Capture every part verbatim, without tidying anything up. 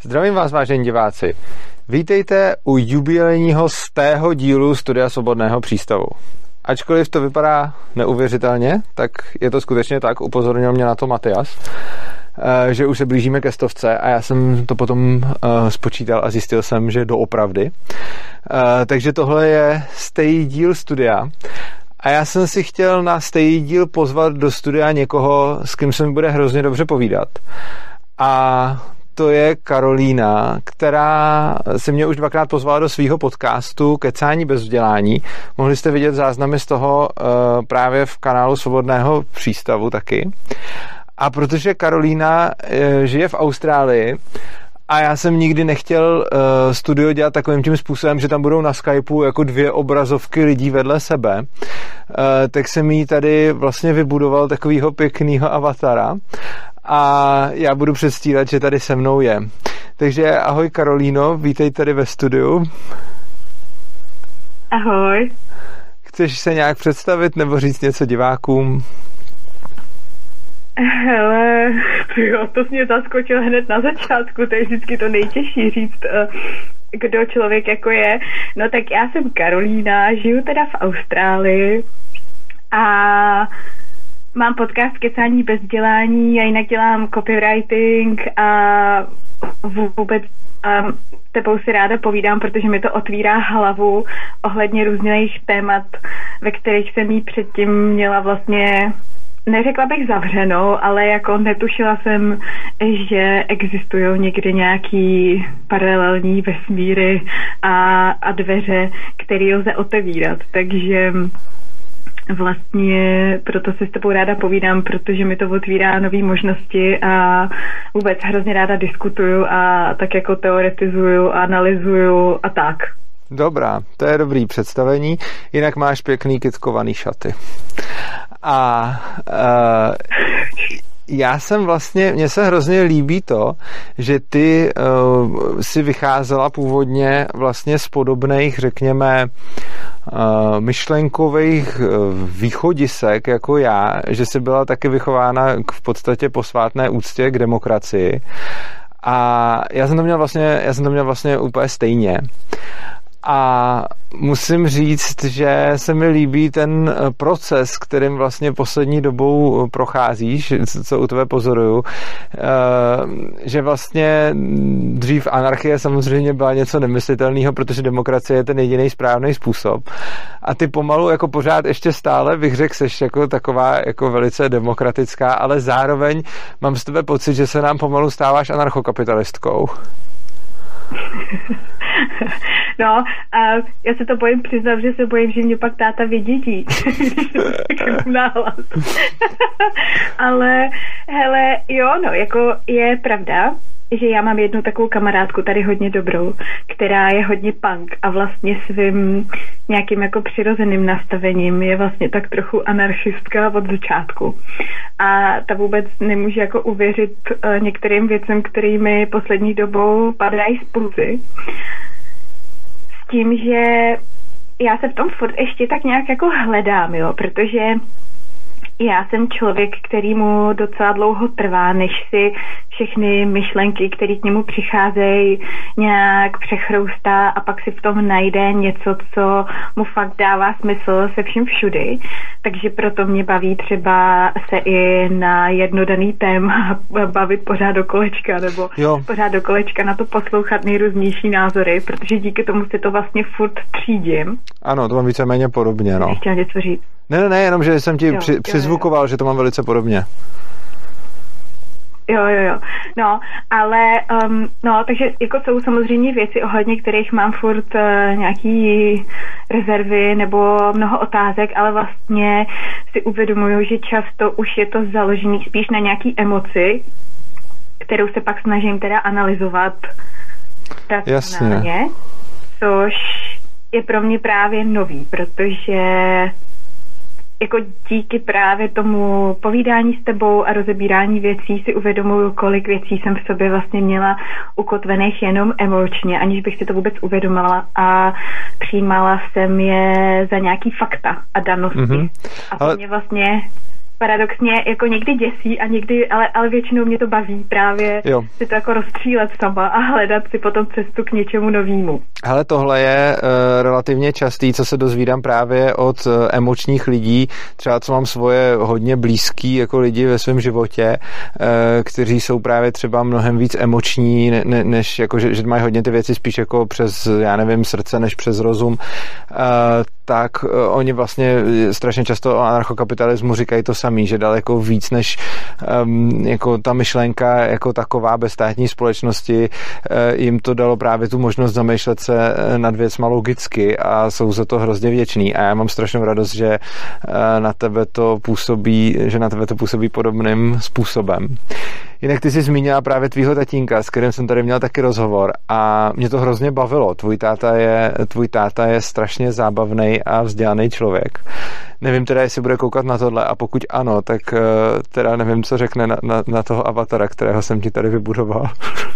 Zdravím vás, vážení diváci. Vítejte u jubilejního stého dílu Studia Svobodného přístavu. Ačkoliv to vypadá neuvěřitelně, tak je to skutečně tak, upozornil mě na to Matias, že už se blížíme ke stovce a já jsem to potom spočítal a zjistil jsem, že doopravdy. Takže tohle je stejný díl studia a já jsem si chtěl na stejný díl pozvat do studia někoho, s kým se mi bude hrozně dobře povídat. A to je Karolína, která se mě už dvakrát pozvala do svého podcastu Kecání bez vzdělání. Mohli jste vidět záznamy z toho uh, právě v kanálu Svobodného přístavu taky. A protože Karolína uh, žije v Austrálii a já jsem nikdy nechtěl uh, studio dělat takovým tím způsobem, že tam budou na Skypeu jako dvě obrazovky lidí vedle sebe, uh, tak jsem jí tady vlastně vybudoval takovýho pěknýho avatara a já budu předstírat, že tady se mnou je. Takže ahoj Karolíno, vítej tady ve studiu. Ahoj. Chceš se nějak představit nebo říct něco divákům? Hele, jo, to jsi mě zaskočil hned na začátku, to je vždycky to nejtěžší říct, kdo člověk jako je. No tak já jsem Karolína, žiju teda v Austrálii a mám podcast Kecání bez vzdělání a jinak dělám copywriting a vůbec a tebou si ráda povídám, protože mi to otvírá hlavu ohledně různých témat, ve kterých jsem jí předtím měla vlastně, neřekla bych zavřenou, ale jako netušila jsem, že existují někdy nějaký paralelní vesmíry a, a dveře, které lze otevírat. Takže vlastně proto se s tebou ráda povídám, protože mi to otvírá nové možnosti a vůbec hrozně ráda diskutuju a tak jako teoretizuju, analyzuju a tak. Dobrá, to je dobrý představení, jinak máš pěkný kytkovaný šaty. A uh, já jsem vlastně, mně se hrozně líbí to, že ty uh, si vycházela původně vlastně z podobných, řekněme, uh, myšlenkových uh, východisek jako já, že jsi byla taky vychována k v podstatě posvátné úctě k demokracii. A já jsem to měl vlastně, já jsem to měl vlastně úplně stejně. A musím říct, že se mi líbí ten proces, kterým vlastně poslední dobou procházíš, co u tebe pozoruju, že vlastně dřív anarchie samozřejmě byla něco nemyslitelného, protože demokracie je ten jediný správný způsob. A ty pomalu jako pořád ještě stále, bych řekl, seš jako taková jako velice demokratická, ale zároveň mám z tebe pocit, že se nám pomalu stáváš anarchokapitalistkou. No, a já se to bojím přiznat, že se bojím, že mě pak táta vydědí, když to řeknu nahlas. Ale, hele, jo, no, jako je pravda, že já mám jednu takovou kamarádku tady hodně dobrou, která je hodně punk a vlastně svým nějakým jako přirozeným nastavením je vlastně tak trochu anarchistka od začátku. A ta vůbec nemůže jako uvěřit uh, některým věcem, kterými poslední dobou padají z půzy. S tím, že já se v tom furt ještě tak nějak jako hledám, jo, protože já jsem člověk, kterýmu docela dlouho trvá, než si všechny myšlenky, které k němu přicházejí, nějak přechroustá a pak si v tom najde něco, co mu fakt dává smysl se vším všudy. Takže proto mě baví třeba se i na jedno daný téma bavit pořád do kolečka, nebo jo. pořád do kolečka na to poslouchat nejrůznější názory, protože díky tomu si to vlastně furt třídím. Ano, to mám víceméně podobně, no. Chtěla něco říct. Ne, ne, ne, jenom, že jsem ti jo, při, jo, přizvukoval, jo. že to mám velice podobně. Jo, jo, jo. No, ale, um, no, takže jako jsou samozřejmě věci, ohledně kterých mám furt uh, nějaký rezervy nebo mnoho otázek, ale vlastně si uvědomuju, že často už je to založený spíš na nějaký emoci, kterou se pak snažím teda analyzovat racionálně, což je pro mě právě nový, protože jako díky právě tomu povídání s tebou a rozebírání věcí si uvědomuju, kolik věcí jsem v sobě vlastně měla ukotvených jenom emočně, aniž bych si to vůbec uvědomila a přijímala jsem je za nějaký fakta a danosti. Mm-hmm. A to Ale... mě vlastně paradoxně jako někdy děsí a někdy, ale, ale většinou mě to baví právě jo. si to jako rozstřílet sama a hledat si potom cestu k něčemu novému. Hele, tohle je uh, relativně častý, co se dozvídám právě od uh, emočních lidí, třeba co mám svoje hodně blízký jako lidi ve svém životě, uh, kteří jsou právě třeba mnohem víc emoční, ne, ne, než jako, že, že mají hodně ty věci spíš jako přes, já nevím, srdce, než přes rozum, uh, tak uh, oni vlastně strašně často o anarchokapitalismu říkají to samý, že daleko víc než um, jako ta myšlenka jako taková bez státní společnosti uh, jim to dalo právě tu možnost zamýšlet se nad věcma logicky a jsou za to hrozně vděční a já mám strašnou radost, že uh, na tebe to působí, že na tebe to působí podobným způsobem. Jinak ty jsi zmínila právě tvýho tatínka, s kterým jsem tady měl taky rozhovor a mě to hrozně bavilo. Tvůj táta je, tvůj táta je strašně zábavný a vzdělaný člověk. Nevím teda, jestli bude koukat na tohle a pokud ano, tak uh, teda nevím, co řekne na, na, na toho avatara, kterého jsem ti tady vybudoval.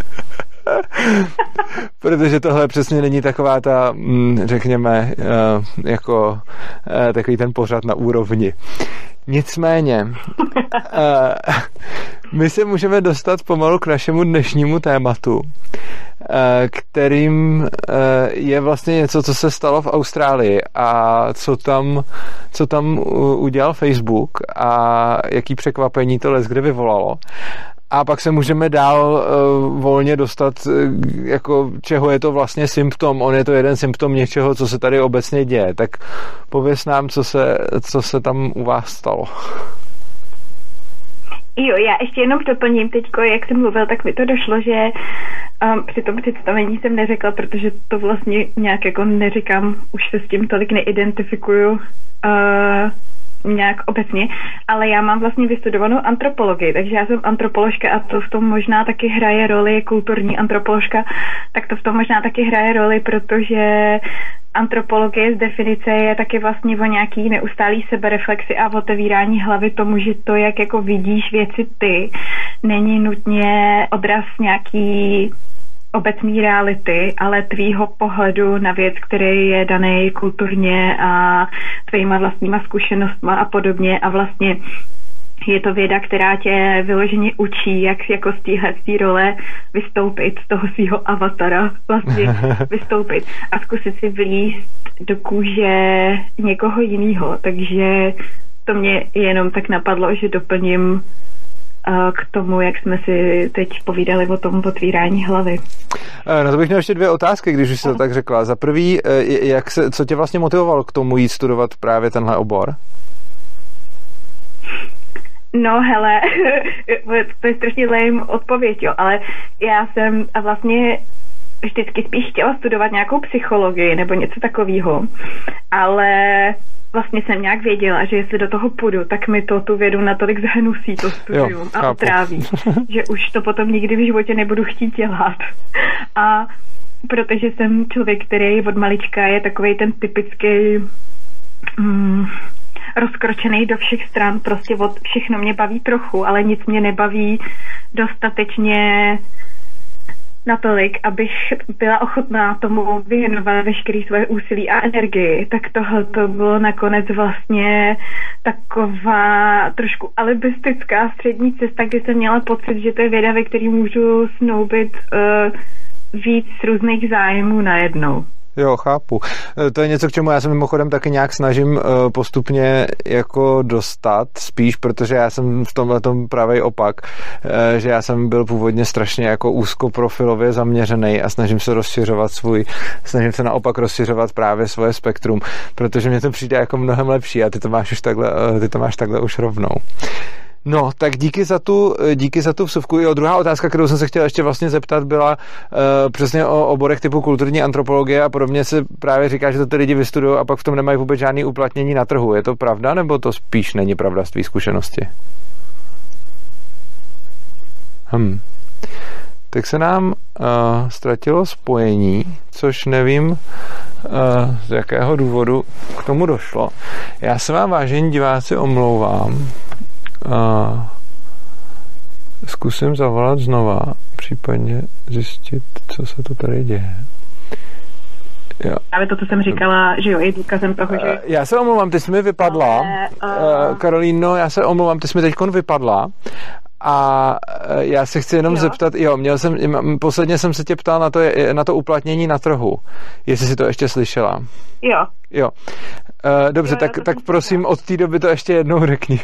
Protože tohle přesně není taková ta, řekněme, uh, jako uh, takový ten pořad na úrovni. Nicméně, uh, my se můžeme dostat pomalu k našemu dnešnímu tématu, kterým je vlastně něco, co se stalo v Austrálii a co tam, co tam udělal Facebook a jaký překvapení to leckde vyvolalo. A pak se můžeme dál uh, volně dostat, uh, jako čeho je to vlastně symptom. On je to jeden symptom něčeho, co se tady obecně děje. Tak pověz nám, co se, co se tam u vás stalo. Jo, já ještě jenom doplním teďko, jak jsem mluvil, tak mi to došlo, že um, při tom představení jsem neřekla, protože to vlastně nějak jako neříkám, už se s tím tolik neidentifikuju uh, nějak obecně, ale já mám vlastně vystudovanou antropologii, takže já jsem antropoložka a to v tom možná taky hraje roli, kulturní antropoložka, tak to v tom možná taky hraje roli, protože antropologie z definice je taky vlastně o nějaký neustálý sebereflexi a otevírání hlavy tomu, že to, jak jako vidíš věci ty, není nutně odraz nějaký obecní reality, ale tvýho pohledu na věc, který je daný kulturně a tvýma vlastníma zkušenostma a podobně a vlastně je to věda, která tě vyloženě učí, jak jako z téhle role vystoupit, z toho svého avatara vlastně vystoupit a zkusit si vlízt do kůže někoho jiného. Takže to mě jenom tak napadlo, že doplním k tomu, jak jsme si teď povídali o tom otvírání hlavy. No to bych měl ještě dvě otázky, když už jsi to tak řekla. Za prvý, jak se, co tě vlastně motivovalo k tomu jít studovat právě tenhle obor? No hele, to je strašně lame odpověď, jo, ale já jsem a vlastně vždycky spíš chtěla studovat nějakou psychologii nebo něco takového, ale vlastně jsem nějak věděla, že jestli do toho půjdu, tak mi to tu vědu natolik zahnusí, to studium jo, a otráví, že už to potom nikdy v životě nebudu chtít dělat. A protože jsem člověk, který od malička je takovej ten typický mm, rozkročený do všech stran, prostě od všechno mě baví trochu, ale nic mě nebaví dostatečně natolik, abych byla ochotná tomu věnovat veškeré svoje úsilí a energii, tak tohle to bylo nakonec vlastně taková trošku alibistická střední cesta, kdy jsem měla pocit, že to je věda, ve který můžu snoubit uh, víc různých zájmů najednou. Jo, chápu. To je něco, k čemu já se mimochodem taky nějak snažím postupně jako dostat spíš, protože já jsem v tomhletom pravej opak, že já jsem byl původně strašně jako úzkoprofilově zaměřený a snažím se rozšiřovat svůj, snažím se naopak rozšiřovat právě svoje spektrum, protože mně to přijde jako mnohem lepší a ty to máš už takhle, ty to máš takhle už rovnou. No, tak díky za tu, díky za tu vsuvku. Jo, druhá otázka, kterou jsem se chtěl ještě vlastně zeptat, byla uh, přesně o oborech typu kulturní antropologie a podobně se právě říká, že to ty lidi vystudují a pak v tom nemají vůbec žádný uplatnění na trhu. Je to pravda, nebo to spíš není pravda z tvý zkušenosti? Hm. Tak se nám uh, ztratilo spojení, což nevím, uh, z jakého důvodu k tomu došlo. Já se vám, vážení diváci, omlouvám. Uh, zkusím zavolat znova, případně zjistit, co se to tady děje. Jo. Právě to, co jsem říkala, že jo, je důkazem toho, že... Já se omlouvám, ty jsi mi vypadla. Ale, uh... Karolíno, já se omlouvám, ty jsi mi teďkon vypadla. A já se chci jenom jo. zeptat, jo, měl jsem, posledně jsem se tě ptal na to, na to uplatnění na trhu, jestli si to ještě slyšela. Jo. Jo. Uh, dobře, jo, tak, tak prosím, od té doby to ještě jednou řekni.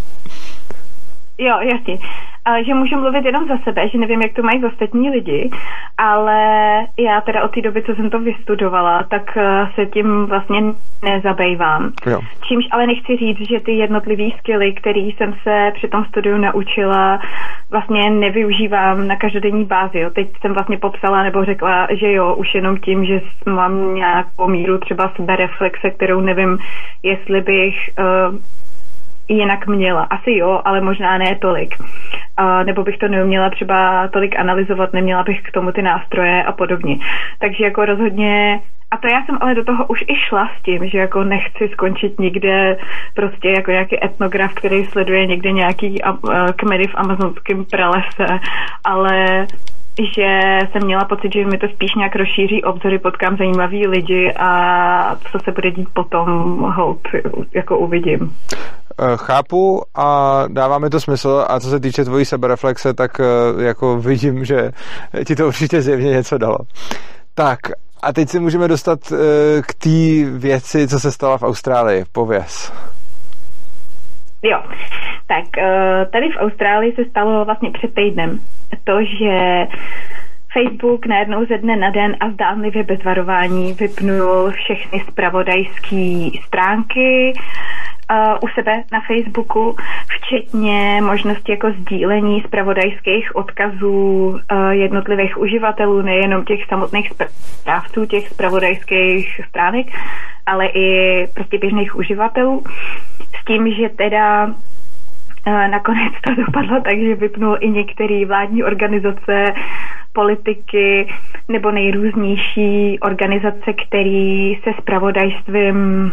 Jo, jasně. Že můžu mluvit jenom za sebe, že nevím, jak to mají ostatní lidi, ale já teda od té doby, co jsem to vystudovala, tak se tím vlastně nezabývám. Jo. Čímž ale nechci říct, že ty jednotlivý skilly, které jsem se při tom studiu naučila, vlastně nevyužívám na každodenní bázi. Jo. Teď jsem vlastně popsala nebo řekla, že jo, už jenom tím, že mám nějakou míru třeba sebereflexe, kterou nevím, jestli bych... Uh, jinak měla. Asi jo, ale možná ne tolik. A nebo bych to neuměla třeba tolik analyzovat, neměla bych k tomu ty nástroje a podobně. Takže jako rozhodně, a to já jsem ale do toho už i šla s tím, že jako nechci skončit nikde prostě jako nějaký etnograf, který sleduje někde nějaký kmeny v amazonském pralese, ale že jsem měla pocit, že mi to spíš nějak rozšíří obzory, potkám zajímavý lidi a co se bude dít potom, holt, jako uvidím. Chápu a dává mi to smysl a co se týče tvojí sebereflexe, tak jako vidím, že ti to určitě zjevně něco dalo. Tak a teď si můžeme dostat k té věci, co se stala v Austrálii. Pověz. Jo, tak tady v Austrálii se stalo vlastně před týdnem to, že Facebook najednou ze dne na den a zdánlivě bez varování vypnul všechny zpravodajské stránky uh, u sebe na Facebooku, včetně možnosti jako sdílení zpravodajských odkazů uh, jednotlivých uživatelů, nejenom těch samotných správců těch zpravodajských stránek, ale i prostě běžných uživatelů. S tím, že teda nakonec to dopadlo tak, že vypnul i některé vládní organizace, politiky nebo nejrůznější organizace, které se zpravodajstvím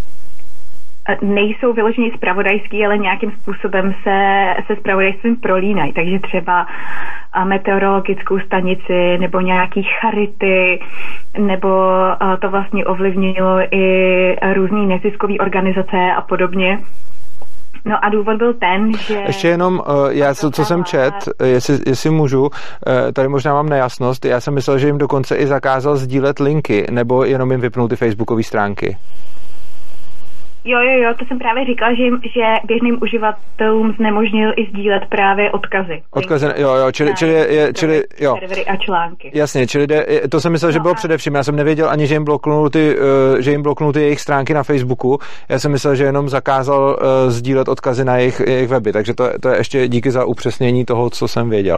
nejsou vyloženě zpravodajský, ale nějakým způsobem se, se zpravodajstvím prolínají. Takže třeba meteorologickou stanici nebo nějaký charity, nebo to vlastně ovlivnilo i různý neziskové organizace a podobně. No a důvod byl ten, že... Ještě jenom, uh, já co, co jsem čet, jestli, jestli můžu, uh, tady možná mám nejasnost, já jsem myslel, že jim dokonce i zakázal sdílet linky, nebo jenom jim vypnul ty facebookové stránky. Jo, jo, jo, to jsem právě říkal, že, že běžným uživatelům znemožnil i sdílet právě odkazy. Odkazy, jo, jo, čili, čili, je, čili jo. Servery a články. Jasně, čili de, to jsem myslel, že no bylo a... především, já jsem nevěděl ani, že jim bloknul ty, uh, že jim bloknul ty jejich stránky na Facebooku, já jsem myslel, že jenom zakázal uh, sdílet odkazy na jejich, jejich weby, takže to, to je ještě díky za upřesnění toho, co jsem věděl.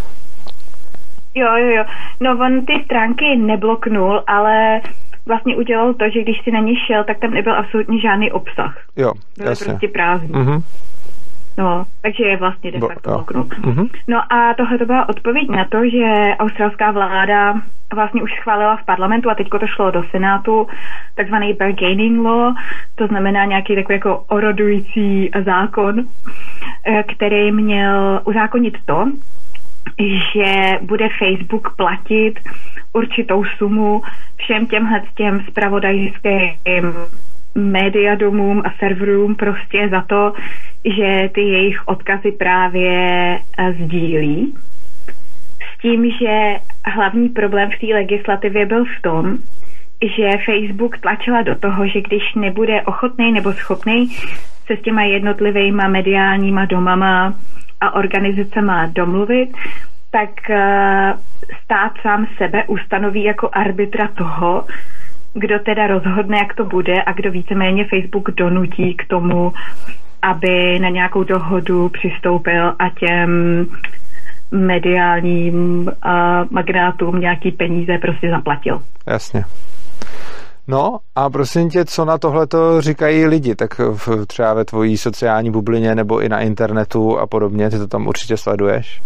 Jo, jo, jo, no on ty stránky nebloknul, ale... vlastně udělal to, že když si na ně šel, tak tam nebyl absolutně žádný obsah. Jo, byly jasně. prostě prázdný. Mm-hmm. No, takže je vlastně de facto bloknul. Mm-hmm. No a tohle to byla odpověď na to, že australská vláda vlastně už schválila v parlamentu a teďko to šlo do Senátu, takzvaný bargaining law, to znamená nějaký takový jako orodující zákon, který měl uzákonit to, že bude Facebook platit určitou sumu všem těmhle těm zpravodajským médiadomům a serverům prostě za to, že ty jejich odkazy právě sdílí. S tím, že hlavní problém v té legislativě byl v tom, že Facebook tlačila do toho, že když nebude ochotný nebo schopný se s těma jednotlivýma mediálníma domama a organizacema domluvit, tak stát sám sebe ustanoví jako arbitra toho, kdo teda rozhodne, jak to bude a kdo víceméně Facebook donutí k tomu, aby na nějakou dohodu přistoupil a těm mediálním uh, magnátům nějaký peníze prostě zaplatil. Jasně. No a prosím tě, co na tohleto říkají lidi, tak v, třeba ve tvojí sociální bublině nebo i na internetu a podobně, ty to tam určitě sleduješ?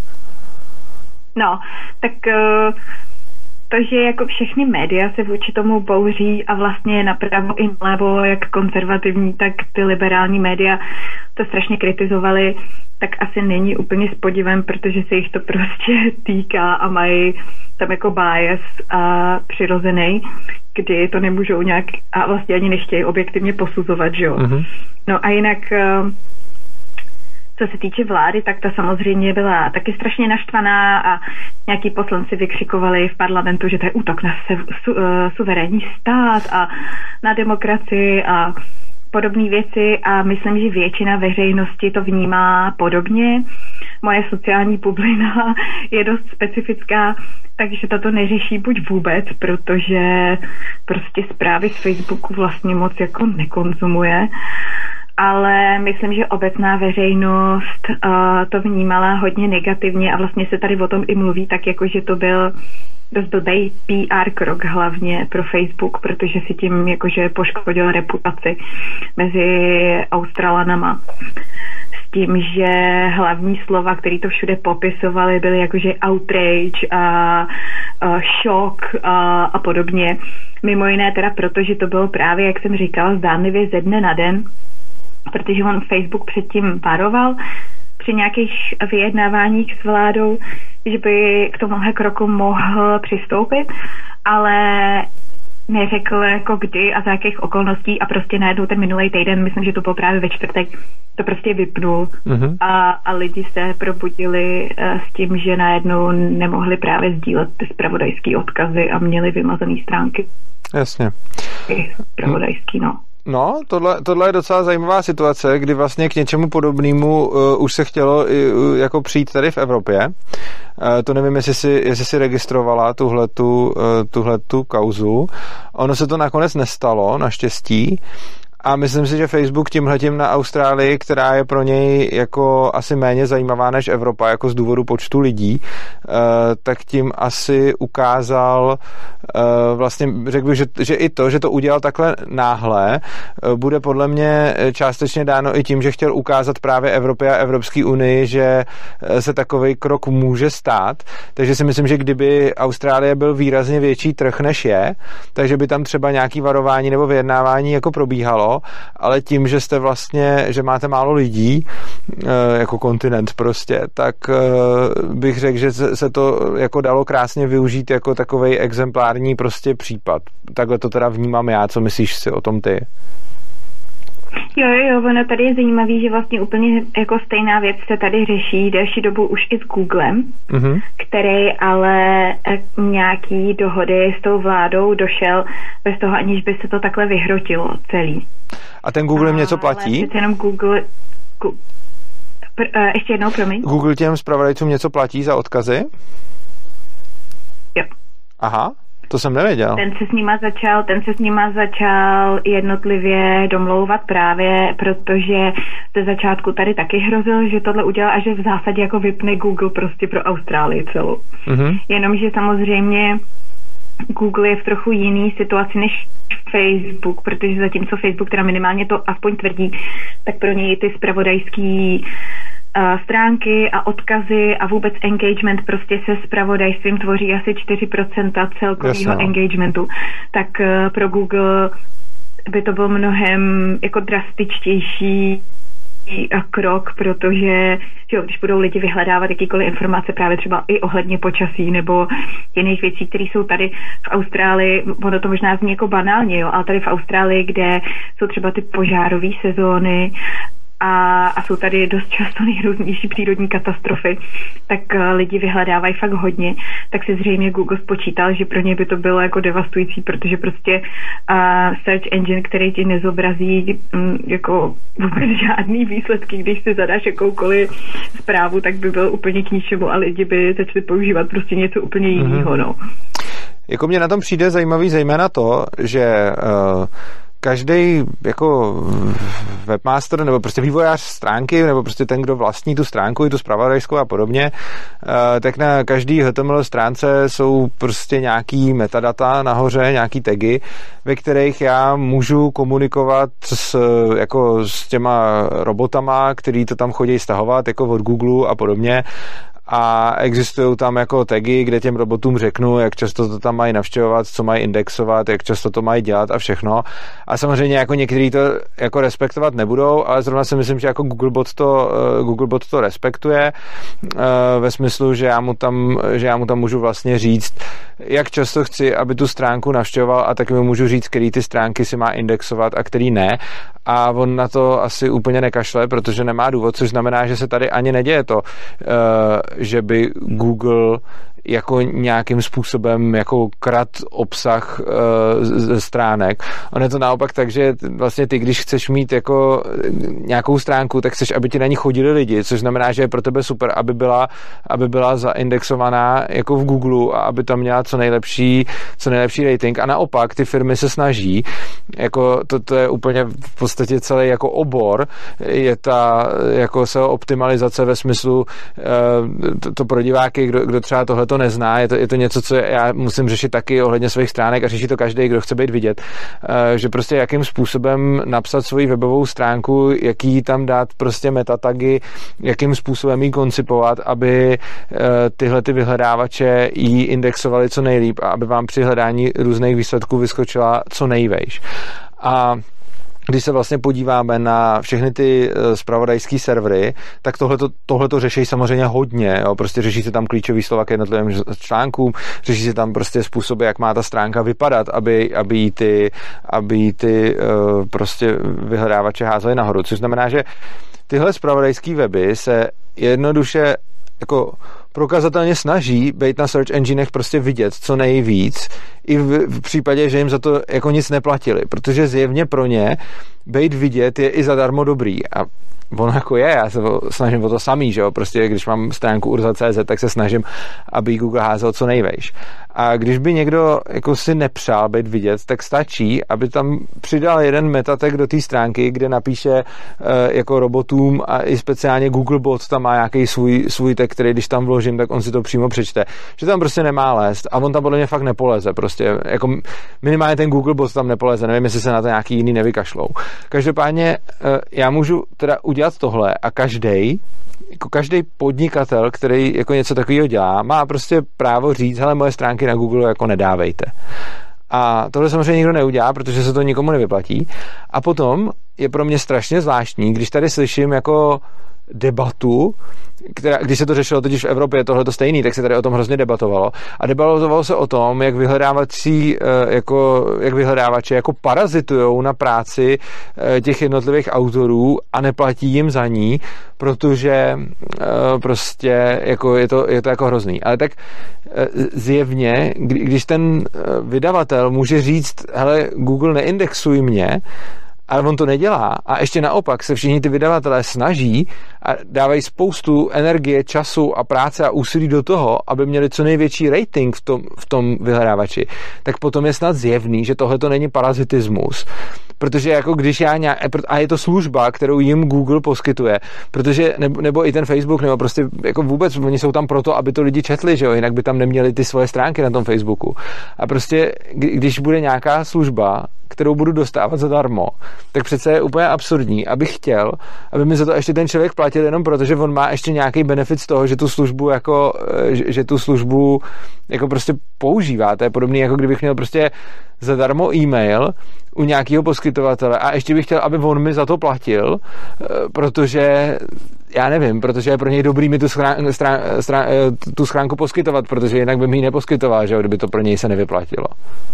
No, tak uh, to, že jako všechny média se vůči tomu bouří a vlastně napravo i nalevo, jak konzervativní, tak ty liberální média to strašně kritizovali, tak asi není úplně s podivem, protože se jich to prostě týká a mají tam jako bias a přirozený, kdy to nemůžou nějak a vlastně ani nechtějí objektivně posuzovat, že jo. Mm-hmm. No a jinak co se týče vlády, tak ta samozřejmě byla taky strašně naštvaná a nějaký poslanci vykřikovali v parlamentu, že to je útok na se, su, suverénní stát a na demokracii a podobné věci a myslím, že většina veřejnosti to vnímá podobně. Moje sociální bublina je dost specifická, takže tato neřeší buď vůbec, protože prostě zprávy z Facebooku vlastně moc jako nekonzumuje, ale myslím, že obecná veřejnost uh, to vnímala hodně negativně a vlastně se tady o tom i mluví, tak jako, že to byl dost blbej P R krok hlavně pro Facebook, protože si tím jakože poškodil reputaci mezi Australanama. S tím, že hlavní slova, které to všude popisovali, byly jakože outrage a, a šok a, a podobně. Mimo jiné teda proto, že to bylo právě, jak jsem říkala, zdánlivě ze dne na den, protože on Facebook předtím varoval při nějakých vyjednáváních s vládou, že by k tomuhle kroku mohl přistoupit, ale neřekl jako kdy a za jakých okolností a prostě najednou ten minulý týden, myslím, že to bylo právě ve čtvrtek, to prostě vypnul mm-hmm. a, a lidi se probudili uh, s tím, že najednou nemohli právě sdílet ty zpravodajský odkazy a měli vymazané stránky. Jasně. Zpravodajský, no. No, tohle, tohle je docela zajímavá situace, kdy vlastně k něčemu podobnému uh, už se chtělo uh, jako přijít tady v Evropě. Uh, to nevím, jestli si, jestli si registrovala tuhletu, uh, tuhletu kauzu. Ono se to nakonec nestalo, naštěstí. A myslím si, že Facebook tímhletím na Austrálii, která je pro něj jako asi méně zajímavá než Evropa, jako z důvodu počtu lidí, tak tím asi ukázal vlastně, řekl bych, že, že i to, že to udělal takhle náhle, bude podle mě částečně dáno i tím, že chtěl ukázat právě Evropě a Evropské unii, že se takovej krok může stát. Takže si myslím, že kdyby Austrálie byl výrazně větší trh, než je, takže by tam třeba nějaký varování nebo vyjednávání jako probíhalo, ale tím, že jste vlastně, že máte málo lidí, jako kontinent prostě, tak bych řekl, že se to jako dalo krásně využít jako takovej exemplární prostě případ. Takhle to teda vnímám já, co myslíš si o tom ty? Jo, jo, ono tady je zajímavý, že vlastně úplně jako stejná věc se tady řeší delší dobu už i s Googlem, mm-hmm. který ale nějaký dohody s tou vládou došel bez toho, aniž by se to takhle vyhrotilo celý. A ten Google jim něco platí? Ale jenom Google... Google pr, uh, ještě jednou, promiň. Google těm zpravodajcům něco platí za odkazy? Jo. Aha. To jsem nevěděl. Ten se s nima začal, ten se s nima začal jednotlivě domlouvat právě, protože ze začátku tady taky hrozil, že tohle udělá a že v zásadě jako vypne Google prostě pro Austrálii celou. Mm-hmm. Jenomže samozřejmě Google je v trochu jiný situaci než Facebook, protože zatímco Facebook teda minimálně to aspoň tvrdí, tak pro něj ty zpravodajský Uh, stránky a odkazy a vůbec engagement prostě se zpravodajstvím tvoří asi čtyři procenta celkového engagementu. Tak uh, pro Google by to byl mnohem jako drastičtější krok, protože jo, když budou lidi vyhledávat jakýkoliv informace právě třeba i ohledně počasí nebo jiných věcí, které jsou tady v Austrálii, ono to možná zní jako banálně, jo, ale tady v Austrálii, kde jsou třeba ty požárové sezóny A, a jsou tady dost často nejrůznější přírodní katastrofy, tak uh, lidi vyhledávají fakt hodně, tak si zřejmě Google spočítal, že pro ně by to bylo jako devastující, protože prostě uh, search engine, který ti nezobrazí um, jako vůbec žádný výsledky, když si zadáš jakoukoliv zprávu, tak by byl úplně k ničemu a lidi by začali používat prostě něco úplně jiného. Mm-hmm. No. Jako mě na tom přijde zajímavý zejména to, že uh, každý jako webmaster nebo prostě vývojář stránky nebo prostě ten, kdo vlastní tu stránku i tu zpravodajskou a podobně, tak na každý H T M L stránce jsou prostě nějaký metadata nahoře, nějaký tagy, ve kterých já můžu komunikovat s, jako s těma robotama, který to tam chodí stahovat, jako od Google a podobně. a existují tam jako tagy, kde těm robotům řeknu, jak často to tam mají navštěvovat, co mají indexovat, jak často to mají dělat a všechno. A samozřejmě jako někteří to jako respektovat nebudou, ale zrovna si myslím, že jako Googlebot to, Googlebot to respektuje ve smyslu, že já mu tam, že já mu tam můžu vlastně říct, jak často chci, aby tu stránku navštěvoval a taky mu můžu říct, který ty stránky si má indexovat a který ne. A on na to asi úplně nekašle, protože nemá důvod, což znamená, že se tady ani neděje to, že by Google jako nějakým způsobem jako krat obsah ze stránek. On je to naopak tak, že vlastně ty, když chceš mít jako nějakou stránku, tak chceš, aby ti na ní chodili lidi, což znamená, že je pro tebe super, aby byla, aby byla zaindexovaná jako v Google a aby tam měla co nejlepší, co nejlepší rating. A naopak ty firmy se snaží, jako to, to je úplně v podstatě celý jako obor, je ta jako S E O optimalizace ve smyslu to, to pro diváky, kdo, kdo třeba tohle to nezná, je to, je to něco, co já musím řešit taky ohledně svých stránek a řeší to každý, kdo chce být vidět, že prostě jakým způsobem napsat svoji webovou stránku, jaký tam dát prostě metatagy, jakým způsobem ji koncipovat, aby tyhle ty vyhledávače ji indexovaly co nejlíp a aby vám při hledání různých výsledků vyskočila co nejvejš. A když se vlastně podíváme na všechny ty zpravodajský servery, tak tohleto, tohleto řeší samozřejmě hodně. Jo. Prostě řeší se tam klíčový slova k jednotlivým článkům, řeší se tam prostě způsoby, jak má ta stránka vypadat, aby, aby jí ty, aby jí ty uh, prostě vyhledávače házely nahoru. Což znamená, že tyhle zpravodajský weby se jednoduše jako prokazatelně snaží být na search enginech prostě vidět co nejvíc, i v, v případě, že jim za to jako nic neplatili, protože zjevně pro ně být vidět je i zadarmo dobrý a ono jako je, já se snažím o to samý, že jo, prostě když mám stránku urza tečka cé zet, tak se snažím, aby Google házel co nejvejš. A když by někdo jako si nepřál být vidět, tak stačí, aby tam přidal jeden metatag do té stránky, kde napíše e, jako robotům a i speciálně Googlebot tam má nějaký svůj, svůj tag, který když tam vložím, tak on si to přímo přečte. Že tam prostě nemá lézt a on tam podle mě fakt nepoleze, prostě jako minimálně ten Googlebot tam nepoleze, nevím, jestli se na to nějaký jiný nevykašlou. Každopádně e, já můžu teda udělat tohle a každej jako každý podnikatel, který jako něco takového dělá, má prostě právo říct, hele, moje stránky na Google jako nedávejte. A tohle samozřejmě nikdo neudělá, protože se to nikomu nevyplatí. A potom je pro mě strašně zvláštní, když tady slyším jako debatu, která, když se to řešilo totiž v Evropě, je tohle to stejný, tak se tady o tom hrozně debatovalo. A debatovalo se o tom, jak vyhledávací, jako, jak vyhledávače jako parazitujou na práci těch jednotlivých autorů a neplatí jim za ní, protože prostě jako je, to, je to jako hrozný. Ale tak zjevně, když ten vydavatel může říct, hele, Google neindexuj mě, ale on to nedělá a ještě naopak se všichni ty vydavatelé snaží a dávají spoustu energie, času a práce a úsilí do toho, aby měli co největší rating v tom, v tom vyhledávači, tak potom je snad zjevný, že tohle to není parazitismus. Protože jako když já nějak, a je to služba, kterou jim Google poskytuje, protože, nebo, nebo i ten Facebook, nebo prostě jako vůbec, oni jsou tam proto, aby to lidi četli, že jo, jinak by tam neměli ty svoje stránky na tom Facebooku. A prostě, když bude nějaká služba, kterou budu dostávat zadarmo, tak přece je úplně absurdní, abych chtěl, aby mi za to ještě ten člověk platil jenom proto, že on má ještě nějaký benefit z toho, že tu službu jako, že, že tu službu jako prostě používá. To je podobný, jako kdybych měl prostě zadarmo e-mail u nějakého poskytovatele a ještě bych chtěl, aby on mi za to platil, protože já nevím, protože je pro něj dobrý mi tu, schrán, strán, strán, tu schránku poskytovat, protože jinak by mi ji neposkytoval, že jo, kdyby to pro něj se nevyplatilo.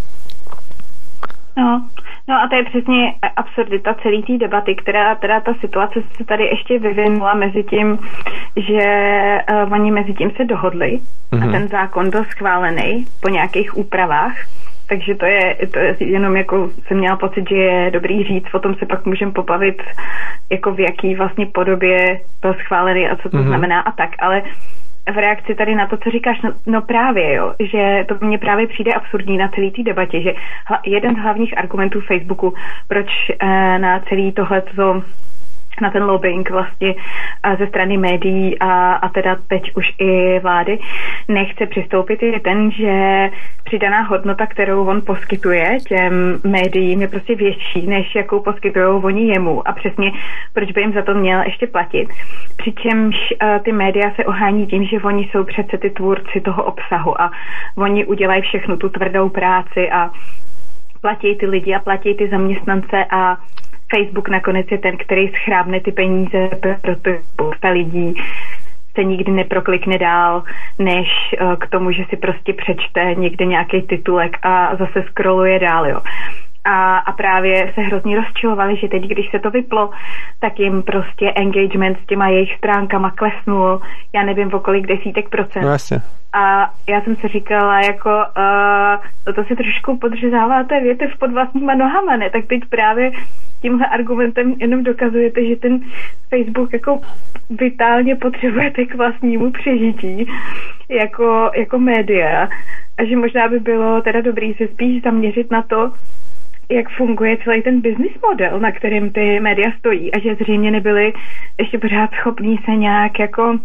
No, no a to je přesně absurdita celé té debaty, která teda ta situace se tady ještě vyvinula mezi tím, že uh, oni mezi tím se dohodli mm-hmm. a ten zákon byl schválený po nějakých úpravách, takže to je, to je jenom jako jsem měla pocit, že je dobrý říct, o tom se pak můžeme pobavit, jako v jaký vlastně podobě byl schválený a co to mm-hmm. znamená a tak, ale v reakci tady na to, co říkáš, no, no právě, jo, že to mně právě přijde absurdní na celý té debatě, že hla, jeden z hlavních argumentů Facebooku, proč eh, na celý tohleto na ten lobbying vlastně ze strany médií a, a teda teď už i vlády nechce přistoupit, je ten, že přidaná hodnota, kterou on poskytuje těm médiím, je prostě větší, než jakou poskytují oni jemu a přesně proč by jim za to měl ještě platit. Přičemž uh, ty média se ohání tím, že oni jsou přece ty tvůrci toho obsahu a oni udělají všechnu tu tvrdou práci a platí ty lidi a platí ty zaměstnance a Facebook nakonec je ten, který schrábne ty peníze, protože spousta lidí se nikdy neproklikne dál, než k tomu, že si prostě přečte někde nějaký titulek a zase scrolluje dál, jo. A, a právě se hrozně rozčilovali, že teď, když se to vyplo, tak jim prostě engagement s těma jejich stránkama klesnul, já nevím, o kolik desítek procent. No jasně. A já jsem si říkala, jako, uh, no to si trošku podřezáváte větev pod vlastníma nohama, ne? Tak teď právě tímhle argumentem jenom dokazujete, že ten Facebook jako vitálně potřebujete k vlastnímu přežití jako, jako média a že možná by bylo teda dobrý se spíš zaměřit na to, jak funguje celý ten business model, na kterým ty média stojí a že zřejmě nebyli ještě pořád schopní se nějak jako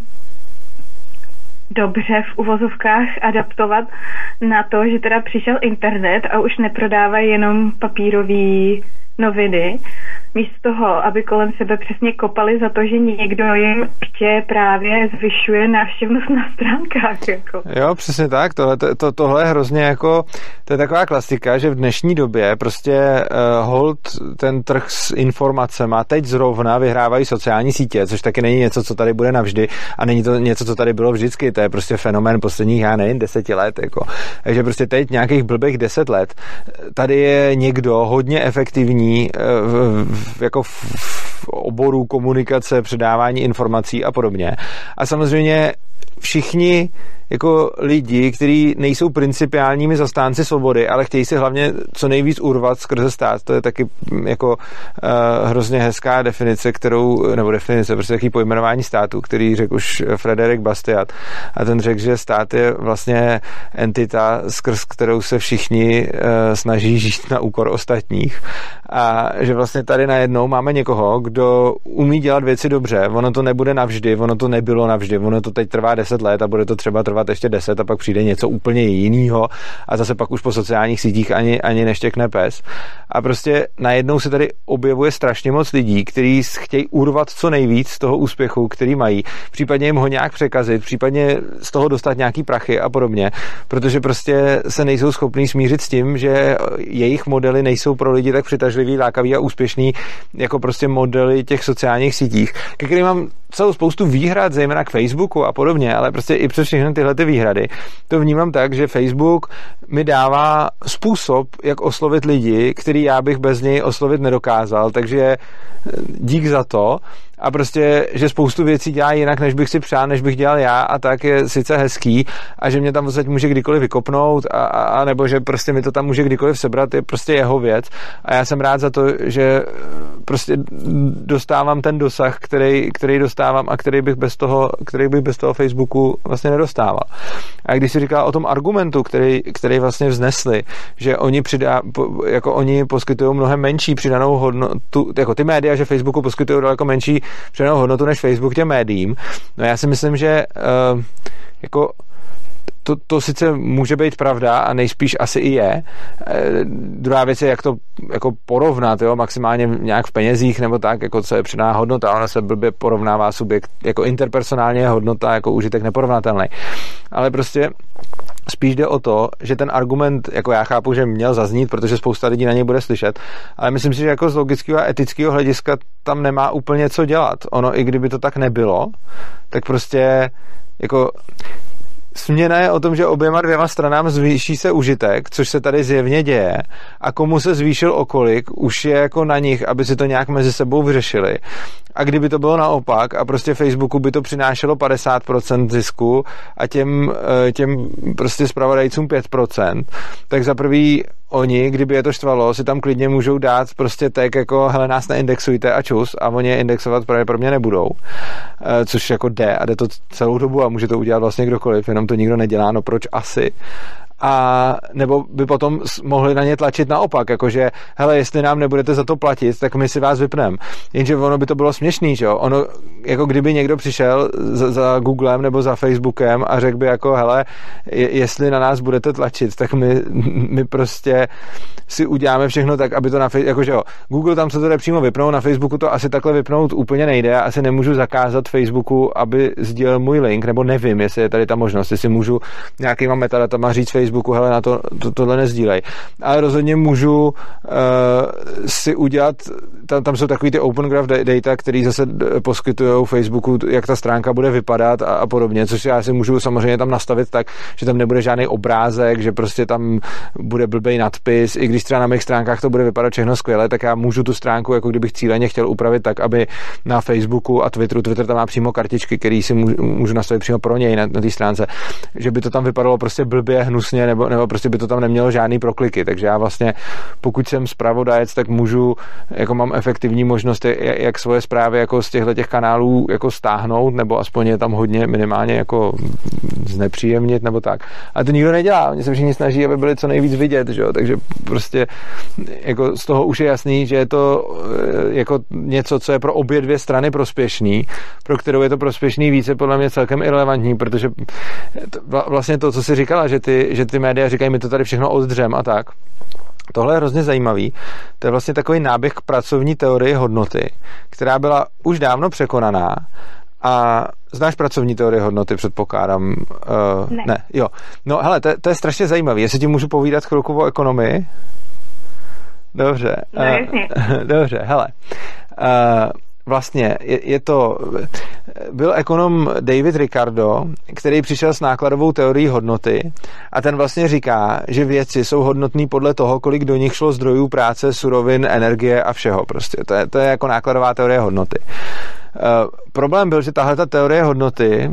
dobře v uvozovkách adaptovat na to, že teda přišel internet a už neprodávají jenom papírový noviny, místo toho, aby kolem sebe přesně kopali za to, že někdo jim ještě právě zvyšuje návštěvnost na stránkách. Jako. Jo, přesně tak. Tohle, to, to, tohle je hrozně jako, to je taková klasika, že v dnešní době prostě uh, hold ten trh s informacemi teď zrovna vyhrávají sociální sítě, což taky není něco, co tady bude navždy a není to něco, co tady bylo vždycky. To je prostě fenomén posledních, já nevím, deseti let. Jako. Takže prostě teď nějakých blbých deset let tady je někdo hodně efektivní uh, v, v, jako v, v oboru komunikace, předávání informací a podobně. A samozřejmě všichni jako lidi, kteří nejsou principiálními zastánci svobody, ale chtějí si hlavně co nejvíc urvat skrze stát. To je taky jako uh, hrozně hezká definice, kterou, nebo definice, prostě taký pojmenování státu, který řekl už Frédéric Bastiat. A ten řekl, že stát je vlastně entita, skrz kterou se všichni uh, snaží žít na úkor ostatních. A že vlastně tady najednou máme někoho, kdo umí dělat věci dobře. Ono to nebude navždy, ono to nebylo navždy, ono to teď trvá deset let a bude to třeba trvat ještě deset a pak přijde něco úplně jiného a zase pak už po sociálních sítích ani, ani neštěkne pes. A prostě najednou se tady objevuje strašně moc lidí, kteří chtějí urvat co nejvíc z toho úspěchu, který mají, případně jim ho nějak překazit, případně z toho dostat nějaký prachy a podobně, protože prostě se nejsou schopní smířit s tím, že jejich modely nejsou pro lidi tak přitažlivý, lákavý a úspěšný jako prostě modely těch sociálních sítích, ke kterým mám celou spoustu výhrad, zejména k Facebooku a podobně, ale prostě i přes všechny tyhle ty výhrady to vnímám tak, že Facebook mi dává způsob, jak oslovit lidi, který já bych bez něj oslovit nedokázal, takže dík za to. A prostě, že spoustu věcí dělá jinak, než bych si přál, než bych dělal já a tak je sice hezký a že mě tam vlastně může kdykoliv vykopnout a, a nebo že prostě mi to tam může kdykoliv sebrat, je prostě jeho věc a já jsem rád za to, že prostě dostávám ten dosah, který, který dostávám a který bych bez toho, který bych bez toho Facebooku vlastně nedostával. A když si říkala o tom argumentu, který, který vlastně vznesli, že oni přidá, jako oni poskytují mnohem menší přidanou hodnotu, jako ty média, že Facebooku poskytují daleko menší přidanou hodnotu než Facebook těm médiím. No já si myslím, že uh, jako to, to sice může být pravda a nejspíš asi i je. E, druhá věc je, jak to jako porovnat, jo, maximálně nějak v penězích nebo tak, jako co je přidaná hodnota, ona se blbě porovnává subjekt, jako interpersonálně je hodnota, jako užitek neporovnatelný. Ale prostě spíš jde o to, že ten argument, jako já chápu, že měl zaznít, protože spousta lidí na něj bude slyšet, ale myslím si, že jako z logického a etického hlediska tam nemá úplně co dělat. Ono, i kdyby to tak nebylo, tak prostě jako směna je o tom, že oběma dvěma stranám zvýší se užitek, což se tady zjevně děje a komu se zvýšil okolik, už je jako na nich, aby si to nějak mezi sebou vyřešili. A kdyby to bylo naopak a prostě Facebooku by to přinášelo padesát procent zisku a těm, těm prostě zpravodajcům pět procent, tak za prvý oni, kdyby je to štvalo, si tam klidně můžou dát prostě tak jako hele, nás neindexujte a čus a oni je indexovat pravděpodobně nebudou, což jako jde a jde to celou dobu a může to udělat vlastně kdokoliv, jenom to nikdo nedělá, no proč asi. a nebo by potom mohli na ně tlačit naopak, jakože hele, jestli nám nebudete za to platit, tak my si vás vypneme. Jenže ono by to bylo směšný, že jo? Ono, jako kdyby někdo přišel za, za Googlem nebo za Facebookem a řekl by jako, hele, jestli na nás budete tlačit, tak my, my prostě si uděláme všechno tak, aby to na Facebooku, jakože jo, Google tam se to jde přímo vypnout, na Facebooku to asi takhle vypnout úplně nejde, já asi nemůžu zakázat Facebooku, aby sdílel můj link, nebo nevím, jestli je tady ta možnost, jestli můžu nějakýma metadatama říct Facebooku, hele, na to, to tohle nezdílej. Ale rozhodně můžu uh, si udělat, tam, tam jsou takový ty Open Graph data, který zase poskytují Facebooku, jak ta stránka bude vypadat a, a podobně, což já si můžu samozřejmě tam nastavit tak, že tam nebude žádný obrázek, že prostě tam bude blbej nadpis, i když třeba na mých stránkách to bude vypadat všechno skvěle, tak já můžu tu stránku, jako kdybych cíleně chtěl upravit tak, aby na Facebooku a Twitteru, Twitter tam má přímo kartičky, které si můžu, můžu nastavit přímo pro něj na, na té stránce, že by to tam vypadalo prostě blbě, hnusně, nebo, nebo prostě by to tam nemělo žádný prokliky, takže já vlastně, pokud jsem zpravodajec, tak můžu, jako mám efektivní možnost, jak svoje zprávy jako z těchto těch kanálů jako stáhnout, nebo aspoň je tam hodně minimálně jako znepříjemnit, nebo tak. A to nikdo nedělá, oni se všichni snaží, aby byli co nejvíc vidět, že jo? Takže prostě jako z toho už je jasný, že je to jako něco, co je pro obě dvě strany prospěšný, pro kterou je to prospěšný více, podle mě celkem irelevantní, protože vlastně to, co jsi říkala, že ty, že ty média říkají, my to tady všechno oddřem a tak. Tohle je hrozně zajímavý. To je vlastně takový náběh k pracovní teorii hodnoty, která byla už dávno překonaná. A znáš pracovní teorii hodnoty, předpokládám? Uh, ne. ne. Jo. No hele, to, to je strašně zajímavý. Jestli ti můžu povídat chvilku o ekonomii? Dobře. No jasně. Uh, dobře, hele. Uh, Vlastně je, je to, byl ekonom David Ricardo, který přišel s nákladovou teorií hodnoty a ten vlastně říká, že věci jsou hodnotné podle toho, kolik do nich šlo zdrojů práce, surovin, energie a všeho prostě. To je, to je jako nákladová teorie hodnoty. Uh, problém byl, že tahle ta teorie hodnoty,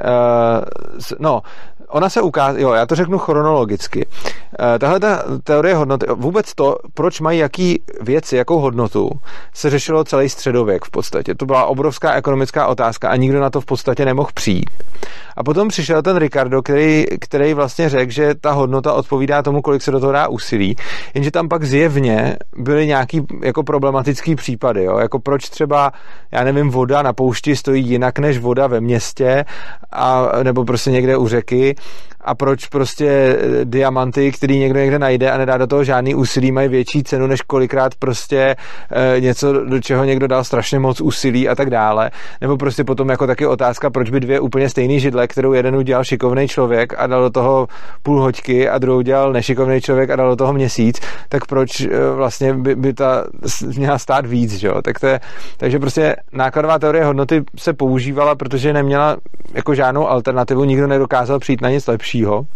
uh, no, ona se ukázala, jo, já to řeknu chronologicky. Uh, tahle ta teorie hodnoty, vůbec to, proč mají jaký věci, jakou hodnotu, se řešilo celý středověk v podstatě. To byla obrovská ekonomická otázka a nikdo na to v podstatě nemohl přijít. A potom přišel ten Ricardo, který, který vlastně řekl, že ta hodnota odpovídá tomu, kolik se do toho dá úsilí, jenže tam pak zjevně byly nějaký jako problematický případy, jo? Jako proč třeba, já nevím, voda na poušti stojí jinak než voda ve městě, a, nebo prostě někde u řeky, a proč prostě diamanty, který někdo někde najde a nedá do toho žádný úsilí, mají větší cenu, než kolikrát prostě e, něco, do čeho někdo dal strašně moc úsilí a tak dále. Nebo prostě potom jako taky otázka, proč by dvě úplně stejný židle, kterou jeden udělal šikovný člověk a dal do toho půl hoďky a druhou udělal nešikovný člověk a dal do toho měsíc, tak proč e, vlastně by, by ta měla stát víc, že jo? Tak to je, takže prostě nákladová teorie hodnoty se používala, protože neměla jako žádnou alternativu, nikdo nedokázal přijít na nic lepšího.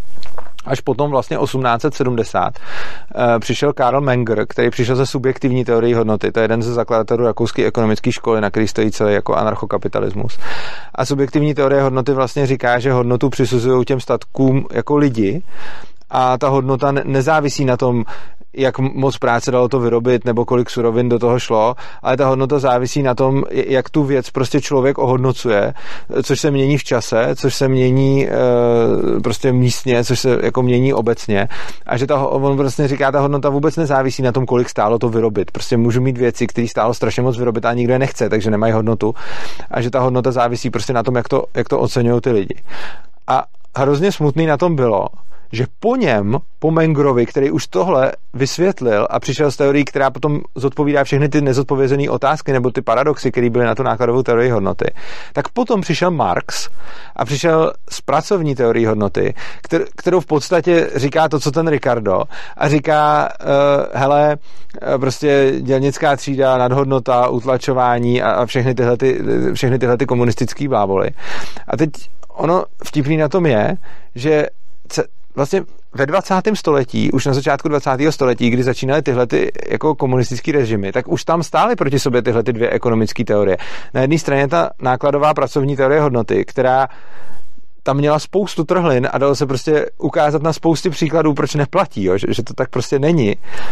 Až potom vlastně osmnáct set sedmdesát uh, přišel Karl Menger, který přišel ze subjektivní teorii hodnoty. To je jeden ze zakladatelů rakouské ekonomické školy, na který stojí celý jako anarchokapitalismus. A subjektivní teorie hodnoty vlastně říká, že hodnotu přisuzují těm statkům jako lidi a ta hodnota nezávisí na tom, jak moc práce dalo to vyrobit, nebo kolik surovin do toho šlo, ale ta hodnota závisí na tom, jak tu věc prostě člověk ohodnocuje, což se mění v čase, což se mění e, prostě místně, což se jako mění obecně. A že ta, on vlastně říká, ta hodnota vůbec nezávisí na tom, kolik stálo to vyrobit. Prostě můžu mít věci, které stálo strašně moc vyrobit a nikdo je nechce, takže nemají hodnotu. A že ta hodnota závisí prostě na tom, jak to, jak to oceňují ty lidi. A hrozně smutný na tom bylo, že po něm, po Mengerovi, který už tohle vysvětlil a přišel s teorií, která potom zodpovídá všechny ty nezodpovězené otázky nebo ty paradoxy, které byly na tu nákladovou teorii hodnoty, tak potom přišel Marx a přišel s pracovní teorií hodnoty, kterou v podstatě říká to, co ten Ricardo, a říká, uh, hele, prostě dělnická třída, nadhodnota, utlačování a, a všechny tyhle, ty, všechny tyhle ty komunistický bláboli. A teď ono vtipný na tom je, že vlastně ve dvacátém století, už na začátku dvacátého století, kdy začínaly tyhle ty jako komunistické režimy, tak už tam stály proti sobě tyhle ty dvě ekonomické teorie. Na jedné straně ta nákladová pracovní teorie hodnoty, která tam měla spoustu trhlin a dalo se prostě ukázat na spousty příkladů, proč neplatí, jo? Že, že to tak prostě není.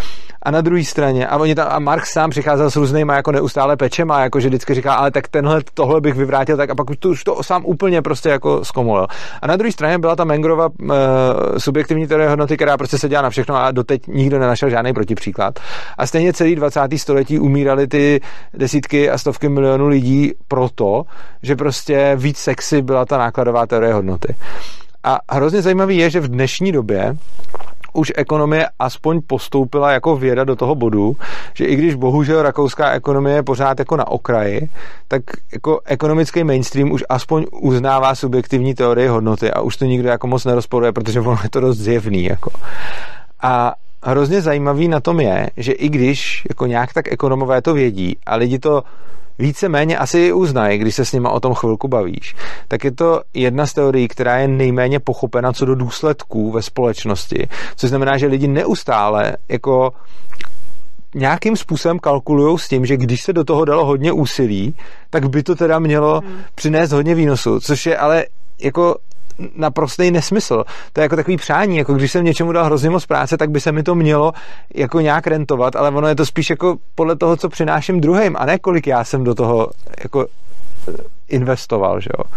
A na druhé straně, a, oni tam, a Marx sám přicházel s různýma jako neustále pečema, jako že vždycky říká, ale tak tenhle, tohle bych vyvrátil, tak a pak už to, už to sám úplně prostě jako zkomolil. A na druhé straně byla ta Mengerova uh, subjektivní teorie hodnoty, která prostě se dělá na všechno a doteď nikdo nenašel žádný protipříklad. A stejně celý dvacátý století umírali ty desítky a stovky milionů lidí proto, že prostě víc sexy byla ta nákladová teorie hodnoty. A hrozně zajímavý je, že v dnešní době už ekonomie aspoň postoupila jako věda do toho bodu, že i když bohužel rakouská ekonomie je pořád jako na okraji, tak jako ekonomický mainstream už aspoň uznává subjektivní teorie hodnoty a už to nikdo jako moc nerozporuje, protože ono je to dost zjevný. Jako. A hrozně zajímavý na tom je, že i když jako nějak tak ekonomové to vědí a lidi to víceméně asi i uznají, když se s nima o tom chvilku bavíš, tak je to jedna z teorií, která je nejméně pochopena co do důsledků ve společnosti, což znamená, že lidi neustále jako nějakým způsobem kalkulujou s tím, že když se do toho dalo hodně úsilí, tak by to teda mělo hmm. přinést hodně výnosu, což je ale jako naprostý nesmysl. To je jako takový přání, jako když jsem něčemu dal hrozně moc práce, tak by se mi to mělo jako nějak rentovat, ale ono je to spíš jako podle toho, co přináším druhým, a ne kolik já jsem do toho jako investoval, že jo.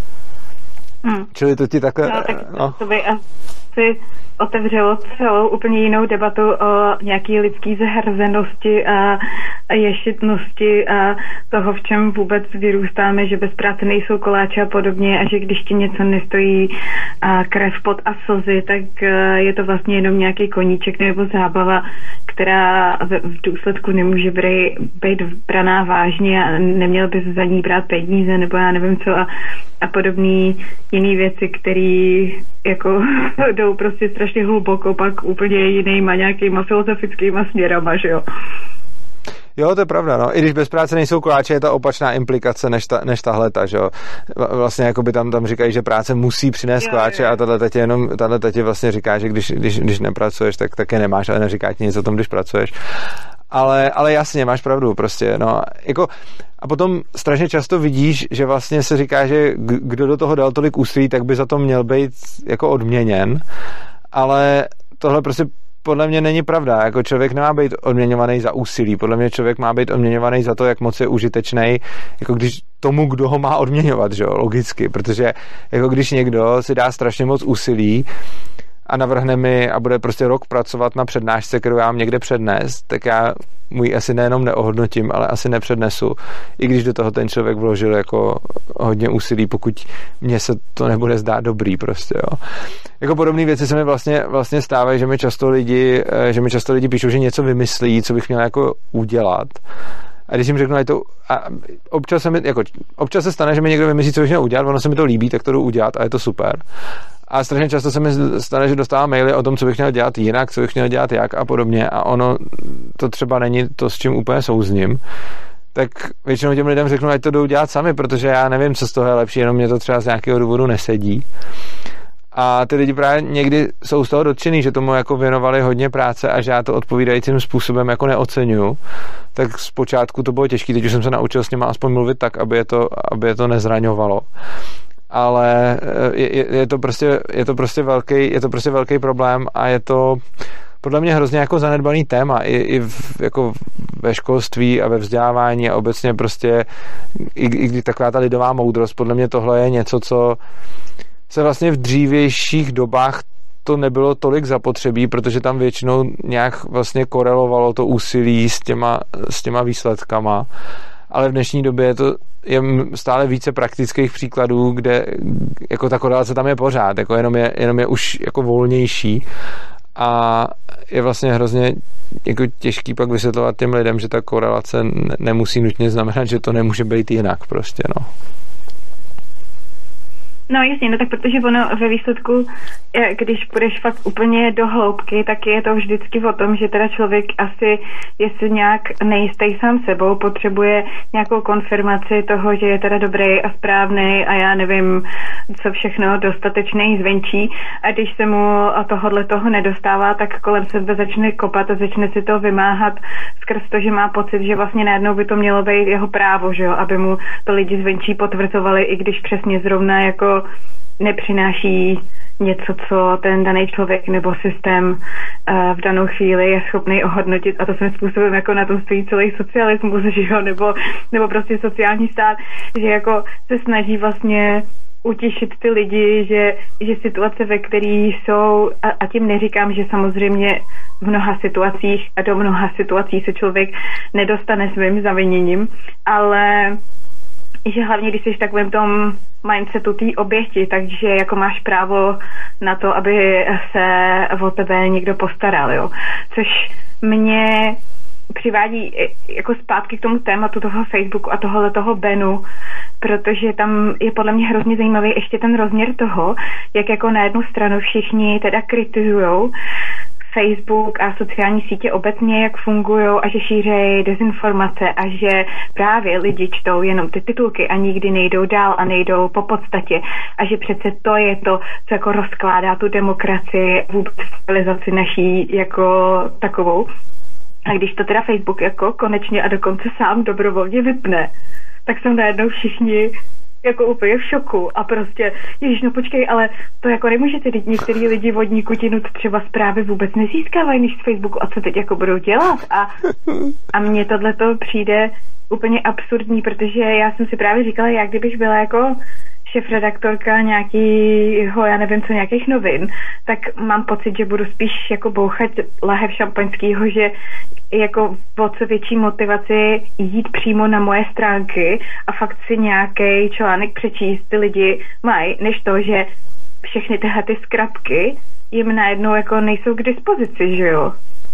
Hmm. Čili to ti takhle... No, tak no. To by asi otevřelo celou úplně jinou debatu o nějaký lidský zahrzenosti a, a ješitnosti a toho, v čem vůbec vyrůstáme, že bez práce nejsou koláče a podobně a že když ti něco nestojí a krev, pot a slzy, tak je to vlastně jenom nějaký koníček nebo zábava, která v důsledku nemůže být braná vážně a neměl bys za ní brát peníze nebo já nevím co a, a podobný jiný věci, které jako jdou prostě strašně hluboko, pak úplně jinýma nějakýma filozofickýma směrama, že jo. Jo, to je pravda, no. I když bez práce nejsou koláče, je ta opačná implikace než, ta, než tahleta, že jo. Vlastně jakoby tam, tam říkají, že práce musí přinést jo, koláče jo. A tahle teď jenom, tahle teď vlastně říká, že když, když, když nepracuješ, tak také nemáš, ale neříká ti nic o tom, když pracuješ. Ale, ale jasně, máš pravdu, prostě, no. Jako, a potom strašně často vidíš, že vlastně se říká, že kdo do toho dal tolik úsilí, tak by za to měl být jako odměněn, ale tohle prostě podle mě není pravda. Jako člověk nemá být odměňovaný za úsilí. Podle mě člověk má být odměňovaný za to, jak moc je užitečný, jako když tomu, kdo ho má odměňovat, že jo, logicky, protože jako když někdo si dá strašně moc úsilí a navrhne mi a bude prostě rok pracovat na přednášce, kterou já mám někde přednést, tak já můj asi nejenom neohodnotím, ale asi nepřednesu. I když do toho ten člověk vložil jako hodně úsilí, pokud mně se to nebude zdát dobrý prostě, jo. Jako podobné věci se mi vlastně, vlastně stávají, že mi často lidi, že mi často lidi píšou, že něco vymyslí, co bych měl jako udělat. A když jim řeknu, že to, a občas se mi, jako, občas se stane, že mi někdo vymyslí, co bych měl udělat, ono se mi to líbí, tak to jdu udělat a je to super. A strašně často se mi stane, že dostávám maily o tom, co bych měl dělat jinak, co bych měl dělat jak a podobně a ono to třeba není to, s čím úplně souzním. Tak většinou těm lidem řeknu, ať to jdou dělat sami, protože já nevím, co z toho je lepší, jenom mě to třeba z nějakého důvodu nesedí. A ty lidi právě někdy jsou z toho dotčený, že tomu jako věnovali hodně práce a že já to odpovídajícím způsobem jako neoceňuju. Tak zpočátku to bylo těžké, teď už jsem se naučil s nima aspoň mluvit tak, aby je to, aby je to nezraňovalo. Ale je, je, je, to prostě, je to prostě velký, je to prostě velký problém a je to podle mě hrozně jako zanedbaný téma i, i v, jako ve školství a ve vzdělávání a obecně prostě i, i kdy taková ta lidová moudrost, podle mě tohle je něco, co se vlastně v dřívějších dobách to nebylo tolik zapotřebí, protože tam většinou nějak vlastně korelovalo to úsilí s těma, s těma výsledkama. Ale v dnešní době je to je stále více praktických příkladů, kde jako ta korelace tam je pořád, jako jenom je, jenom je už jako volnější a je vlastně hrozně jako těžký pak vysvětlovat těm lidem, že ta korelace nemusí nutně znamenat, že to nemůže být jinak prostě, no. No jasně, no tak protože ono ve výsledku, když půjdeš fakt úplně do hloubky, tak je to vždycky o tom, že teda člověk asi je si nějak nejistý sám sebou, potřebuje nějakou konfirmaci toho, že je teda dobrý a správný a já nevím, co všechno dostatečný zvenčí a když se mu tohodle toho nedostává, tak kolem sebe začne kopat a začne si to vymáhat skrz to, že má pocit, že vlastně najednou by to mělo být jeho právo, že jo, aby mu to lidi zvenčí potvrzovali, i když přesně zrovna jako nepřináší něco, co ten daný člověk nebo systém uh, v danou chvíli je schopný ohodnotit, a to svým způsobem jako na tom stojí celý socialismus, že jo, nebo, nebo prostě sociální stát, že jako se snaží vlastně utěšit ty lidi, že, že situace, ve kterých jsou, a, a tím neříkám, že samozřejmě v mnoha situacích a do mnoha situací se člověk nedostane svým zaviněním, ale že hlavně, když jsi v takovém tom mindsetu té oběti, takže jako máš právo na to, aby se o tebe někdo postaral, jo. Což mě přivádí jako zpátky k tomu tématu toho Facebooku a tohohle toho banu, protože tam je podle mě hrozně zajímavý ještě ten rozměr toho, jak jako na jednu stranu všichni teda kritizujou Facebook a sociální sítě obecně, jak fungují a že šířejí dezinformace a že právě lidi čtou jenom ty titulky a nikdy nejdou dál a nejdou po podstatě a že přece to je to, co jako rozkládá tu demokracii, vůbec civilizaci naší jako takovou. A když to teda Facebook jako konečně a dokonce sám dobrovolně vypne, tak jsou najednou všichni jako úplně v šoku a prostě, ježiš, no počkej, ale to jako nemůžete, teď některý lidi vodní kutinu třeba zprávy vůbec nezískávají než z Facebooku a co teď jako budou dělat a, a mně tohleto přijde úplně absurdní, protože já jsem si právě říkala, jak kdybych byla jako šéfredaktorka nějakýho, já nevím co, nějakých novin, tak mám pocit, že budu spíš jako bouchat lahev šampaňskýho, že jako o co větší motivaci jít přímo na moje stránky a fakt si nějaký článek přečíst ty lidi mají, než to, že všechny tyhle ty zkratky jim najednou jako nejsou k dispozici, že jo?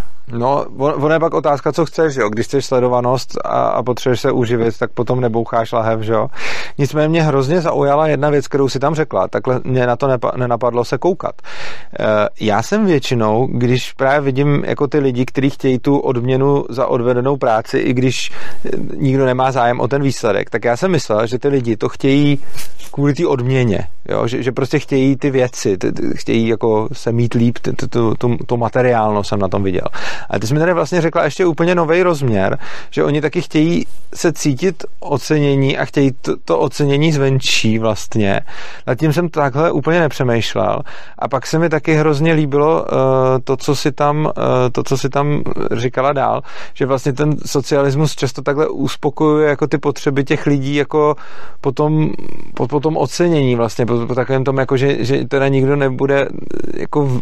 No, ono je pak otázka, co chceš, jo. Když chceš sledovanost a, a potřebuješ se uživit, tak potom neboucháš lahev, že jo. Nicméně mě hrozně zaujala jedna věc, kterou si tam řekla, takhle mě na to nepa- nenapadlo se koukat. E, já jsem většinou, když právě vidím jako ty lidi, kteří chtějí tu odměnu za odvedenou práci, i když nikdo nemá zájem o ten výsledek, tak já jsem myslel, že ty lidi to chtějí kvůli té odměně, jo, že, že prostě chtějí ty věci, ty, ty, chtějí jako se mít líp, tu, tu, tu, tu materiálno jsem na tom viděl. A ty jsi mi tady vlastně řekla ještě úplně nový rozměr, že oni taky chtějí se cítit ocenění a chtějí to, to ocenění zvenčí vlastně. Nad tím jsem takhle úplně nepřemýšlel. A pak se mi taky hrozně líbilo uh, to, co si tam, uh, to, co si tam říkala dál, že vlastně ten socialismus často takhle uspokojuje jako ty potřeby těch lidí jako po tom, po, po tom ocenění vlastně, po, po takovém tom, jako že, že teda nikdo nebude jako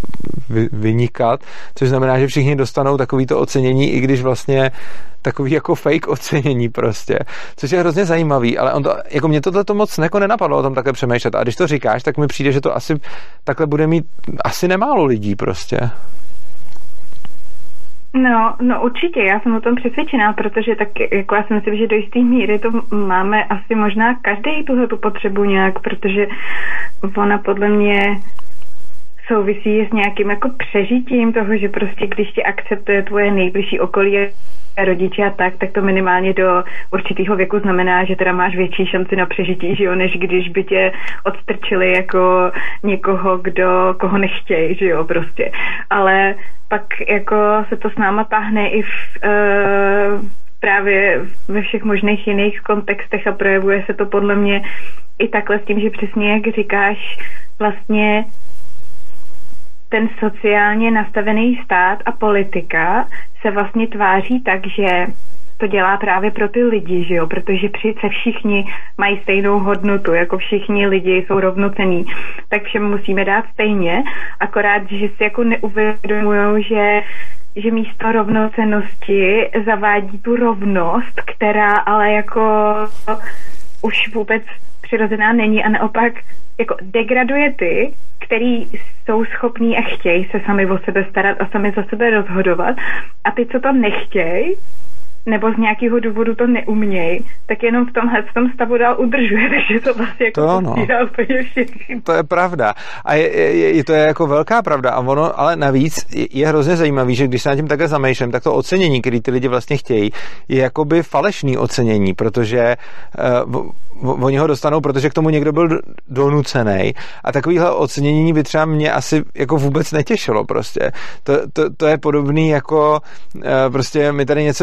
vy, vynikat, což znamená, že všichni dostanou takovýto ocenění, i když vlastně takový jako fake ocenění prostě, což je hrozně zajímavý, ale on to, jako mě tohle to moc jako nenapadlo o tom takhle přemýšlet a když to říkáš, tak mi přijde, že to asi takhle bude mít asi nemálo lidí prostě. No, no určitě, já jsem o tom přesvědčená, protože tak jako já si myslím, že do jisté míry to máme asi možná každý tuhle tu potřebu nějak, protože ona podle mě souvisí s nějakým jako přežitím toho, že prostě když tě akceptuje tvoje nejbližší okolí rodiče a tak, tak to minimálně do určitého věku znamená, že teda máš větší šanci na přežití, že jo, než když by tě odstrčili jako někoho, kdo, koho nechtějí, že jo, prostě. Ale pak jako se to s náma táhne i v uh, právě ve všech možných jiných kontextech a projevuje se to podle mě i takhle s tím, že přesně jak říkáš, vlastně ten sociálně nastavený stát a politika se vlastně tváří tak, že to dělá právě pro ty lidi, že jo, protože přece všichni mají stejnou hodnotu, jako všichni lidi jsou rovnocenní, tak všem musíme dát stejně, akorát, že si jako neuvědomujou, že že místo rovnocennosti zavádí tu rovnost, která ale jako už vůbec přirozená není a naopak jako degraduje ty, který jsou schopní a chtějí se sami o sebe starat a sami za sebe rozhodovat a ty, co to nechtějí, nebo z nějakého důvodu to neumějí, tak jenom v tomhle v tom stavu dál udržuje, takže to vlastně jako to, no. úplně všechny. To je pravda. A je, je, je, to je jako velká pravda. A ono, ale navíc je, je hrozně zajímavý, že když se nad tím takhle zamýšlím, tak to ocenění, který ty lidi vlastně chtějí, je jakoby falešný ocenění, protože uh, oni ho dostanou, protože k tomu někdo byl donucený. A takovýhle ocenění by třeba mě asi jako vůbec netěšilo prostě. To, to, to je podobný jako uh, prostě my tady něco děláme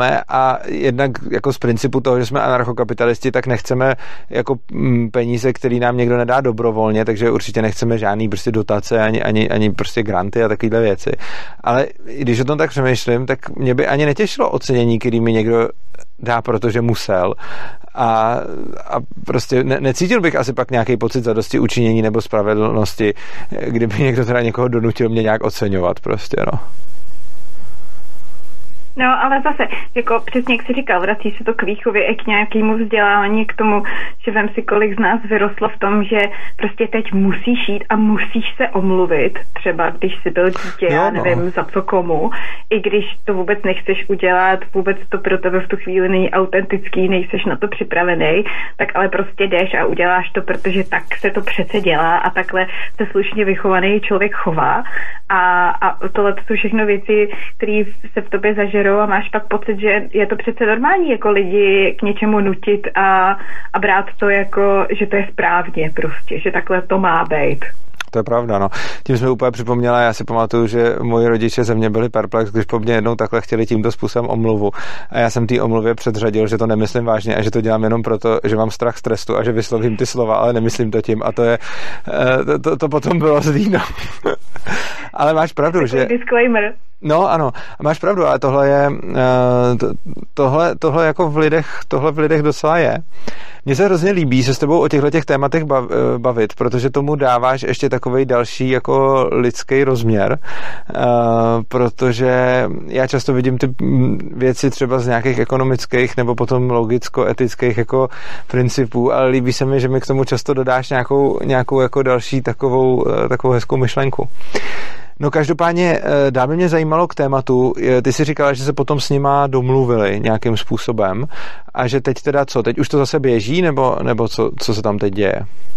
máme a jednak jako z principu toho, že jsme anarchokapitalisti, tak nechceme jako peníze, který nám někdo nedá dobrovolně, takže určitě nechceme žádný prostě dotace ani, ani, ani prostě granty a takovéhle věci. Ale když o tom tak přemýšlím, tak mě by ani netěšilo ocenění, který mi někdo dá, protože musel. A, a prostě ne, necítil bych asi pak nějaký pocit zadosti učinění nebo spravedlnosti, kdyby někdo teda někoho donutil mě nějak oceňovat prostě, no. No, ale zase, jako přesně jak jsi říkal, vrací se to k výchově i k nějakému vzdělávání, k tomu, že vem si, kolik z nás vyrostlo v tom, že prostě teď musíš jít a musíš se omluvit, třeba když jsi byl dítě, jo, já nevím, no. za co komu, i když to vůbec nechceš udělat, vůbec to pro tebe v tu chvíli není autentický, nejseš na to připravený, tak ale prostě jdeš a uděláš to, protože tak se to přece dělá a takhle se slušně vychovaný člověk chová a, a tohle jsou všechno věci, které se v tobě zažerou a máš pak pocit, že je to přece normální jako lidi k něčemu nutit a, a brát to jako, že to je správně prostě, že takhle to má být. To je pravda, no. Tím jsme úplně připomněla, já si pamatuju, že moji rodiče ze mě byli perplex, když po mně jednou takhle chtěli tímto způsobem omluvu. A já jsem té omluvě předřadil, že to nemyslím vážně a že to dělám jenom proto, že mám strach z trestu a že vyslovím ty slova, ale nemyslím to tím. A to je, to, to, to potom bylo zlý, no. Ale máš pravdu, že... Disclaimer. No ano, máš pravdu, ale tohle je tohle, tohle jako v lidech, tohle v lidech docela je. Mně se hrozně líbí se s tebou o těchto těch tématech bavit, protože tomu dáváš ještě takovej další jako lidský rozměr, protože já často vidím ty věci třeba z nějakých ekonomických nebo potom logicko-etických jako principů, ale líbí se mi, že mi k tomu často dodáš nějakou, nějakou jako další takovou, takovou hezkou myšlenku. No každopádně dál by mě zajímalo k tématu, ty jsi říkala, že se potom s nima domluvili nějakým způsobem a že teď teda co, teď už to zase běží nebo, nebo co, co se tam teď děje?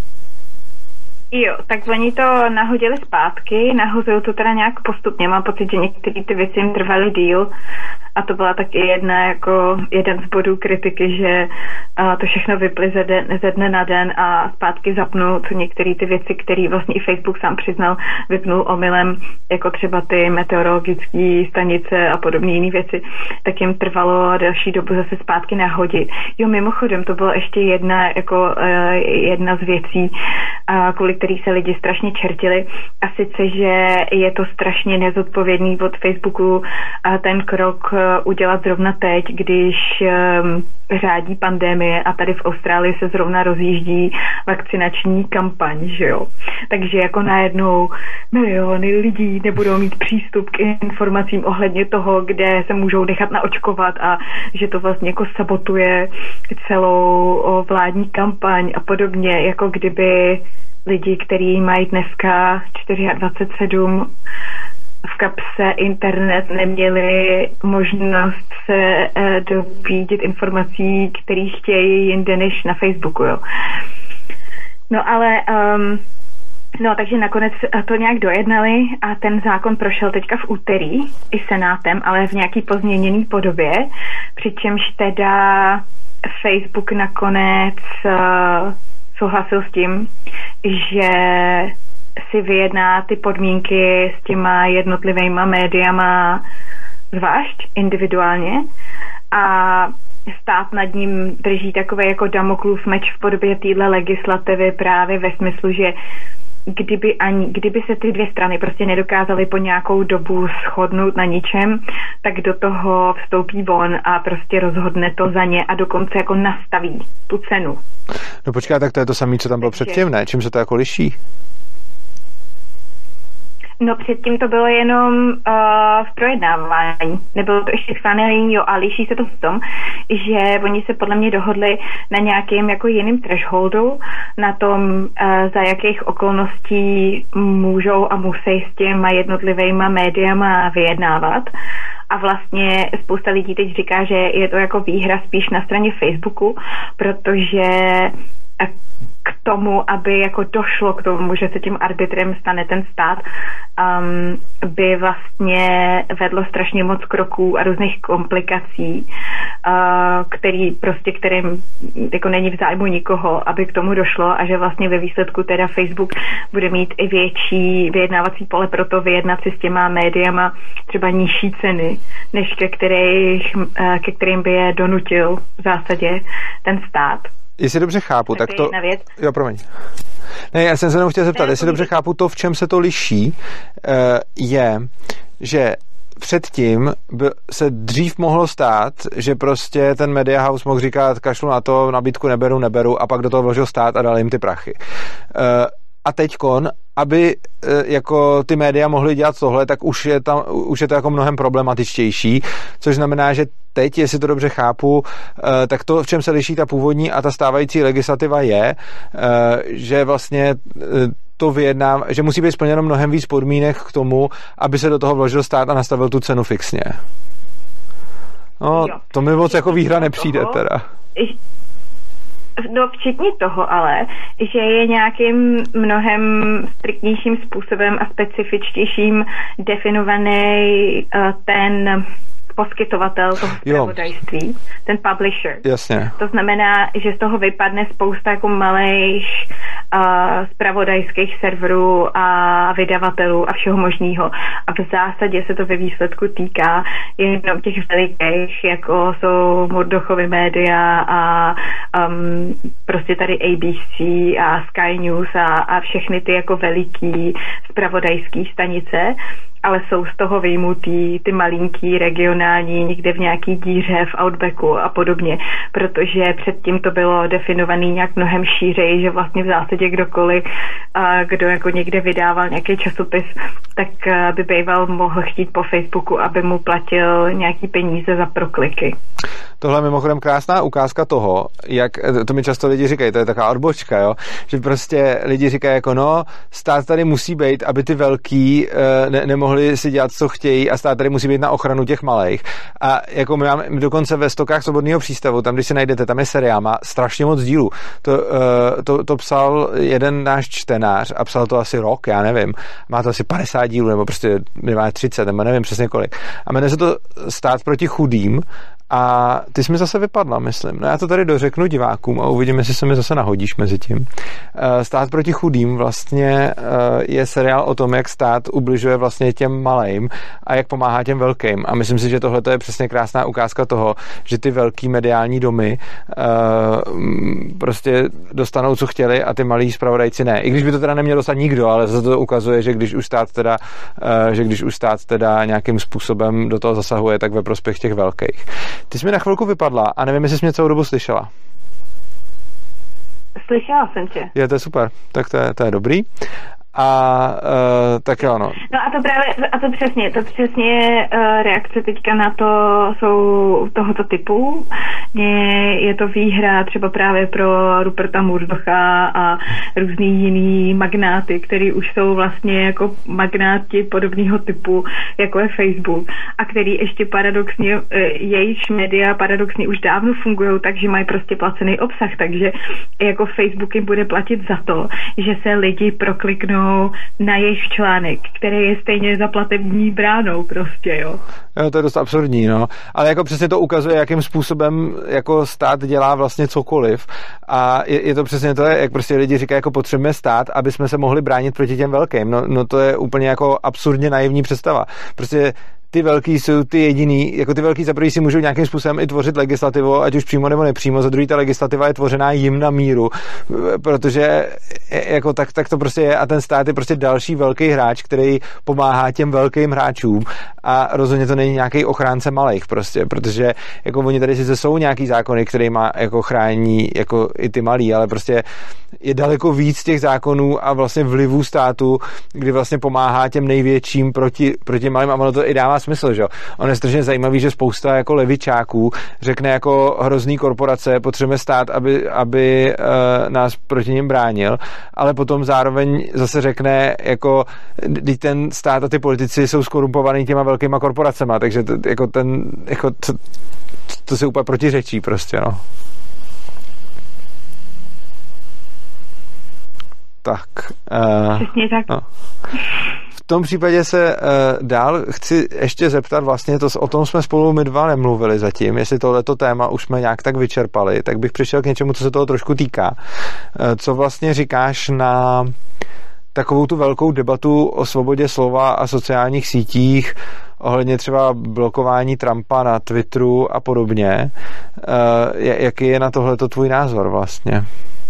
Jo, tak oni to nahodili zpátky, nahozují to teda nějak postupně, mám pocit, že některé ty věci jim trvaly díl a to byla taky jedna jako jeden z bodů kritiky, že uh, to všechno vyply ze, den, ze dne na den a zpátky zapnout některé ty věci, které vlastně i Facebook sám přiznal, vypnul omylem, jako třeba ty meteorologické stanice a podobné jiné věci, tak jim trvalo delší dobu zase zpátky nahodit. Jo, mimochodem, to byla ještě jedna, jako, uh, jedna z věcí, uh, kvůli který se lidi strašně čertili a sice, že je to strašně nezodpovědný od Facebooku a ten krok udělat zrovna teď, když um, řádí pandemie a tady v Austrálii se zrovna rozjíždí vakcinační kampaň, že jo. Takže jako najednou miliony lidí nebudou mít přístup k informacím ohledně toho, kde se můžou nechat naočkovat a že to vlastně jako sabotuje celou vládní kampaň a podobně, jako kdyby lidi, kteří mají dneska dvacet čtyři sedm v kapse internet, neměli možnost se eh, dopídit informací, které chtějí jinde než na Facebooku, jo. No ale um, no takže nakonec to nějak dojednali a ten zákon prošel teďka v úterý i senátem, ale v nějaký pozměněný podobě, přičemž teda Facebook nakonec uh, souhlasil s tím, že si vyjedná ty podmínky s těma jednotlivýma médiama zvlášť, individuálně a stát nad ním drží takový jako Damoklův meč v podobě téhle legislativy právě ve smyslu, že kdyby, ani, kdyby se ty dvě strany prostě nedokázaly po nějakou dobu shodnout na ničem, tak do toho vstoupí on a prostě rozhodne to za ně a dokonce jako nastaví tu cenu. No počkej, tak to je to samé, co tam bylo Takže... předtím, ne? Čím se to jako liší? No předtím to bylo jenom uh, v projednávání. Nebylo to ještě schválený, jo, a liší se to v tom, že oni se podle mě dohodli na nějakém jako jiným thresholdu, na tom, uh, za jakých okolností můžou a musí s těma jednotlivýma médiama vyjednávat. A vlastně spousta lidí teď říká, že je to jako výhra spíš na straně Facebooku, protože k tomu, aby jako došlo k tomu, že se tím arbitrem stane ten stát, um, by vlastně vedlo strašně moc kroků a různých komplikací, uh, který prostě, kterým jako není v zájmu nikoho, aby k tomu došlo a že vlastně ve výsledku teda Facebook bude mít i větší vyjednávací pole pro to vyjednat si s těma médiama třeba nižší ceny, než ke, kterých, uh, ke kterým by je donutil v zásadě ten stát. Jestli dobře chápu, tak, tak to... Jo, promiň. Ne, já jsem se jenom chtěl zeptat, jestli dobře chápu to, v čem se to liší, je, že předtím se dřív mohlo stát, že prostě ten Media House mohl říkat, kašlu na to, nabídku neberu, neberu a pak do toho vložil stát a dal jim ty prachy. A teďkon, aby jako ty média mohly dělat tohle, tak už je, tam, už je to jako mnohem problematičtější, což znamená, že teď, jestli to dobře chápu, tak to, v čem se liší ta původní a ta stávající legislativa je, že vlastně to vyjedná, že musí být splněno mnohem víc podmínek k tomu, aby se do toho vložil stát a nastavil tu cenu fixně. No, jo. To mi moc jako výhra nepřijde toho, teda. No, včetně toho ale, že je nějakým mnohem striktnějším způsobem a specifičtějším definovaný uh, ten poskytovatel toho zpravodajství, ten publisher. Jasně. To znamená, že z toho vypadne spousta jako malých uh, zpravodajských serverů a vydavatelů a všeho možného. A v zásadě se to ve výsledku týká jenom těch velikých, jako jsou Murdochovy média a um, prostě tady A B C a Sky News a, a všechny ty jako veliký zpravodajský stanice, ale jsou z toho vyjmutý ty malinký regionální někde v nějaký díře v Outbacku a podobně, protože předtím to bylo definovaný nějak mnohem šířeji, že vlastně v zásadě kdokoliv, kdo jako někde vydával nějaký časopis, tak by býval mohl chtít po Facebooku, aby mu platil nějaký peníze za prokliky. Tohle je mimochodem krásná ukázka toho, jak, to mi často lidi říkají, to je taková odbočka, jo, že prostě lidi říkají jako no, stát tady musí být, aby ty velký ne, nemohli si dělat, co chtějí a stát tady musí být na ochranu těch malých. A jako my máme dokonce ve stokách Svobodného přístavu, tam když si najdete, tam je seriál, má strašně moc dílů. To, to, to psal jeden náš čtenář a psal to asi rok, já nevím. Má to asi padesát dílů, nebo prostě má třicet, nebo nevím přesně kolik. A jmenuje se to Stát proti chudým. A ty jsi mi zase vypadla, myslím. No já to tady dořeknu divákům a uvidíme, jestli se mi zase nahodíš mezi tím. Stát proti chudým vlastně je seriál o tom, jak stát ubližuje vlastně těm malým a jak pomáhá těm velkým. A myslím si, že tohle je přesně krásná ukázka toho, že ty velký mediální domy prostě dostanou, co chtěli a ty malí zpravodajci ne. I když by to teda neměl dostat nikdo, ale zase to ukazuje, že když už stát teda, že když už stát teda nějakým způsobem do toho zasahuje, tak ve prospěch těch velkých. Ty jsi mi na chvilku vypadla a nevím, jestli jsi mě celou dobu slyšela. Slyšela jsem tě. Je, to je super, tak to je, to je dobrý. A uh, tak jo, no. No a to právě, a to přesně, to přesně uh, reakce teďka na to jsou tohoto typu. Je, je to výhra třeba právě pro Ruperta Murdocha a různý jiný magnáty, který už jsou vlastně jako magnáti podobného typu, jako je Facebook a který ještě paradoxně, uh, jejich média paradoxně už dávno fungují, takže mají prostě placený obsah, takže jako Facebook jim bude platit za to, že se lidi prokliknou na jejich článek, který je stejně za platební bránou prostě, jo. Jo, to je dost absurdní, no. Ale jako přesně to ukazuje, jakým způsobem jako stát dělá vlastně cokoliv. A je, je to přesně to, jak prostě lidi říkají, jako potřebujeme stát, aby jsme se mohli bránit proti těm velkým. No, no to je úplně jako absurdně naivní představa. Prostě ty velký jsou ty jediný, jako ty velký za prvý si můžou nějakým způsobem i tvořit legislativu, ať už přímo nebo nepřímo, za druhý ta legislativa je tvořená jim na míru, protože jako tak, tak to prostě je a ten stát je prostě další velký hráč, který pomáhá těm velkým hráčům a rozhodně to není nějaký ochránce malých prostě, protože jako oni tady sice jsou nějaký zákony, který má jako chrání jako i ty malí, ale prostě je daleko víc těch zákonů a vlastně vlivů státu, kdy vlastně pomáhá těm největším proti, proti malým a ono to i dává smysl, že jo. On je strašně zajímavý, že spousta jako levičáků řekne jako hrozný korporace, potřebujeme stát, aby, aby uh, nás proti ním bránil, ale potom zároveň zase řekne jako, když ten stát a ty politici jsou skorumpovaný těma velkýma korporacema, takže to, jako ten, jako to, to se úplně protiřečí prostě, no. Tak. Uh, Přesně tak. No. V tom případě se uh, dál chci ještě zeptat, vlastně to, o tom jsme spolu my dva nemluvili zatím, jestli tohleto téma už jsme nějak tak vyčerpali, tak bych přišel k něčemu, co se toho trošku týká. Uh, co vlastně říkáš na takovou tu velkou debatu o svobodě slova a sociálních sítích, ohledně třeba blokování Trumpa na Twitteru a podobně. Uh, jaký je na tohleto tvůj názor vlastně?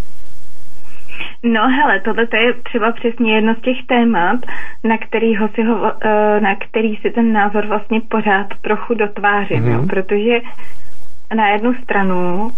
No hele, tohle je třeba přesně jedno z těch témat, na, kterýho si ho, na který si ten názor vlastně pořád trochu dotvářím, mm-hmm. jo? Protože na jednu stranu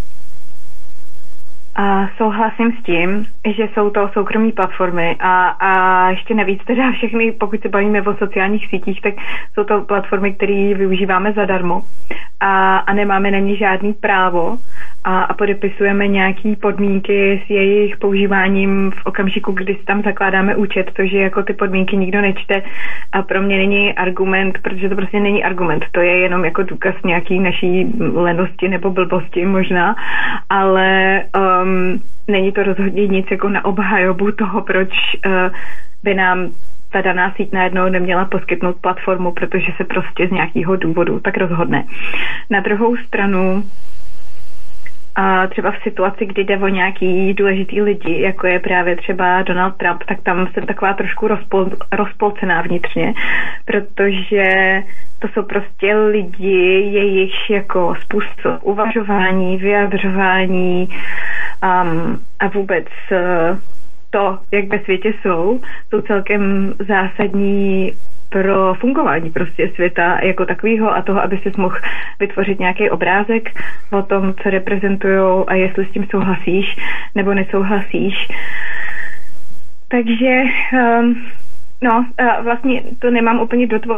a souhlasím s tím, že jsou to soukromí platformy a, a ještě navíc teda všechny, pokud se bavíme o sociálních sítích, tak jsou to platformy, které využíváme zadarmo a, a nemáme na ně žádný právo a, a podepisujeme nějaký podmínky s jejich používáním v okamžiku, kdy si tam zakládáme účet, to, že jako ty podmínky nikdo nečte a pro mě není argument, protože to prostě není argument, to je jenom jako důkaz nějaký naší lenosti nebo blbosti možná, ale um, není to rozhodně nic jako na obhajobu toho, proč uh, by nám ta daná síť najednou neměla poskytnout platformu, protože se prostě z nějakého důvodu tak rozhodne. Na druhou stranu a třeba v situaci, kdy jde o nějaký důležitý lidi, jako je právě třeba Donald Trump, tak tam jsem taková trošku rozpol, rozpolcená vnitřně, protože to jsou prostě lidi, jejich jako způsob uvažování, vyjadřování um, a vůbec uh, to, jak ve světě jsou, jsou celkem zásadní pro fungování prostě světa jako takového a toho, aby si mohl vytvořit nějaký obrázek o tom, co reprezentujou a jestli s tím souhlasíš nebo nesouhlasíš. Takže um, no, vlastně to nemám úplně dotvo.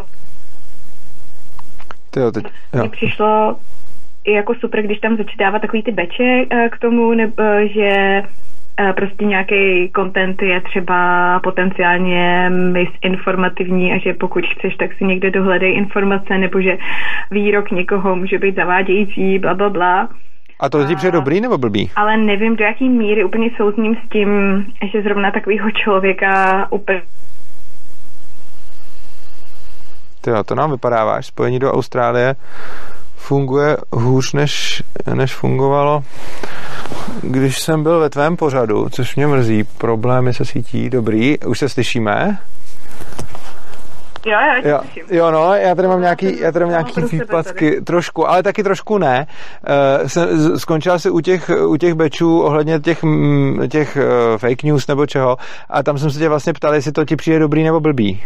Mně přišlo jako super, když tam začít dávat takový ty beče k tomu, nebo, že prostě nějaký content je třeba potenciálně misinformativní a že pokud chceš, tak si někde dohledej informace, nebo že výrok někoho může být zavádějící, bla, bla, bla. A to ti přijde dobrý nebo blbý? Ale nevím, do jaký míry úplně souzním s tím, že zrovna takovýho člověka úplně... Tyjo, to nám vypadáváš. Spojení do Austrálie funguje hůř, než, než fungovalo, když jsem byl ve tvém pořadu, což mě mrzí. Problémy se sítí, dobrý. Už se slyšíme? Jo, jo, jo, jo, no, já tady mám nějaký, já tady mám nějaký výpadky, trošku, ale taky trošku ne. Uh, jsem, skončila si u těch, u těch bečů ohledně těch, těch uh, fake news nebo čeho a tam jsem se tě vlastně ptal, jestli to ti přijde dobrý nebo blbý.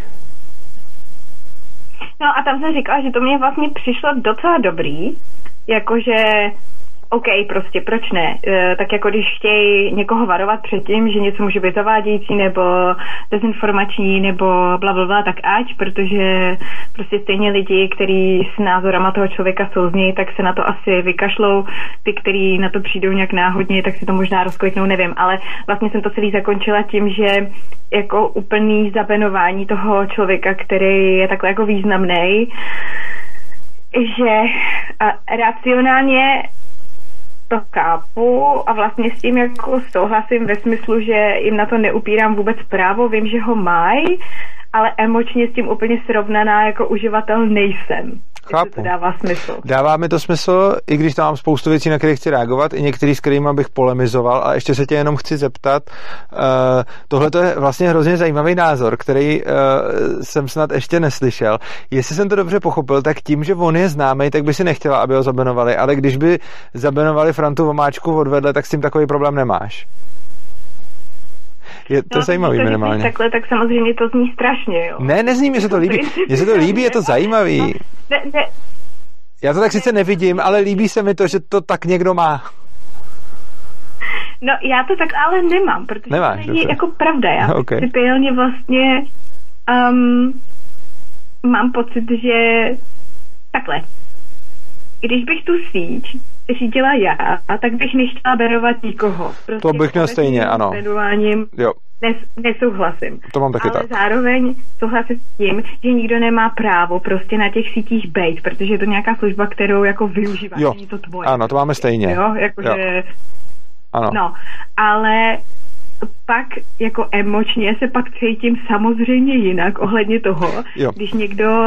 No a tam jsem říkala, že to mě vlastně přišlo docela dobrý, jakože OK, prostě, proč ne? E, tak jako když chtějí někoho varovat před tím, že něco může být zavádějící nebo dezinformační nebo blablabla, tak ať, protože prostě stejně lidi, kteří s názorama toho člověka souzní, tak se na to asi vykašlou. Ty, kteří na to přijdou nějak náhodně, tak si to možná rozkliknou, nevím. Ale vlastně jsem to celý zakončila tím, že jako úplný zabenování toho člověka, který je takhle jako významný, že a racionálně to chápu a vlastně s tím jako souhlasím ve smyslu, že jim na to neupírám vůbec právo, vím, že ho mají, ale emočně s tím úplně srovnaná jako uživatel nejsem. Chápu. To dává smysl. Dává mi to smysl, i když tam mám spoustu věcí, na které chci reagovat, i některý, s kterými bych polemizoval, a ještě se tě jenom chci zeptat, uh, tohle to je vlastně hrozně zajímavý názor, který uh, jsem snad ještě neslyšel. Jestli jsem to dobře pochopil, tak tím, že on je známý, tak by si nechtěla, aby ho zabenovali, ale když by zabenovali Frantu Vomáčku odvedle, tak s tím takový problém nemáš. Je to no, zajímavý to, minimálně. Takhle, tak samozřejmě to zní strašně, jo. Ne, nezní, mně se to líbí. Mně se to líbí, je to zajímavý. No, ne, ne. Já to tak sice nevidím, ale líbí se mi to, že to tak někdo má. No, já to tak ale nemám, protože Nemáš, to je jako pravda. Já okay. principiálně vlastně um, mám pocit, že takhle. Když bych tu síť řídila já, tak bych nechtěla berovat nikoho. Prostě to bych měl stejně, ano. Jo. Nes, nesouhlasím. To mám taky ale tak. zároveň souhlasím s tím, že nikdo nemá právo prostě na těch sítích bejt, protože je to nějaká služba, kterou jako využíváš, není to tvoje. Ano, to máme stejně. Jo, jakože... Ano. No, ale pak jako emočně se pak cítím samozřejmě jinak ohledně toho, jo. Když někdo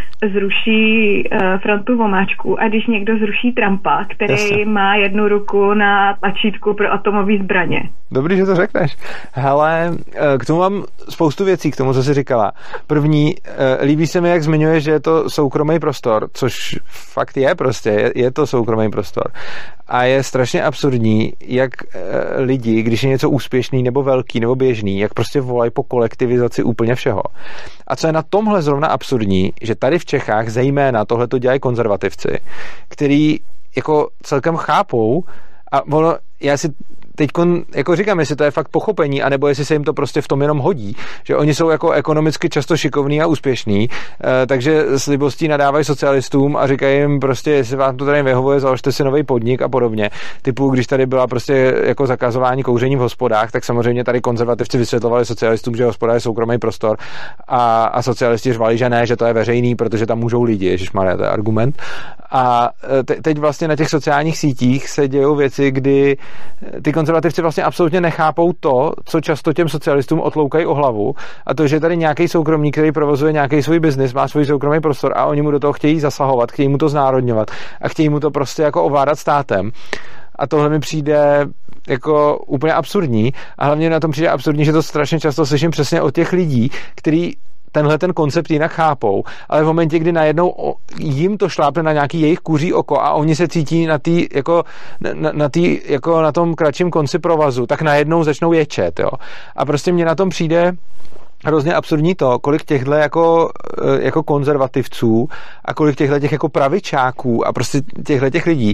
zruší uh, Frantu Vomáčku a když někdo zruší Trumpa, který Jasne. má jednu ruku na tlačítku pro atomové zbraně. Dobrý, že to řekneš. Hele, k tomu mám spoustu věcí, k tomu, co jsi říkala. První, líbí se mi, jak zmiňuje, že je to soukromý prostor, což fakt je prostě, je, je to soukromý prostor. A je strašně absurdní, jak lidi, když je něco úspěšný nebo velký nebo běžný, jak prostě volají po kolektivizaci úplně všeho. A co je na tomhle zrovna absurdní, že tady v Čechách zejména tohle to dělají konzervativci, který jako celkem chápou a ono, já si teď jako říkám, jestli to je fakt pochopení, anebo jestli se jim to prostě v tom jenom hodí, že oni jsou jako ekonomicky často šikovní a úspěšní, takže s libostí nadávají socialistům a říkají jim prostě, jestli vám to tady vyhovuje, založte si nový podnik a podobně. Typu, když tady byla prostě jako zakazování kouření v hospodách, tak samozřejmě tady konzervativci vysvětlovali socialistům, že hospoda je soukromý prostor a, a socialisti řvali, že ne, že to je veřejný, protože tam můžou lidi, ježišmarja, to je argument. A te, teď vlastně na těch sociálních sítích se dějou věci, kdy ty konzervativci vlastně absolutně nechápou to, co často těm socialistům otloukají o hlavu, a to, že tady nějaký soukromník, který provozuje nějaký svůj biznis, má svůj soukromý prostor a oni mu do toho chtějí zasahovat, chtějí mu to znárodňovat a chtějí mu to prostě jako ovládat státem. A tohle mi přijde jako úplně absurdní a hlavně na tom přijde absurdní, že to strašně často slyším přesně od těch lidí, kteří tenhle ten koncept jinak chápou, ale v momentě, kdy najednou jim to šlápne na nějaký jejich kuří oko a oni se cítí na tý, jako, na, na, tý, jako na tom kratším konci provazu, tak najednou začnou ječet, jo. A prostě mně na tom přijde hrozně absurdní to, kolik těchto jako, jako konzervativců a kolik těchto těch jako pravičáků a prostě těchto těch lidí,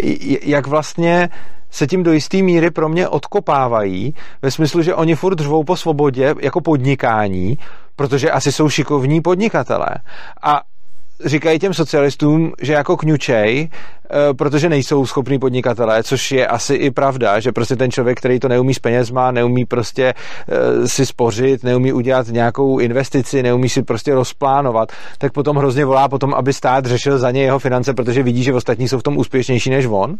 jak vlastně se tím do jisté míry pro mě odkopávají, ve smyslu, že oni furt řvou po svobodě jako podnikání, protože asi jsou šikovní podnikatelé. A říkají těm socialistům, že jako kňučej, protože nejsou schopní podnikatelé, což je asi i pravda, že prostě ten člověk, který to neumí s penězma, neumí prostě si spořit, neumí udělat nějakou investici, neumí si prostě rozplánovat, tak potom hrozně volá potom, aby stát řešil za ně jeho finance, protože vidí, že ostatní jsou v tom úspěšnější než on.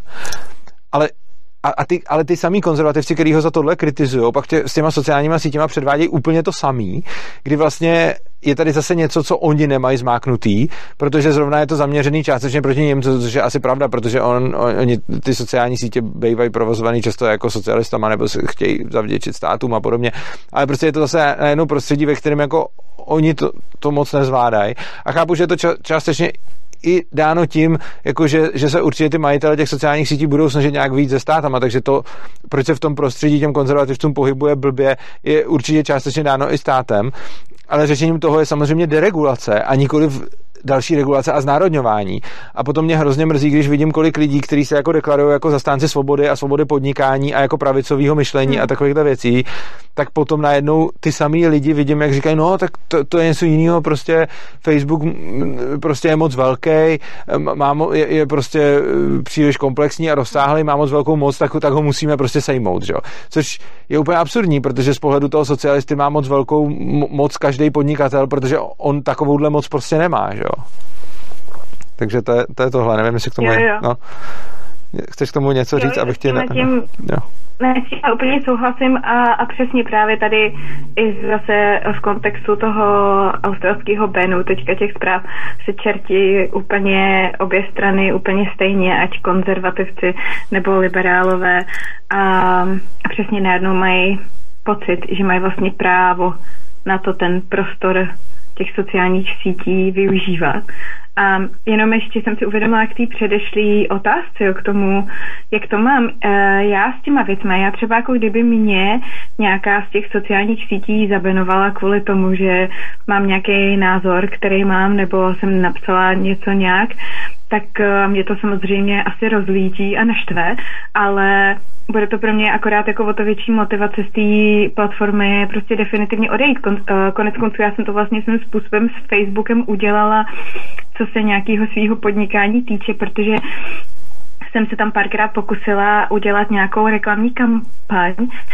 Ale A, a ty, ale ty samý konzervativci, kteří ho za tohle kritizují, pak tě, s těma sociálníma sítěma předvádějí úplně to samý, kdy vlastně je tady zase něco, co oni nemají zmáknutý, protože zrovna je to zaměřený částečně proti nim, což je asi pravda, protože on, oni ty sociální sítě bývají provozovaný často jako socialistama, nebo se chtějí zavděčit státům a podobně, ale prostě je to zase na jednou prostředí, ve kterém jako oni to, to moc nezvládají. A chápu, že je to ča, částečně i dáno tím, jako že, že se určitě ty majitele těch sociálních sítí budou snažit nějak víc se státama, takže to, proč se v tom prostředí těm konzervativcům pohybuje blbě, je určitě částečně dáno i státem, ale řešením toho je samozřejmě deregulace a nikoliv další regulace a znárodňování. A potom mě hrozně mrzí, když vidím, kolik lidí, kteří se jako deklarují jako zastánci svobody a svobody podnikání a jako pravicového myšlení hmm. a takovýchhle věcí, tak potom najednou ty samý lidi vidím, jak říkají, no, tak to, to je něco jiného, prostě Facebook prostě je moc velký, má, je, je prostě příliš komplexní a rozsáhlý, má moc velkou moc, tak, tak ho musíme prostě sejmout, že jo. Což je úplně absurdní, protože z pohledu toho socialisty má moc velkou moc každý podnikatel, protože on takovouhle moc prostě nemá, že jo. Takže to je, to je tohle, nevím, jestli k tomu jo, jo. je, no. Chceš k tomu něco jo, říct, jo, abych tě... Ne, tím, jo. Ne, já úplně souhlasím a, a přesně právě tady i zase v kontextu toho australského banu, teďka těch zpráv se čertí úplně obě strany úplně stejně, ať konzervativci nebo liberálové a, a přesně najednou mají pocit, že mají vlastně právo na to ten prostor těch sociálních sítí využívat. A jenom ještě jsem si uvědomila k té předešlý otázce, jo, k tomu, jak to mám. E, já s těma věcma, já třeba jako kdyby mě nějaká z těch sociálních sítí zabenovala kvůli tomu, že mám nějaký názor, který mám, nebo jsem napsala něco nějak, tak mě to samozřejmě asi rozlítí a naštve, ale bude to pro mě akorát jako o to větší motivace z té platformy prostě definitivně odejít. Kon, konec konců já jsem to vlastně svým způsobem s Facebookem udělala, co se nějakého svého podnikání týče, protože jsem se tam párkrát pokusila udělat nějakou reklamní kampaň,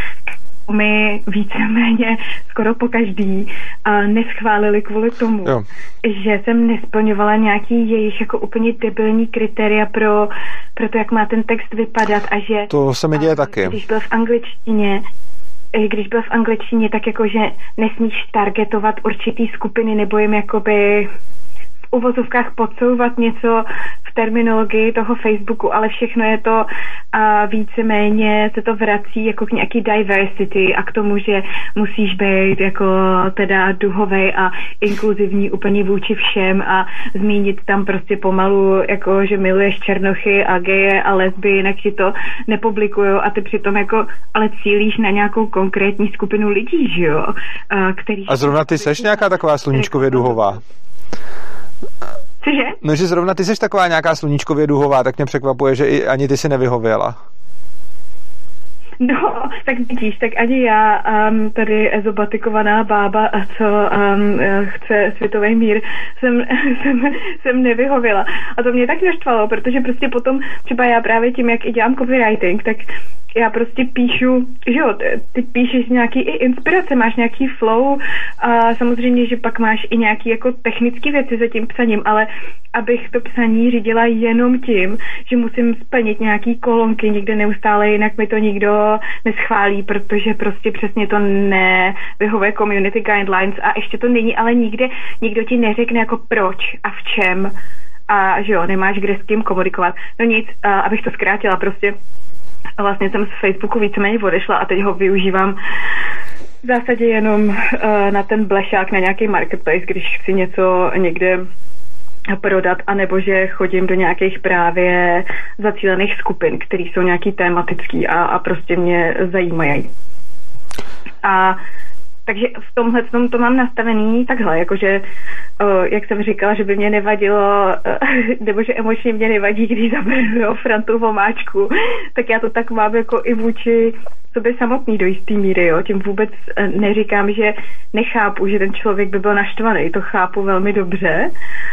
my víceméně skoro po každý uh, neschválili kvůli tomu, jo. že jsem nesplňovala nějaký jejich jako úplně debilní kritéria pro, pro to, jak má ten text vypadat a že to se mi děje uh, taky. Když byl v angličtině, když byl v angličtině, tak jako, že nesmíš targetovat určitý skupiny nebo jim jakoby v uvozovkách podsouvat něco v terminologii toho Facebooku, ale všechno je to a víceméně se to vrací jako k nějaký diversity a k tomu, že musíš být jako teda duhovej a inkluzivní úplně vůči všem a zmínit tam prostě pomalu jako, že miluješ černochy a geje a lesby, jinak ti to nepublikujou a ty přitom jako ale cílíš na nějakou konkrétní skupinu lidí, že jo? A, který... a zrovna ty seš nějaká taková sluníčkově duhová? Cože? No, že zrovna ty seš taková nějaká sluníčkově duhová, tak mě překvapuje, že i ani ty si nevyhověla. No, tak vidíš, tak ani já, um, tady ezobatikovaná bába, a co um, chce světový mír, jsem, jsem, jsem nevyhověla. A to mě tak naštvalo, protože prostě potom, třeba já právě tím, jak i dělám copywriting, tak já prostě píšu, že jo, ty píšeš nějaký i inspirace, máš nějaký flow a samozřejmě, že pak máš i nějaký jako technické věci za tím psaním, ale abych to psaní řídila jenom tím, že musím splnit nějaký kolonky někde neustále, jinak mi to nikdo neschválí, protože prostě přesně to nevyhovuje community guidelines a ještě to není, ale nikde nikdo ti neřekne jako proč a v čem a že jo, nemáš kde s kým komunikovat. No nic, abych to zkrátila, prostě vlastně jsem z Facebooku víceméně odešla a teď ho využívám v zásadě jenom uh, na ten blešák, na nějaký marketplace, když chci něco někde prodat, anebo že chodím do nějakých právě zacílených skupin, které jsou nějaký tematický a, a prostě mě zajímají. A takže v tomhle tom to mám nastavený takhle, jakože, o, jak jsem říkala, že by mě nevadilo, nebo že emočně mě nevadí, když zaberu Frantu vomáčku, tak já to tak mám jako i vůči sobě samotný do jistý míry, jo. Tím vůbec neříkám, že nechápu, že ten člověk by byl naštvaný, to chápu velmi dobře,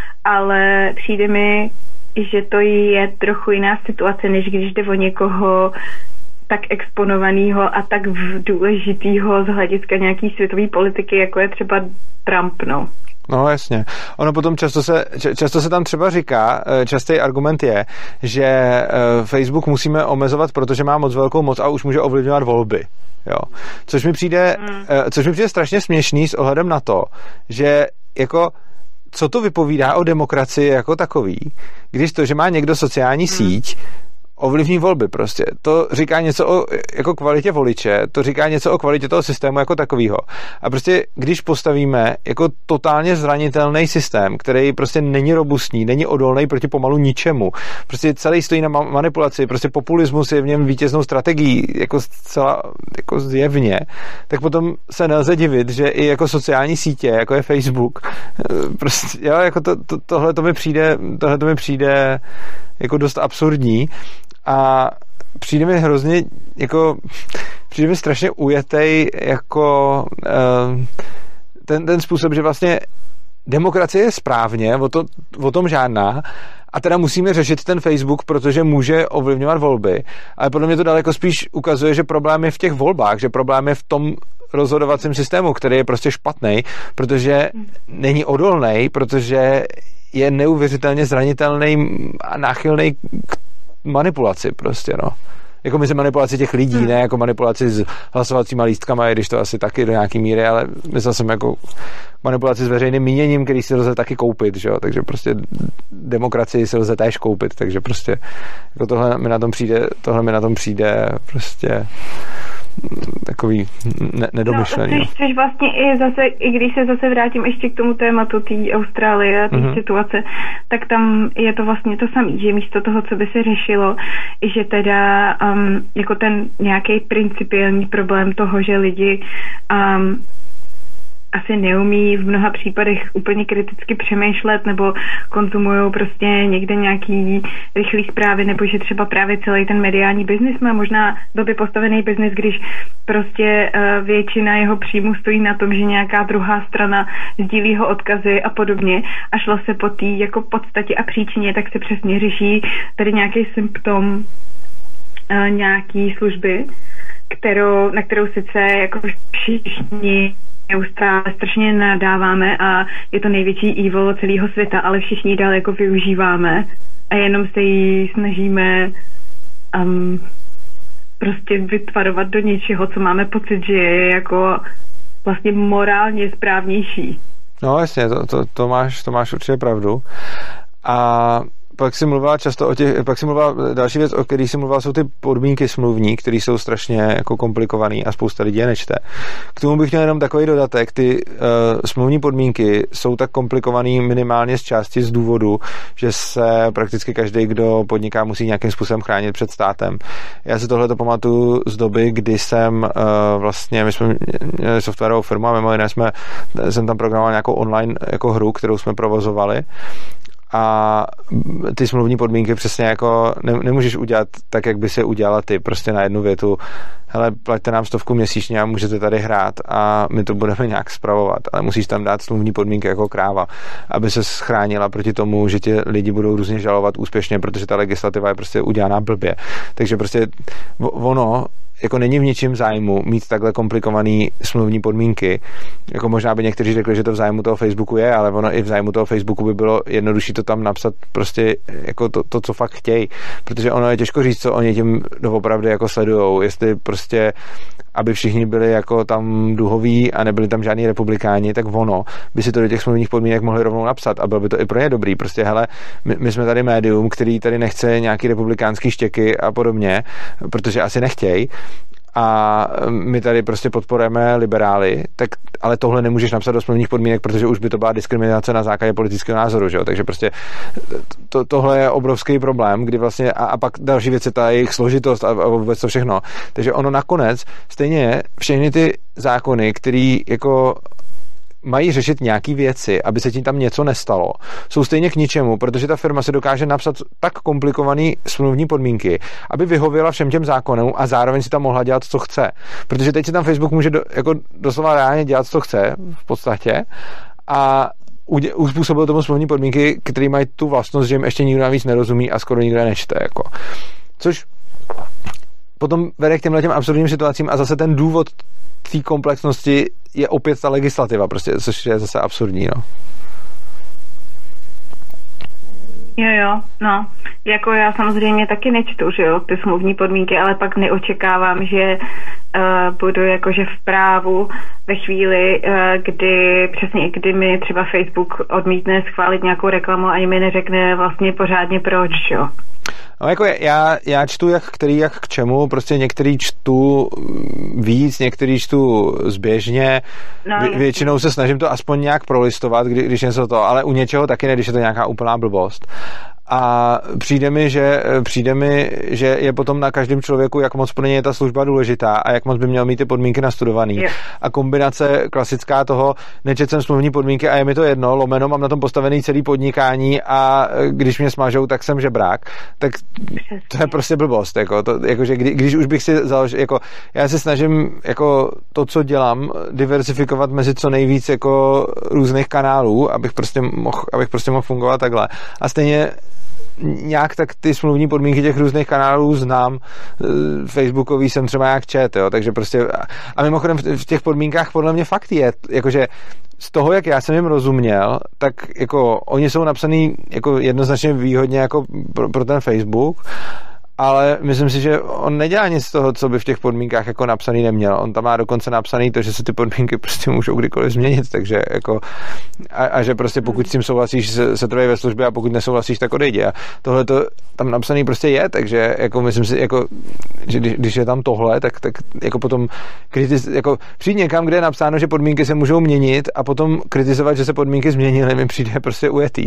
ale přijde mi, že to je trochu jiná situace, než když jde o někoho tak exponovanýho a tak důležitýho z hlediska nějaký světové politiky, jako je třeba Trump, no. No jasně. Ono potom často se, často se tam třeba říká, častý argument je, že Facebook musíme omezovat, protože má moc velkou moc a už může ovlivňovat volby. Jo. Což mi přijde, mm. což mi přijde strašně směšný s ohledem na to, že jako co to vypovídá o demokracii jako takový, když to, že má někdo sociální mm. síť, ovlivní volby prostě. To říká něco o jako kvalitě voliče, to říká něco o kvalitě toho systému jako takového. A prostě když postavíme jako totálně zranitelný systém, který prostě není robustní, není odolný proti pomalu ničemu, prostě celý stojí na manipulaci, prostě populismus je v něm vítěznou strategií, jako zcela jako zjevně, tak potom se nelze divit, že i jako sociální sítě, jako je Facebook, prostě, jo, jako to, to, tohle to mi přijde, tohle to mi přijde jako dost absurdní a přijde mi hrozně jako přijde mi strašně ujetej jako uh, ten, ten způsob, že vlastně demokracie je správně, o, to, o tom žádná a teda musíme řešit ten Facebook, protože může ovlivňovat volby, ale podle mě to daleko spíš ukazuje, že problém je v těch volbách, že problém je v tom rozhodovacím systému, který je prostě špatný, protože není odolný, protože je neuvěřitelně zranitelný a náchylný k manipulaci prostě, no. Jako mezi manipulaci těch lidí, hmm. ne jako manipulaci s hlasovacíma lístkama, i když to asi taky do nějaký míry, ale myslel jsem jako manipulaci s veřejným míněním, který si lze taky koupit, že jo, takže prostě demokracii si lze též koupit, takže prostě jako tohle mi na tom přijde, tohle mi na tom přijde prostě takový ne- nedomyšlený. No, což vlastně i zase, i když se zase vrátím ještě k tomu tématu té Austrálie, té mm-hmm. situace, tak tam je to vlastně to samé, že místo toho, co by se řešilo, že teda um, jako ten nějaký principiální problém toho, že lidi um, asi neumí v mnoha případech úplně kriticky přemýšlet nebo konzumují prostě někde nějaký rychlý zprávy, nebo že třeba právě celý ten mediální biznis má možná blbě postavený biznis, když prostě uh, většina jeho příjmu stojí na tom, že nějaká druhá strana sdílí jeho odkazy a podobně a šlo se po té jako podstatě a příčině, tak se přesně řeší tady nějaký symptom uh, nějaký služby, kterou, na kterou sice jako všichni neustále strašně nadáváme a je to největší evil celého světa, ale všichni dál jako využíváme a jenom se jí snažíme um, prostě vytvarovat do něčeho, co máme pocit, že je jako vlastně morálně správnější. No jasně, to, to, to, máš, to máš určitě pravdu. A pak si mluvila často o těch, pak si mluvila, další věc, o který si mluvila, jsou ty podmínky smluvní, které jsou strašně jako komplikovaný a spousta lidí je nečte. K tomu bych měl jenom takový dodatek, ty uh, smluvní podmínky jsou tak komplikovaný minimálně z části z důvodu, že se prakticky každý, kdo podniká, musí nějakým způsobem chránit před státem. Já si tohle to pamatuju z doby, kdy jsem uh, vlastně, my jsme měli softwarovou firmu a mimo jiné jsme, jsem tam programoval nějakou online jako hru, kterou jsme provozovali. A ty smluvní podmínky přesně jako ne, nemůžeš udělat tak, jak by se udělala ty, prostě na jednu větu. Hele, plaťte nám stovku měsíčně a můžete tady hrát a my to budeme nějak spravovat, ale musíš tam dát smluvní podmínky jako kráva, aby se schránila proti tomu, že tě lidi budou různě žalovat úspěšně, protože ta legislativa je prostě udělaná blbě. Takže prostě ono jako není v ničím zájmu mít takhle komplikovaný smluvní podmínky. Jako možná by někteří řekli, že to v zájmu toho Facebooku je, ale ono i v zájmu toho Facebooku by bylo jednodušší to tam napsat prostě jako to, to co fakt chtějí. Protože ono je těžko říct, co oni tím doopravdy jako sledujou. Jestli prostě aby všichni byli jako tam duhoví a nebyli tam žádní republikáni, tak ono by si to do těch smluvních podmínek mohli rovnou napsat a bylo by to i pro ně dobrý. Prostě hele, my, my jsme tady médium, který tady nechce nějaký republikánský štěky a podobně, protože asi nechtějí. A my tady prostě podporujeme liberály, tak ale tohle nemůžeš napsat do smluvních podmínek, protože už by to byla diskriminace na základě politického názoru, že jo? Takže prostě to, tohle je obrovský problém, kdy vlastně a, a pak další věc je ta jejich složitost a, a vůbec to všechno. Takže ono nakonec stejně všechny ty zákony, které jako mají řešit nějaký věci, aby se tím tam něco nestalo, jsou stejně k ničemu, protože ta firma se dokáže napsat tak komplikovaný smluvní podmínky, aby vyhověla všem těm zákonům a zároveň si tam mohla dělat, co chce. Protože teď si tam Facebook může do, jako doslova reálně dělat, co chce v podstatě a uspůsobil tomu smluvní podmínky, které mají tu vlastnost, že jim ještě nikdo navíc nerozumí a skoro nikdo je nečte. Jako. Což potom vede k těmhle těm absurdním situacím a zase ten důvod té komplexnosti je opět ta legislativa, prostě, což je zase absurdní, no. Jo, jo, no. Jako já samozřejmě taky nečtu, že jo, ty smluvní podmínky, ale pak neočekávám, že uh, budu jakože v právu ve chvíli, uh, kdy přesně, kdy mi třeba Facebook odmítne schválit nějakou reklamu a ani mi neřekne vlastně pořádně proč, jo. No jako já, já čtu jak který, jak k čemu, prostě některý čtu víc, některý čtu zběžně, no, Vě, většinou se snažím to aspoň nějak prolistovat, kdy, když něco to, ale u něčeho taky ne, když je to nějaká úplná blbost. A přijde mi, že, přijde mi, že je potom na každém člověku, jak moc pro něj je ta služba důležitá a jak moc by měl mít ty podmínky nastudovaný. Je. A kombinace klasická toho, nečet jsem smluvní podmínky a je mi to jedno, lomeno, mám na tom postavený celý podnikání a když mě smažou, tak jsem žebrák. Tak to je prostě blbost. Jako, to, jako, že kdy, když už bych si založil, jako, já se snažím jako to, co dělám, diversifikovat mezi co nejvíc jako různých kanálů, abych prostě mohl, abych prostě mohl fungovat takhle. A stejně nějak tak ty smluvní podmínky těch různých kanálů znám. Facebookový jsem třeba nějak čet, jo, takže prostě a mimochodem v těch podmínkách podle mě fakt je, jakože z toho, jak já jsem jim rozuměl, tak jako oni jsou napsaný jako jednoznačně výhodně jako pro, pro ten Facebook, ale myslím si, že on nedělá nic z toho, co by v těch podmínkách jako napsaný neměl. On tam má dokonce napsaný to, že se ty podmínky prostě můžou kdykoliv změnit, takže jako a, a že prostě pokud s tím souhlasíš, se, se trvají ve službě a pokud nesouhlasíš, tak odejde. A tohle to tam napsaný prostě je, takže jako myslím si, jako, že když, když je tam tohle, tak, tak jako potom kritiz, jako přijít někam, kde je napsáno, že podmínky se můžou měnit a potom kritizovat, že se podmínky změnily, mi přijde prostě ujetý.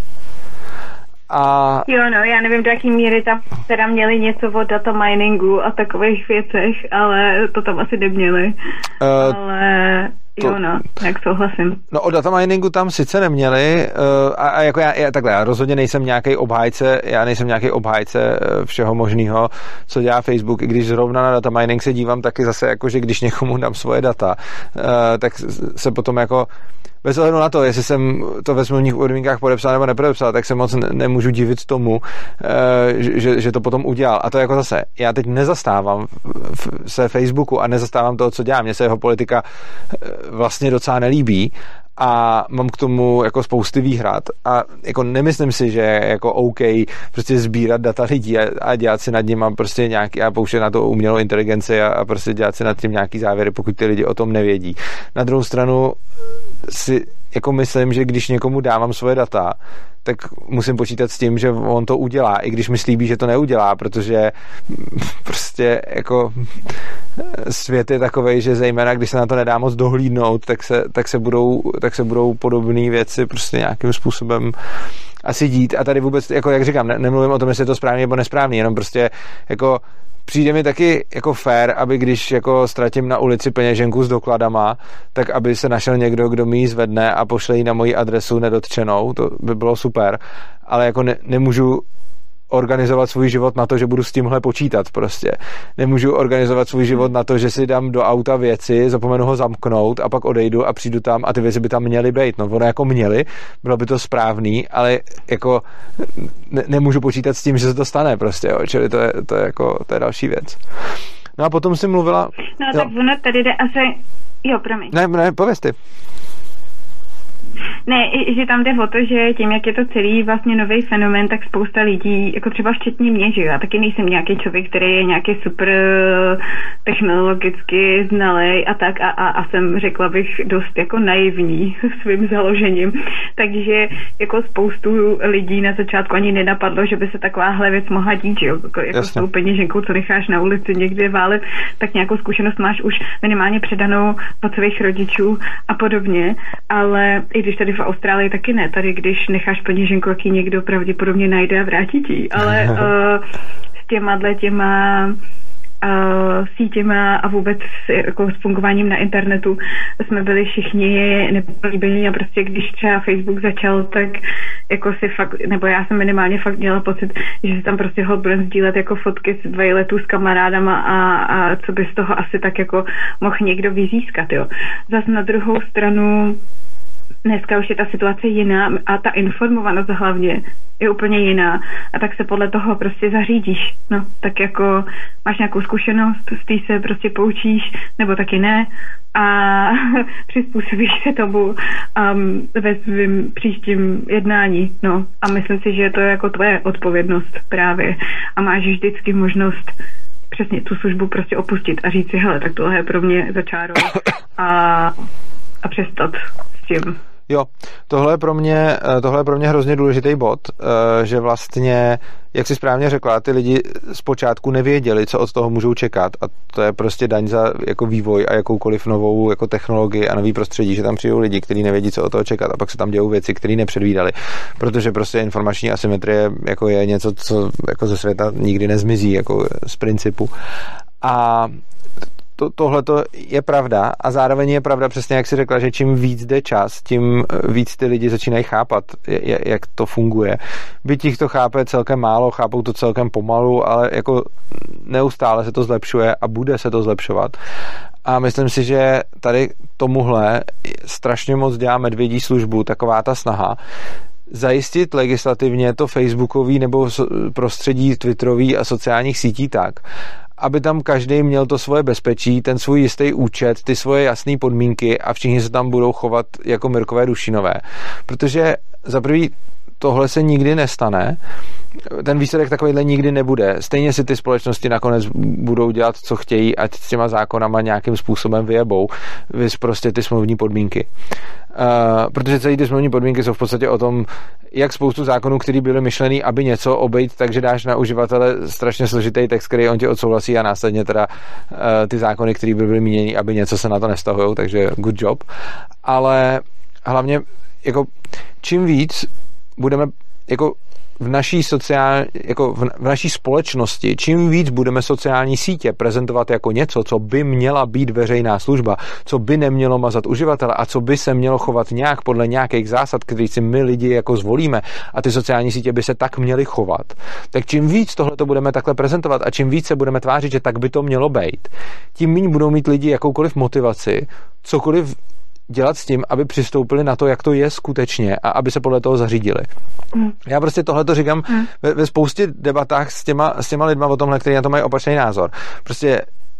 A... Jo, no, já nevím, do jaký míry tam teda měli něco o data miningu a takových věcech, ale to tam asi neměli. Uh, ale to... jo, no, jak souhlasím. No o data miningu tam sice neměli uh, a, a jako já, já takhle, já rozhodně nejsem nějaký obhájce, já nejsem nějaký obhájce všeho možného, co dělá Facebook, i když zrovna na data mining se dívám taky zase, jako, že když někomu dám svoje data, uh, tak se potom jako bez ohledu na to, jestli jsem to ve smluvních podmínkách podepsal nebo nepodepsal, tak se moc nemůžu divit tomu, že, že to potom udělal. A to jako zase, já teď nezastávám se Facebooku a nezastávám toho, co dělám. Mně se jeho politika vlastně docela nelíbí, a mám k tomu jako spousty výhrad a jako nemyslím si, že je jako OK prostě sbírat data lidí a, a dělat si nad ním a prostě nějaký a pouštět na to umělou inteligenci a, a prostě dělat si nad tím nějaký závěry, pokud ty lidi o tom nevědí. Na druhou stranu si jako myslím, že když někomu dávám svoje data, tak musím počítat s tím, že on to udělá, i když mi slíbí, že to neudělá, protože prostě jako svět je takovej, že zejména když se na to nedá moc dohlídnout, tak se, tak se budou, tak se budou podobné věci prostě nějakým způsobem asi dít. A tady vůbec, jako jak říkám, ne, nemluvím o tom, jestli je to správný nebo nesprávný, jenom prostě jako přijde mi taky jako fair, aby když jako ztratím na ulici peněženku s dokladama, tak aby se našel někdo, kdo mi ji zvedne a pošle ji na moji adresu nedotčenou, to by bylo super, ale jako ne, nemůžu organizovat svůj život na to, že budu s tímhle počítat prostě. Nemůžu organizovat svůj život na to, že si dám do auta věci, zapomenu ho zamknout a pak odejdu a přijdu tam a ty věci by tam měly být. No ono jako měly, bylo by to správný, ale jako ne, nemůžu počítat s tím, že se to stane prostě, jo. Čili to je, to je jako, to je další věc. No a potom si mluvila... No jo. Tak ono tady jde asi... Jo, promiň. Ne, ne, pověz ty. Ne, že tam jde o to, že tím, jak je to celý vlastně nový fenomén, tak spousta lidí, jako třeba včetně mě, že jo, já taky nejsem nějaký člověk, který je nějaký super technologicky znalej a tak a, a, a jsem, řekla bych, dost jako naivní svým založením, takže jako spoustu lidí na začátku ani nenapadlo, že by se takováhle věc mohla dít, že jo, jako, jako s tou peněženkou, co necháš na ulici někde válet, tak nějakou zkušenost máš už minimálně předanou od svých rodičů a podobně, ale i když tady v Austrálii taky ne, tady když necháš peněženku, jaký někdo pravděpodobně najde a vrátí ti, ale uh, s těma těma uh, sítěma a vůbec s, jako s fungováním na internetu jsme byli všichni nepolíbení a prostě když třeba Facebook začal, tak jako si fakt, nebo já jsem minimálně fakt měla pocit, že se tam prostě ho budeme sdílet jako fotky z vejletů s kamarádama a, a co by z toho asi tak jako mohl někdo vyzískat, jo. Zas na druhou stranu dneska už je ta situace jiná a ta informovanost hlavně je úplně jiná a tak se podle toho prostě zařídíš. No, tak jako máš nějakou zkušenost, z té se prostě poučíš, nebo taky ne a přizpůsobíš se tomu um, ve svým příštím jednání. No a myslím si, že to je jako tvoje odpovědnost právě a máš vždycky možnost přesně tu službu prostě opustit a říct si, hele, tak tohle je pro mě za čárou a, a přestat s tím. Jo, tohle je pro mě, tohle je pro mě hrozně důležitý bod, že vlastně, jak jsi správně řekla, ty lidi zpočátku nevěděli, co od toho můžou čekat a to je prostě daň za jako vývoj a jakoukoliv novou jako technologii a nový prostředí, že tam přijdou lidi, kteří nevědí, co od toho čekat a pak se tam dějou věci, které nepředvídali, protože prostě informační asymetrie jako je něco, co jako ze světa nikdy nezmizí, jako z principu. A To, tohleto je pravda a zároveň je pravda přesně, jak jsi řekla, že čím víc jde čas, tím víc ty lidi začínají chápat, jak to funguje. Byť jich to chápe celkem málo, chápou to celkem pomalu, ale jako neustále se to zlepšuje a bude se to zlepšovat. A myslím si, že tady tomuhle strašně moc dělá medvědí službu, taková ta snaha zajistit legislativně to facebookový nebo prostředí twitterový a sociálních sítí tak, aby tam každý měl to svoje bezpečí, ten svůj jistý účet, ty svoje jasné podmínky a všichni se tam budou chovat jako Mirkové Dušinové. Protože za prvý tohle se nikdy nestane, ten výsledek takovýhle nikdy nebude. Stejně si ty společnosti nakonec budou dělat, co chtějí, ať s těma zákonama nějakým způsobem vyjebou. Vys prostě ty smluvní podmínky. Uh, protože celý ty smluvní podmínky jsou v podstatě o tom, jak spoustu zákonů, které byly myšlený, aby něco obejít, takže dáš na uživatele strašně složitý text, který on ti odsouhlasí a následně teda uh, ty zákony, které by byly míněny, aby něco se na to nestahujou, takže good job. Ale hlavně jako čím víc budeme jako v naší sociál, jako v, v naší společnosti, čím víc budeme sociální sítě prezentovat jako něco, co by měla být veřejná služba, co by nemělo mazat uživatele a co by se mělo chovat nějak podle nějakých zásad, které si my lidi jako zvolíme a ty sociální sítě by se tak měly chovat, tak čím víc tohle to budeme takhle prezentovat a čím víc se budeme tvářit, že tak by to mělo být, tím méně budou mít lidi jakoukoliv motivaci, cokoliv dělat s tím, aby přistoupili na to, jak to je skutečně a aby se podle toho zařídili. Mm. Já prostě tohle to říkám mm. ve, ve spoustě debatách s těma, s těma lidma o tomhle, kteří na to mají opačný názor. Prostě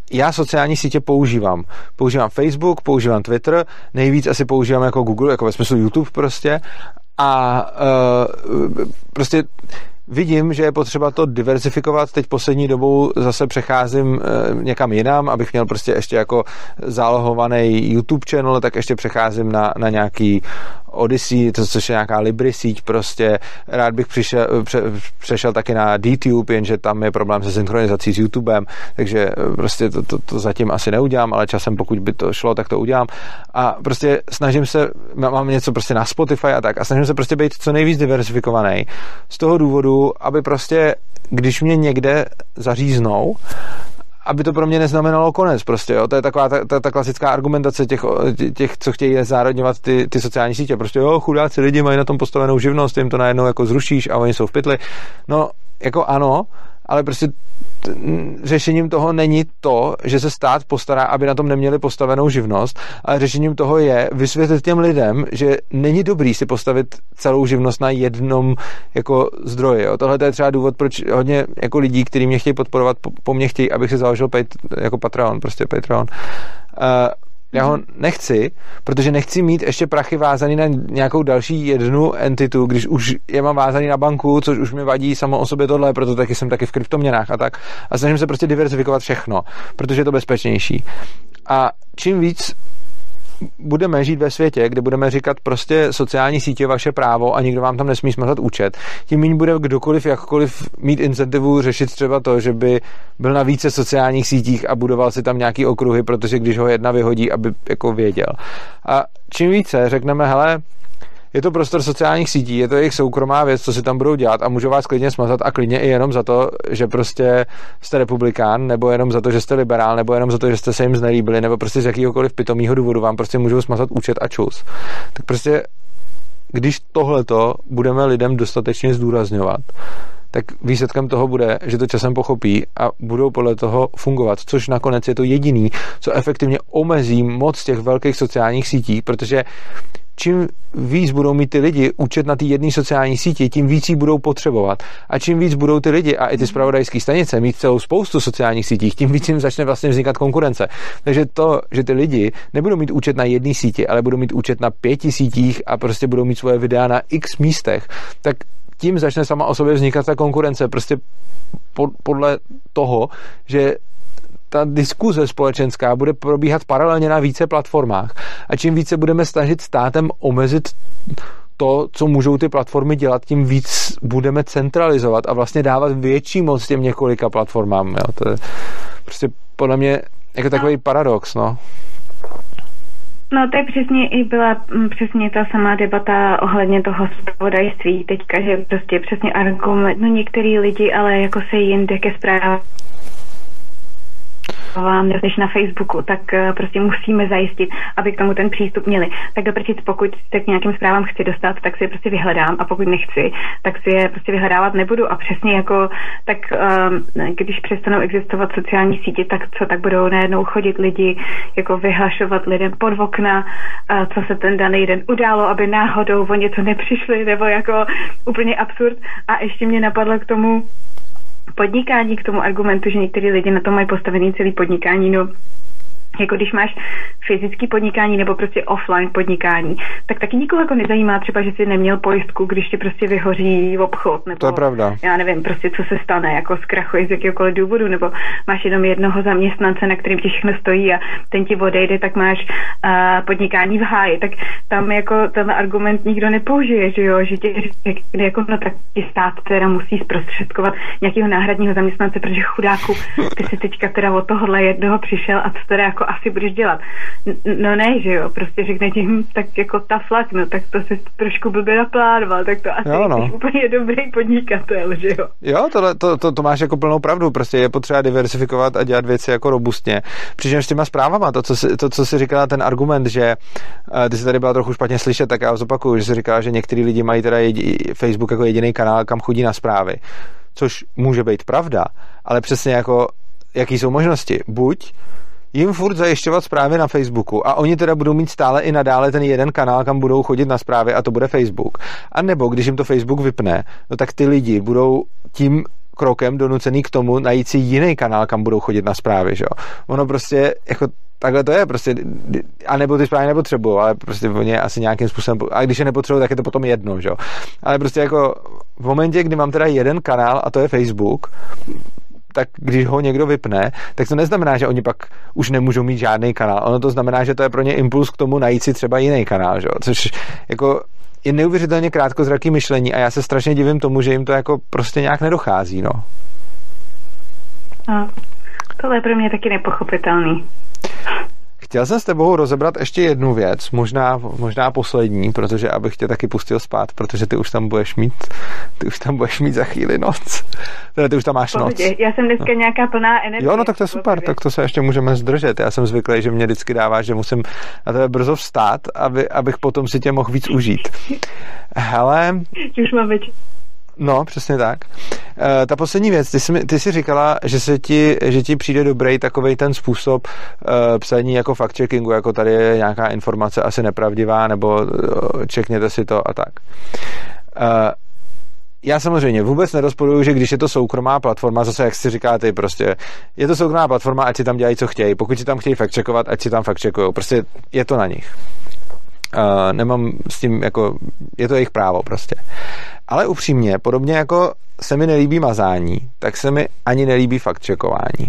já sociální sítě používám. Používám Facebook, používám Twitter, nejvíc asi používám jako Google, jako ve smyslu YouTube prostě. A uh, prostě vidím, že je potřeba to diversifikovat. Teď poslední dobou zase přecházím e, někam jinam, abych měl prostě ještě jako zálohovaný YouTube channel, tak ještě přecházím na, na nějaký Odyssey, to, což je nějaká Libry síť prostě. Rád bych přišel, pře, přešel taky na DTube, jenže tam je problém se synchronizací s YouTubem, takže prostě to, to, to zatím asi neudělám, ale časem, pokud by to šlo, tak to udělám. A prostě snažím se, mám něco prostě na Spotify a tak, a snažím se prostě být co nejvíc diversifikovaný. Z toho důvodu, aby prostě, když mě někde zaříznou, aby to pro mě neznamenalo konec prostě, jo. To je taková ta, ta, ta klasická argumentace těch, těch, co chtějí zárodňovat ty, ty sociální sítě. Prostě jo, chudáci lidi mají na tom postavenou živnost, jim to najednou jako zrušíš a oni jsou v pytli. No, jako ano, ale prostě t- řešením toho není to, že se stát postará, aby na tom neměli postavenou živnost, ale řešením toho je vysvětlit těm lidem, že není dobrý si postavit celou živnost na jednom jako zdroji. Jo. Tohle je třeba důvod, proč hodně jako lidí, kteří mě chtějí podporovat, po, po mně chtějí, abych si založil pay, jako Patreon, prostě Patreon. Uh, Já ho nechci, protože nechci mít ještě prachy vázaný na nějakou další jednu entitu, když už je mám vázaný na banku, což už mi vadí samo o sobě tohle, proto taky jsem taky v kryptoměnách a tak. A snažím se prostě diverzifikovat všechno, protože je to bezpečnější. A čím víc budeme žít ve světě, kde budeme říkat prostě sociální sítě vaše právo a nikdo vám tam nesmí smazat účet, tím méně bude kdokoliv jakkoliv mít incentivu řešit třeba to, že by byl na více sociálních sítích a budoval si tam nějaký okruhy, protože když ho jedna vyhodí, aby jako věděl. A čím více řekneme, hele, je to prostor sociálních sítí, je to jejich soukromá věc, co si tam budou dělat a můžou vás klidně smazat a klidně i jenom za to, že prostě jste republikán, nebo jenom za to, že jste liberál, nebo jenom za to, že jste se jim znelíbili, nebo prostě z jakýhokoliv pitomýho důvodu vám prostě můžou smazat účet a čus. Tak prostě, když tohleto budeme lidem dostatečně zdůrazňovat, tak výsledkem toho bude, že to časem pochopí a budou podle toho fungovat, což nakonec je to jediný, co efektivně omezí moc těch velkých sociálních sítí, protože čím víc budou mít ty lidi účet na té jedné sociální síti, tím víc jí budou potřebovat. A čím víc budou ty lidi a i ty zpravodajské stanice mít celou spoustu sociálních sítích, tím víc jim začne vlastně vznikat konkurence. Takže to, že ty lidi nebudou mít účet na jedné síti, ale budou mít účet na pěti sítích a prostě budou mít svoje videa na x místech, tak tím začne sama o sobě vznikat ta konkurence. Prostě podle toho, že ta diskuze společenská bude probíhat paralelně na více platformách. A čím více budeme snažit státem omezit to, co můžou ty platformy dělat, tím víc budeme centralizovat a vlastně dávat větší moc těm několika platformám. Jo. To je prostě podle mě jako takový paradox, no. No to je přesně i byla přesně ta samá debata ohledně toho zpravodajství teďka, že prostě přesně argument, no některý lidi, ale jako se jinde ke zprávě vám než na Facebooku, tak prostě musíme zajistit, aby k tomu ten přístup měli. Tak doprčit, pokud se k nějakým zprávám chci dostat, tak si je prostě vyhledám a pokud nechci, tak si je prostě vyhledávat nebudu a přesně jako tak když přestanou existovat sociální sítě, tak co, tak budou najednou chodit lidi, jako vyhlašovat lidem pod okna, co se ten daný den událo, aby náhodou o něco nepřišli, nebo jako úplně absurd. A ještě mě napadlo k tomu podnikání, k tomu argumentu, že některý lidi na to mají postavený celý podnikání, no jako když máš fyzický podnikání nebo prostě offline podnikání, tak taky nikoho jako nezajímá třeba, že jsi neměl pojistku, když ti prostě vyhoří obchod, nebo to je pravda. Já nevím, prostě co se stane, jako zkrachuje z jakéhokoliv důvodu, nebo máš jenom jednoho zaměstnance, na kterým ti všechno stojí a ten ti odejde, tak máš uh, podnikání v háji, tak tam jako ten argument nikdo nepoužije, že jo, že ti řekne jako no tak ti stát teda musí zprostředkovat nějakého náhradního zaměstnance, protože chudáku, ty si teďka teda od tohohle jednoho přišel a co teda jako asi budeš dělat. No ne, že jo, prostě řekne ti, hm, tak jako ta flak, no tak to se trošku blbě naplánoval, tak to asi jo, no. Jsi úplně dobrý podnikatel, že jo. Jo, tohle, to, to, to máš jako plnou pravdu, prostě je potřeba diversifikovat a dělat věci jako robustně. Přičemž s těma zprávama, to, co jsi, to, co jsi říkala, ten argument, že uh, ty jsi tady byla trochu špatně slyšet, tak já ho zopakuju, že jsi říkala, že některý lidi mají teda jedi, Facebook jako jediný kanál, kam chodí na zprávy, což může být pravda, ale přesně jako, jaký jsou možnosti. Buď jim furt zajišťovat zprávy na Facebooku a oni teda budou mít stále i nadále ten jeden kanál, kam budou chodit na zprávy a to bude Facebook. A nebo když jim to Facebook vypne, no tak ty lidi budou tím krokem donucený k tomu najít si jiný kanál, kam budou chodit na zprávy, že jo. Ono prostě jako takhle to je prostě, a nebo ty zprávy nepotřebují, ale prostě oni asi nějakým způsobem, a když je nepotřebují, tak je to potom jedno, že jo. Ale prostě jako v momentě, kdy mám teda jeden kanál a to je Facebook, tak když ho někdo vypne, tak to neznamená, že oni pak už nemůžou mít žádný kanál. Ono to znamená, že to je pro ně impuls k tomu najít si třeba jiný kanál, že jo. Což jako je neuvěřitelně krátkozraký myšlení a já se strašně divím tomu, že jim to jako prostě nějak nedochází, no. A tohle je pro mě taky nepochopitelný. Chtěl jsem s tebou rozebrat ještě jednu věc, možná, možná poslední, protože abych tě taky pustil spát, protože ty už tam budeš mít, ty už tam budeš mít za chvíli noc. Teda ty už tam máš Pohodě. noc. Já jsem dneska no. nějaká plná energie. Jo, no tak to je super, tak to se ještě můžeme zdržet. Já jsem zvyklý, že mě vždycky dává, že musím na tebe brzo vstát, aby, abych potom si tě mohl víc užít. Hele... Už mám večer. No, přesně tak. E, ta poslední věc, ty jsi, ty jsi říkala, že, se ti, že ti přijde dobrý takovej ten způsob e, psaní jako fact-checkingu, jako tady je nějaká informace asi nepravdivá, nebo e, čekněte si to a tak. E, já samozřejmě vůbec nerozporuju, že když je to soukromá platforma, zase jak si říká ty, prostě je to soukromá platforma, ať si tam dělají, co chtějí. Pokud si tam chtějí fact-checkovat, ať si tam fact-checkujou. Prostě je to na nich. Uh, nemám s tím, jako, je to jejich právo prostě. Ale upřímně, podobně jako se mi nelíbí mazání, tak se mi ani nelíbí fact-checkování.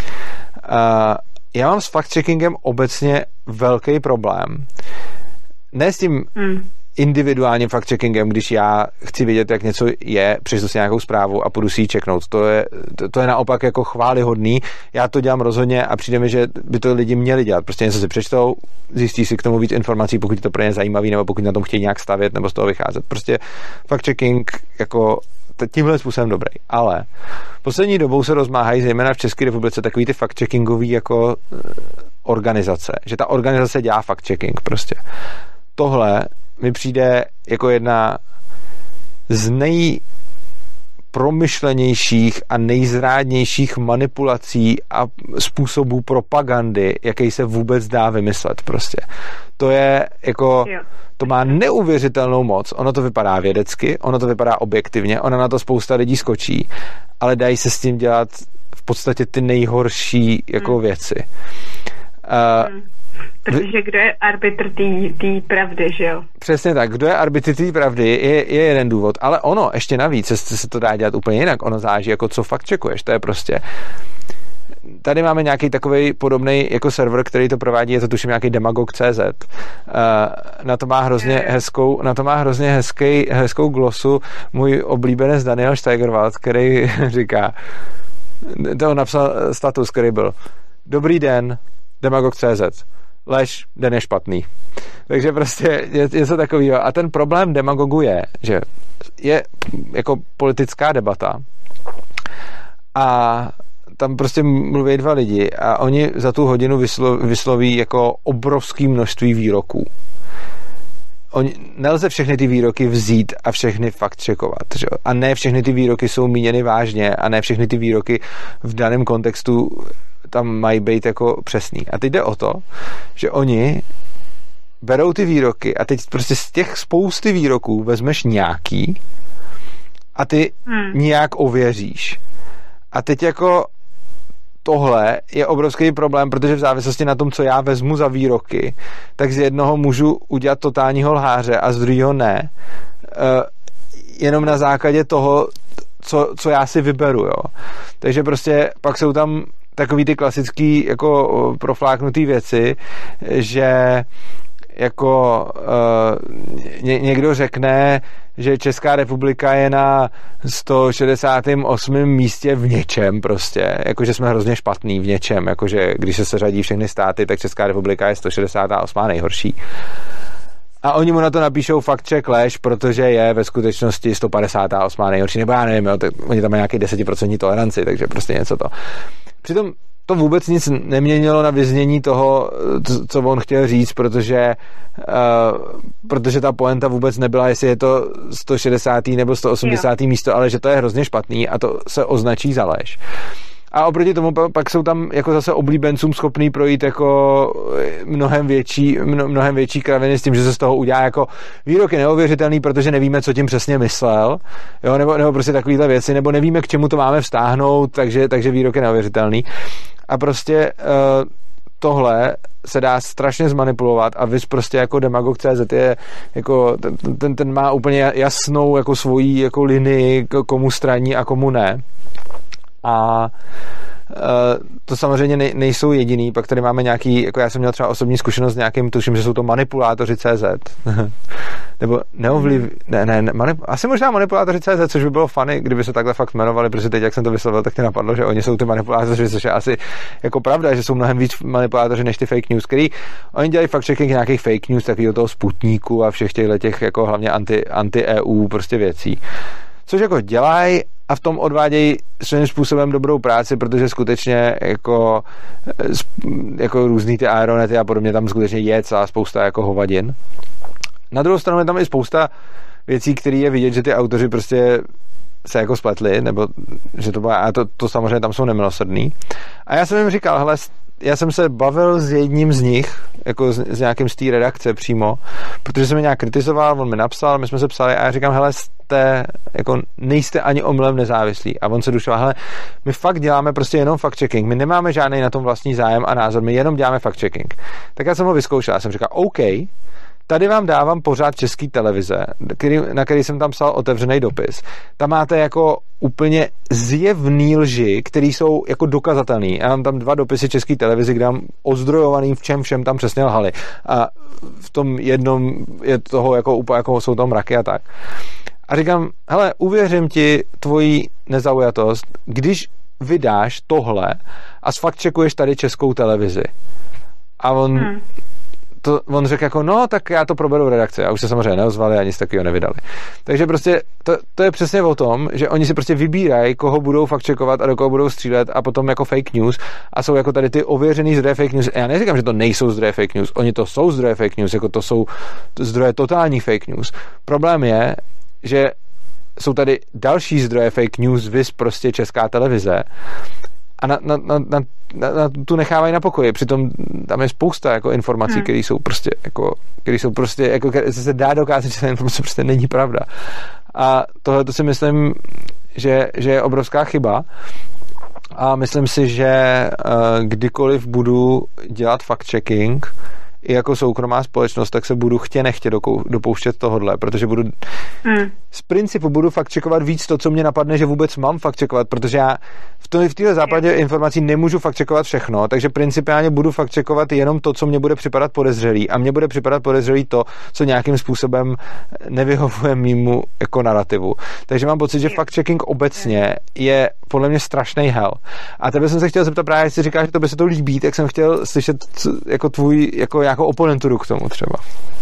Uh, já mám s fact-checkingem obecně velký problém. Ne s tím mm. individuálním fact-checkingem, když já chci vědět, jak něco je, přečtu si nějakou zprávu a půjdu si ji checknout. To je, to, to je naopak jako chvályhodný. Já to dělám rozhodně a přijde mi, že by to lidi měli dělat. Prostě něco si přečtou, zjistí si k tomu víc informací, pokud je to pro ně zajímavý, nebo pokud na tom chtějí nějak stavět, nebo z toho vycházet. Prostě fact-checking jako tímhle způsobem dobrý. Ale poslední dobou se rozmáhají zejména v České republice takový ty fact-checkingový jako organizace. Že ta organizace dělá fact-checking prostě. Tohle mi přijde jako jedna z nejpromyšlenějších a nejzrádnějších manipulací a způsobů propagandy, jaký se vůbec dá vymyslet prostě. To je jako, to má neuvěřitelnou moc. Ono to vypadá vědecky, ono to vypadá objektivně, ono na to spousta lidí skočí, ale dají se s tím dělat v podstatě ty nejhorší jako hmm. věci. Uh, hmm. Protože kdo je arbitr té pravdy, že jo? Přesně tak. Kdo je arbitr té pravdy, je, je jeden důvod. Ale ono, ještě navíc, se, se to dá dělat úplně jinak. Ono záleží, jako co fakt checkuješ. To je prostě... Tady máme nějaký takovej podobný jako server, který to provádí, je to tuším nějaký demagog tečka cé zet. Na to má hrozně hezkou, na to má hrozně hezký, hezkou glosu můj oblíbenec Daniel Steigerwald, který říká, to napsal status, který byl: Dobrý den, demagog tečka cé zet. Lež, den je špatný. Takže prostě je něco takového. A ten problém demagogu je, že je jako politická debata a tam prostě mluví dva lidi a oni za tu hodinu vysloví, vysloví jako obrovské množství výroků. Oni, nelze všechny ty výroky vzít a všechny fakt checkovat. Že? A ne všechny ty výroky jsou míněny vážně a ne všechny ty výroky v daném kontextu tam mají být jako přesný. A teď jde o to, že oni berou ty výroky a teď prostě z těch spousty výroků vezmeš nějaký a ty hmm. nějak ověříš. A teď jako tohle je obrovský problém, protože v závislosti na tom, co já vezmu za výroky, tak z jednoho můžu udělat totálního lháře a z druhého ne. Uh, jenom na základě toho, co, co já si vyberu, jo. Takže prostě pak jsou tam takový ty klasický jako profláknutý věci, že jako uh, ně, někdo řekne, že Česká republika je na sto šedesátém osmém místě v něčem prostě, jakože jsme hrozně špatný v něčem, jakože když se seřadí všechny státy, tak Česká republika je sto šedesátá osmá nejhorší. A oni mu na to napíšou fakt check lež, protože je ve skutečnosti sto padesátá osmá nejhorší, nebo já nevím, jo, tak oni tam mají nějaký deset procent toleranci, takže prostě něco to. Přitom to vůbec nic neměnilo na vyznění toho, co on chtěl říct, protože, uh, protože ta poenta vůbec nebyla, jestli je to sto šedesátý nebo sto osmdesátý místo, ale že to je hrozně špatný a to se označí za lež. A oproti tomu pak jsou tam jako zase oblíbencům schopný projít jako mnohem větší, mnohem větší kraviny s tím, že se z toho udělá jako výrok je neuvěřitelný, protože nevíme, co tím přesně myslel, jo, nebo, nebo prostě takovýhle věci, nebo nevíme, k čemu to máme vztáhnout, takže, takže výrok je neuvěřitelný. A prostě uh, tohle se dá strašně zmanipulovat a vys prostě jako demagog tečka cé zet je jako ten, ten má úplně jasnou jako svoji jako linii, komu straní a komu ne. A Uh, to samozřejmě nej, nejsou jediný, pak tady máme nějaký, jako já jsem měl třeba osobní zkušenost s nějakým, tuším, že jsou to manipulátoři tečka cé zet nebo neovliv, ne, ne, ne manip, asi možná manipulátoři tečka cé zet, což by bylo funny, kdyby se takhle fakt jmenovali, protože teď, jak jsem to vyslovil, tak mě napadlo, že oni jsou ty manipulátoři, což je asi jako pravda, že jsou mnohem víc manipulátoři než ty fake news, který oni dělají fakt checking nějakých fake news, takového toho Sputníku a všech těchto těch jako hlavně anti, anti-E U prostě věcí. Což jako dělají a v tom odvádějí svým způsobem dobrou práci, protože skutečně jako, jako různý ty aeronety a podobně tam skutečně je celá spousta jako hovadin. Na druhou stranu je tam i spousta věcí, které je vidět, že ty autoři prostě se jako spletli, nebo že to bylo, a to, to samozřejmě tam jsou nemilosrdný. A já jsem jim říkal, hele, já jsem se bavil s jedním z nich, jako s, s nějakým z té redakce přímo, protože jsem mě nějak kritizoval, on mi napsal, my jsme se psali a já říkám, hele, jste, jako nejste ani omylem nezávislí. A on se dušoval, hele, my fakt děláme prostě jenom fact-checking, my nemáme žádný na tom vlastní zájem a názor, my jenom děláme fact-checking. Tak já jsem ho vyzkoušel, já jsem říkal, OK, tady vám dávám pořád Český televize, který, na který jsem tam psal otevřený dopis. Tam máte jako úplně zjevný lži, který jsou jako dokazatelný. Já mám tam dva dopisy České televize, kde mám ozdrojovaný, v čem všem tam přesně lhali. A v tom jednom je toho jako úplně jako jsou tam mraky a tak. A říkám, hele, uvěřím ti tvoji nezaujatost, když vydáš tohle a sfaktčekuješ tady Českou televizi. A on hmm. To, on řekl jako, no, tak já to proberu redakce. A už se samozřejmě neozvali a nic takového nevydali. Takže prostě to, to je přesně o tom, že oni si prostě vybírají, koho budou fakt čekovat a do koho budou střílet a potom jako fake news a jsou jako tady ty ověřený zdroje fake news. Já neříkám, že to nejsou zdroje fake news. Oni to jsou zdroje fake news, jako to jsou zdroje totální fake news. Problém je, že jsou tady další zdroje fake news, viz prostě Česká televize a na, na, na, na, na tu nechávají na pokoji. Přitom tam je spousta jako informací, hmm. které jsou prostě jako, které jsou prostě jako, se dá dokázat, že ta informace prostě není pravda. A tohle to si myslím, že, že je obrovská chyba. A myslím si, že uh, kdykoliv budu dělat fact-checking i jako soukromá společnost, tak se budu chtě nechtě dopouštět tohodle, protože budu mm. z principu budu fakt čekovat víc to, co mě napadne, že vůbec mám fakt čekovat, protože já v, to, v téhle západě informací nemůžu fakt čekovat všechno, takže principiálně budu fakt čekovat jenom to, co mě bude připadat podezřelý a mně bude připadat podezřelý to, co nějakým způsobem nevyhovuje mýmu jako narrativu. Takže mám pocit, že fakt checking obecně je podle mě strašný hell. A tebe jsem se chtěl zeptat právě, jestli říkáš, že to by se to líbí, tak jsem chtěl slyšet jako tvůj jako jako oponenturu k tomu třeba.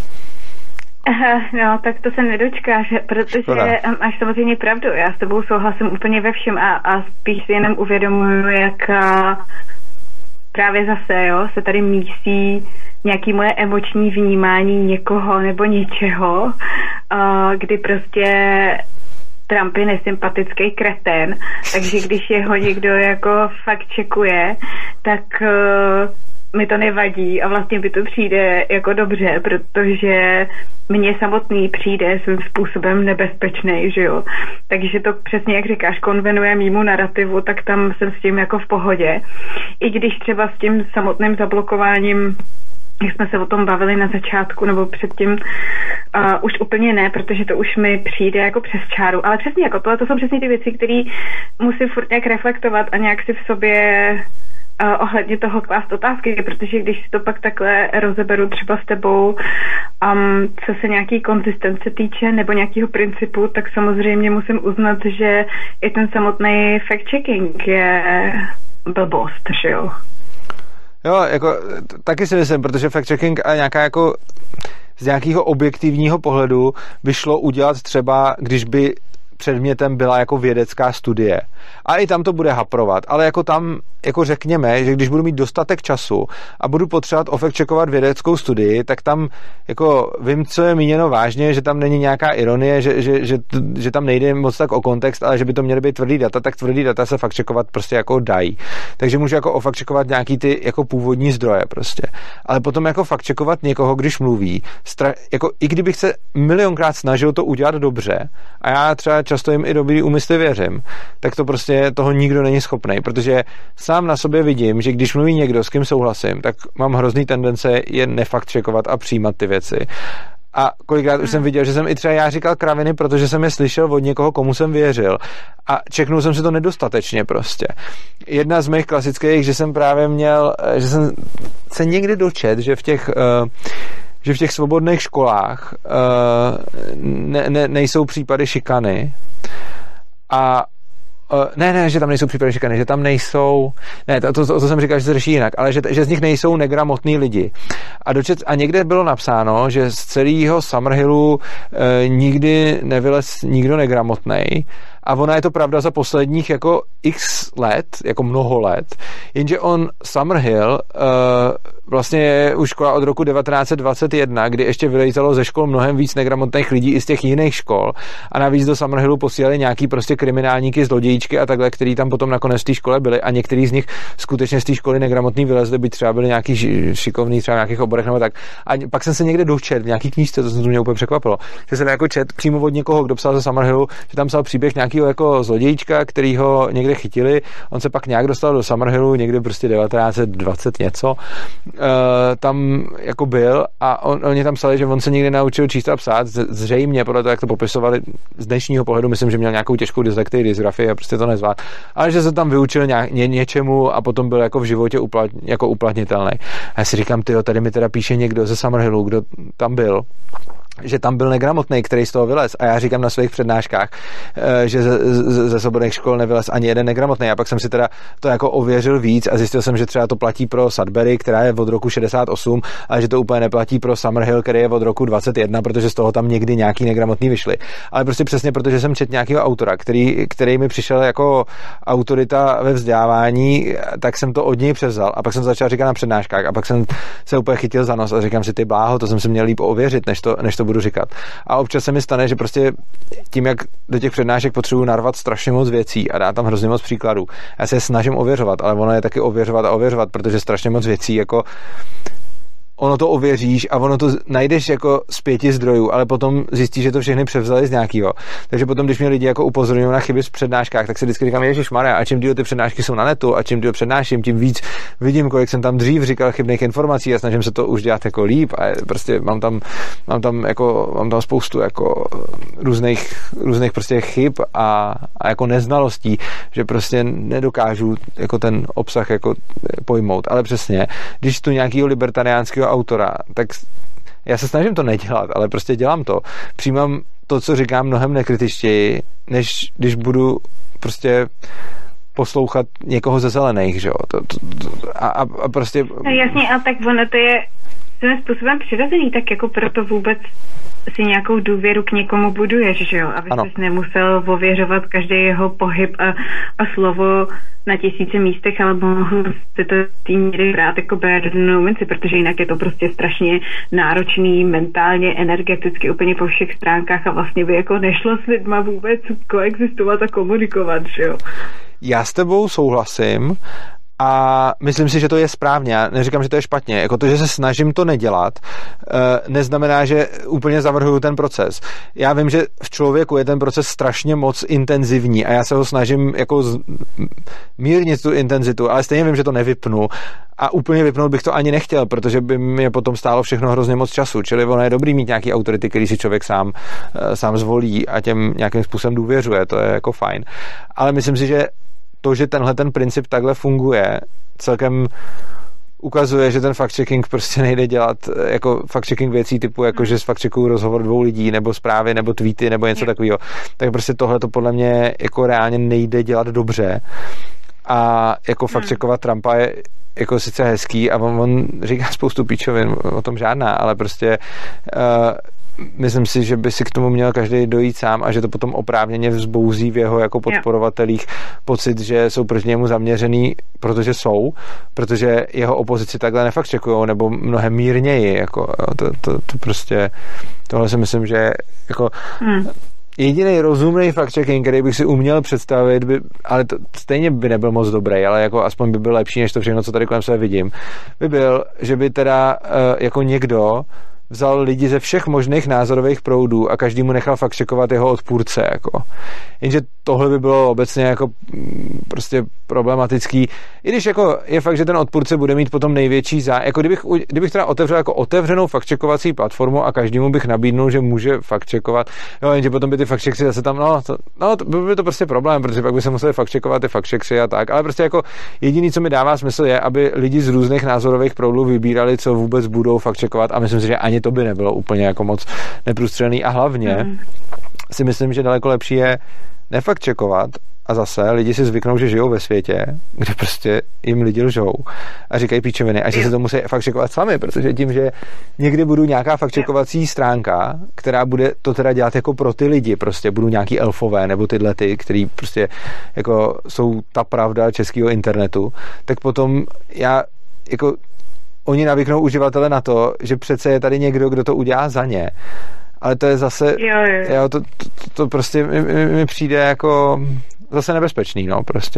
Aha, no, tak to se nedočkáš, protože máš samozřejmě pravdu. Já s tebou souhlasím úplně ve všem a, a spíš si jenom uvědomuji, jak a, právě zase, jo, se tady mísí nějaký moje emoční vnímání někoho nebo něčeho, a, kdy prostě Trump je nesympatický kretén, takže když jeho někdo jako fakt čekuje, tak uh, mi to nevadí a vlastně by to přijde jako dobře, protože mně samotný přijde svým způsobem nebezpečný, že jo. Takže to přesně, jak říkáš, konvenuje mýmu narrativu, tak tam jsem s tím jako v pohodě. I když třeba s tím samotným zablokováním, jak jsme se o tom bavili na začátku nebo předtím, uh, už úplně ne, protože to už mi přijde jako přes čáru. Ale přesně jako tohle, to jsou přesně ty věci, které musím furt nějak reflektovat a nějak si v sobě Uh, ohledně toho klást otázky, protože když si to pak takhle rozeberu třeba s tebou, um, co se nějaký konzistence týče nebo nějakého principu, tak samozřejmě musím uznat, že i ten samotný fact-checking je blbost, že jo? Jo, jako taky si myslím, protože fact-checking a nějaká jako z nějakého objektivního pohledu by šlo udělat třeba, když by předmětem byla jako vědecká studie. A i tam to bude haprovat, ale jako tam, jako řekněme, že když budu mít dostatek času a budu potřebovat ofact-checkovat vědeckou studii, tak tam jako vím, co je míněno vážně, že tam není nějaká ironie, že, že, že, že tam nejde moc tak o kontext, ale že by to měly být tvrdý data, tak tvrdý data se fakt-checkovat prostě jako dají. Takže můžu jako ofact-checkovat nějaký ty jako původní zdroje prostě. Ale potom jako fakt-checkovat někoho, když mluví, stra- jako i kdybych se milionkrát snažil to udělat dobře, a já třeba často jim i dobrý úmysly věřím, tak to prostě toho nikdo není schopný, protože sám na sobě vidím, že když mluví někdo, s kým souhlasím, tak mám hrozný tendence je nefakt-checkovat a přijímat ty věci. A kolikrát už jsem viděl, že jsem i třeba já říkal kraviny, protože jsem je slyšel od někoho, komu jsem věřil. A čeknul jsem si to nedostatečně prostě. Jedna z mých klasických, že jsem právě měl, že jsem se někdy dočet, že v těch uh, že v těch svobodných školách uh, ne, ne, nejsou případy šikany a uh, ne, ne, že tam nejsou případy šikany, že tam nejsou, ne, to, to, to, to jsem říkal, že se řeší jinak, ale že, že z nich nejsou negramotní lidi. A, dočet, a někde bylo napsáno, že z celého Summerhillu uh, nikdy nevylez nikdo negramotnej. A ona je to pravda za posledních jako x let, jako mnoho let, jenže on Summerhill uh, vlastně je už škola od roku devatenáct set dvacet jedna, kdy ještě vylejzalo ze škol mnohem víc negramotných lidí i z těch jiných škol a navíc do Summerhillu posílali nějaký prostě kriminálníky, zlodějíčky a takhle, který tam potom nakonec v té škole byli a některý z nich skutečně z té školy negramotný vylezli, by třeba byli nějaký šikovný třeba v nějakých oborech nebo tak. A pak jsem se někde dočet v nějaký knížce, to se mě úplně překvapilo, že jsem jako čet přímo od někoho, kdo psal ze Summerhillu, že tam psal příběh nějakého jako zlodějíčka, který ho někde chytili. On se pak nějak dostal do Summerhillu, někde prostě devatenáct set dvacet něco. E, tam jako byl a on, oni tam psali, že on se nikdy naučil číst a psát. Zřejmě podle toho, jak to popisovali z dnešního pohledu, myslím, že měl nějakou těžkou dyslektii, dysgrafii a prostě to nezvlád. Ale že se tam vyučil nějak, ně, něčemu a potom byl jako v životě uplat, jako uplatnitelný. A já si říkám, tyjo, tady mi teda píše někdo ze Summerhillu, kdo tam byl, že tam byl negramotný, který z toho vylez. A já říkám na svých přednáškách, že ze, ze, ze svobodných škol nevylez ani jeden negramotný. A pak jsem si teda to jako ověřil víc a zjistil jsem, že třeba to platí pro Sudbury, která je od roku šedesát osm, ale že to úplně neplatí pro Summerhill, který je od roku dvacet jedna, protože z toho tam někdy nějaký negramotný vyšly. Ale prostě přesně protože jsem četl nějakého autora, který, který mi přišel jako autorita ve vzdělávání, tak jsem to od něj převzal. A pak jsem začal říkat na přednáškách a pak jsem se úplně chytil za nos a říkám si, ty bláho, to jsem si měl líp ověřit, než to, než to budu říkat. A občas se mi stane, že prostě tím, jak do těch přednášek potřebuji narvat strašně moc věcí a dát tam hrozně moc příkladů. Já se je snažím ověřovat, ale ono je taky ověřovat a ověřovat, protože strašně moc věcí jako ono to ověříš a ono to najdeš jako z pěti zdrojů, ale potom zjistíš, že to všechny převzali z nějakého. Takže potom, když mě lidi jako upozorňují na chyby v přednáškách, tak si vždycky říkám, ježišmarja, a čím díl ty přednášky jsou na netu a čím díl přednáším, tím víc vidím, kolik jsem tam dřív říkal chybných informací a snažím se to už dělat jako líp a prostě mám tam, mám tam jako mám tam spoustu jako různých, různých prostě chyb a, a jako neznalostí, že prostě nedokážu jako ten obsah jako pojmout. Ale přesně, když tu nějakýho libertariánského autora, tak já se snažím to nedělat, ale prostě dělám to. Přijímám to, co říkám, mnohem nekritičtěji, než když budu prostě poslouchat někoho ze zelených, že jo. To, to, to, a, a prostě... No jasně, ale tak ono to je svým způsobem přirozený, tak jako proto vůbec si nějakou důvěru k někomu buduješ, že jo, aby jsi nemusel ověřovat každý jeho pohyb a, a slovo na tisíce místech, ale mohl si to tím míry brát jako bare minci, protože jinak je to prostě strašně náročný, mentálně, energeticky, úplně po všech stránkách a vlastně by jako nešlo s lidma vůbec koexistovat a komunikovat, že jo. Já s tebou souhlasím, a myslím si, že to je správně. Já neříkám, že to je špatně. Jako to, že se snažím to nedělat, neznamená, že úplně zavrhuju ten proces. Já vím, že v člověku je ten proces strašně moc intenzivní a já se ho snažím jako mírnit tu intenzitu, ale stejně vím, že to nevypnu. A úplně vypnout bych to ani nechtěl, protože by mě potom stálo všechno hrozně moc času. Čili ono je dobrý mít nějaký autority, který si člověk sám, sám zvolí a těm nějakým způsobem důvěřuje. To je jako fajn. Ale myslím si, že to, že tenhle ten princip takhle funguje, celkem ukazuje, že ten fact-checking prostě nejde dělat jako fact-checking věcí typu, jako že z fact-checkuju rozhovor dvou lidí, nebo zprávy, nebo tweety, nebo něco takového. Tak prostě tohle to podle mě jako reálně nejde dělat dobře. A jako fact-checkovat Trumpa je jako sice hezký a on, on říká spoustu píčovin, o tom žádná, ale prostě uh, myslím si, že by si k tomu měl každý dojít sám a že to potom oprávněně vzbouzí v jeho jako podporovatelích pocit, že jsou proti němu zaměřený, protože jsou, protože jeho opozici takhle nefaktčekujou, nebo mnohem mírněji, jako to, to, to prostě tohle si myslím, že jako hmm. jediný rozumný fact-checking, který bych si uměl představit, by, ale to stejně by nebyl moc dobrý, ale jako aspoň by byl lepší, než to všechno, co tady kolem sebe vidím, by byl, že by teda uh, jako někdo vzal lidi ze všech možných názorových proudů a každému nechal fakt čekovat jeho odpůrce. Jako. Jenže tohle by bylo obecně jako prostě problematický. I když jako je fakt, že ten odpůrce bude mít potom největší zájem. Jako kdybych, kdybych teda otevřel jako otevřenou faktčekovací platformu a každému bych nabídnul, že může faktčekovat, jo, jenže potom by ty faktčeky zase tam, no, to, no, to by to prostě problém, protože pak by se museli faktčekovat ty faktčeky a tak, ale prostě jako jediný, co mi dává smysl, je, aby lidi z různých názorových proudů vybírali, co vůbec budou faktčekovat a myslím si, že ani to by nebylo úplně jako moc neprůstřelný a hlavně mm. si myslím, že daleko lepší je nefaktčekovat a zase lidi si zvyknou, že žijou ve světě, kde prostě jim lidi lžou a říkají píčoviny a že se to musí faktčekovat sami, protože tím, že někdy budu nějaká faktčekovací stránka, která bude to teda dělat jako pro ty lidi, prostě budou nějaký elfové nebo tyhle ty, který prostě jako jsou ta pravda českého internetu, tak potom já jako oni navyknou uživatele na to, že přece je tady někdo, kdo to udělá za ně. Ale to je zase, jo, jo. Jo, to, to, to prostě mi, mi přijde jako zase nebezpečný, no, prostě.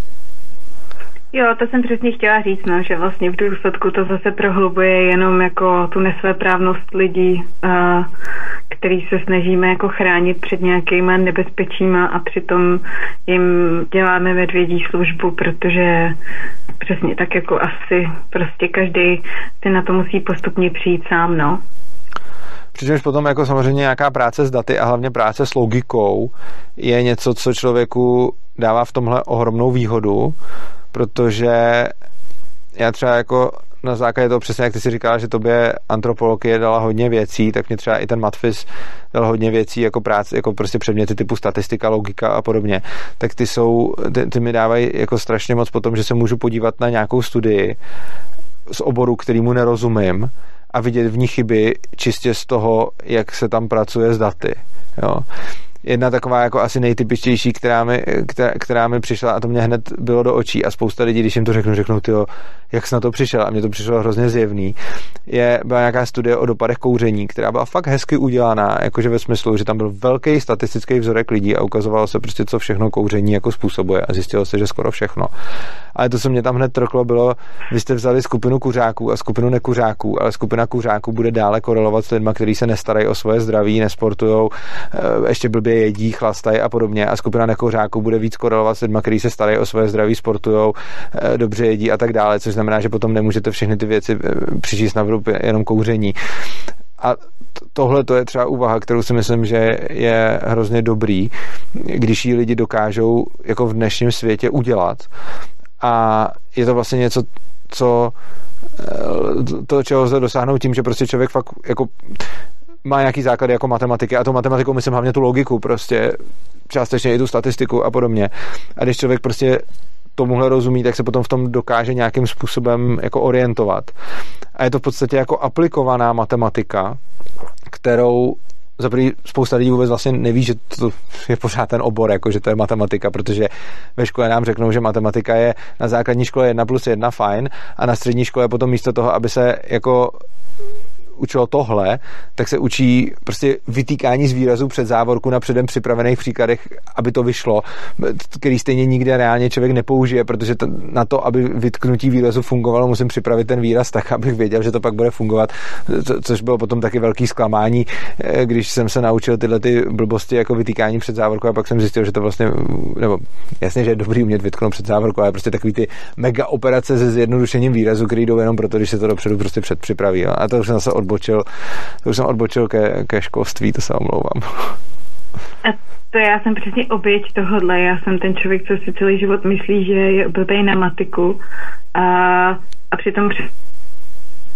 Jo, to jsem přesně chtěla říct, no, že vlastně v důsledku to zase prohlubuje jenom jako tu nesvéprávnost lidí, uh, který se snažíme jako chránit před nějakýma nebezpečíma a přitom jim děláme medvědí službu, protože přesně tak jako asi prostě každý si na to musí postupně přijít sám, no. Přičemž potom jako samozřejmě nějaká práce s daty a hlavně práce s logikou je něco, co člověku dává v tomhle ohromnou výhodu, protože já třeba jako na základě toho přesně, jak ty si říkala, že tobě antropologie dala hodně věcí, tak mě třeba i ten matfis dal hodně věcí jako práce, jako prostě předměty typu statistika, logika a podobně. Tak ty jsou, ty, ty mi dávají jako strašně moc potom, že se můžu podívat na nějakou studii z oboru, kterýmu nerozumím a vidět v ní chyby čistě z toho, jak se tam pracuje s daty. Jo. Jedna taková jako asi nejtypičtější, která mi, která, která mi přišla a to mě hned bylo do očí a spousta lidí, když jim to řeknu, řeknou, tyjo, jak jsi na to přišel a mně to přišlo hrozně zjevný, je, byla nějaká studie o dopadech kouření, která byla fakt hezky udělaná, jakože ve smyslu, že tam byl velký statistický vzorek lidí a ukazovalo se prostě, co všechno kouření jako způsobuje a zjistilo se, že skoro všechno. Ale to, co mě tam hned trklo, bylo, vy jste vzali skupinu kuřáků a skupinu nekuřáků, ale skupina kuřáků bude dále korelovat s lidma, kteří se nestarají o svoje zdraví, nesportujou, ještě blbě jedí, chlastají a podobně a skupina nekuřáků bude víc korelovat s lidma, kteří se starají o svoje zdraví, sportujou, dobře jedí a tak dále, což znamená, že potom nemůžete všechny ty věci přičíst na vrub jenom kouření. A tohle to je třeba úvaha, kterou si myslím, že je hrozně dobrý, když ji lidi dokážou jako v dnešním světě udělat. A je to vlastně něco, co to, čeho lze dosáhnout tím, že prostě člověk fakt jako má nějaký základy jako matematiky a tou matematikou myslím hlavně tu logiku, prostě částečně i tu statistiku a podobně. A když člověk prostě tomuhle rozumí, tak se potom v tom dokáže nějakým způsobem jako orientovat. A je to v podstatě jako aplikovaná matematika, kterou za první spousta lidí vůbec vlastně neví, že to je pořád ten obor, jako že to je matematika, protože ve škole nám řeknou, že matematika je na základní škole jedna plus jedna fajn a na střední škole potom místo toho, aby se jako učilo tohle, tak se učí prostě vytýkání z výrazů před závorku na předem připravených příkladech, aby to vyšlo, který stejně nikde reálně člověk nepoužije, protože to, na to, aby vytknutí výrazu fungovalo, musím připravit ten výraz tak, abych věděl, že to pak bude fungovat, co, což bylo potom taky velký zklamání, když jsem se naučil tyhle ty blbosti jako vytýkání před závorku a pak jsem zjistil, že to vlastně, nebo jasně, že je dobrý umět vytknout před závorku, ale prostě takový ty mega operace se zjednodušením výrazu, který jdou jenom proto, když se to dopředu prostě předpřipraví. A to už jsem zase odbočil, to už jsem odbočil ke, ke školství, to se omlouvám. A to já jsem přesně oběť tohodle, já jsem ten člověk, co si celý život myslí, že je blbej na matiku a, a přitom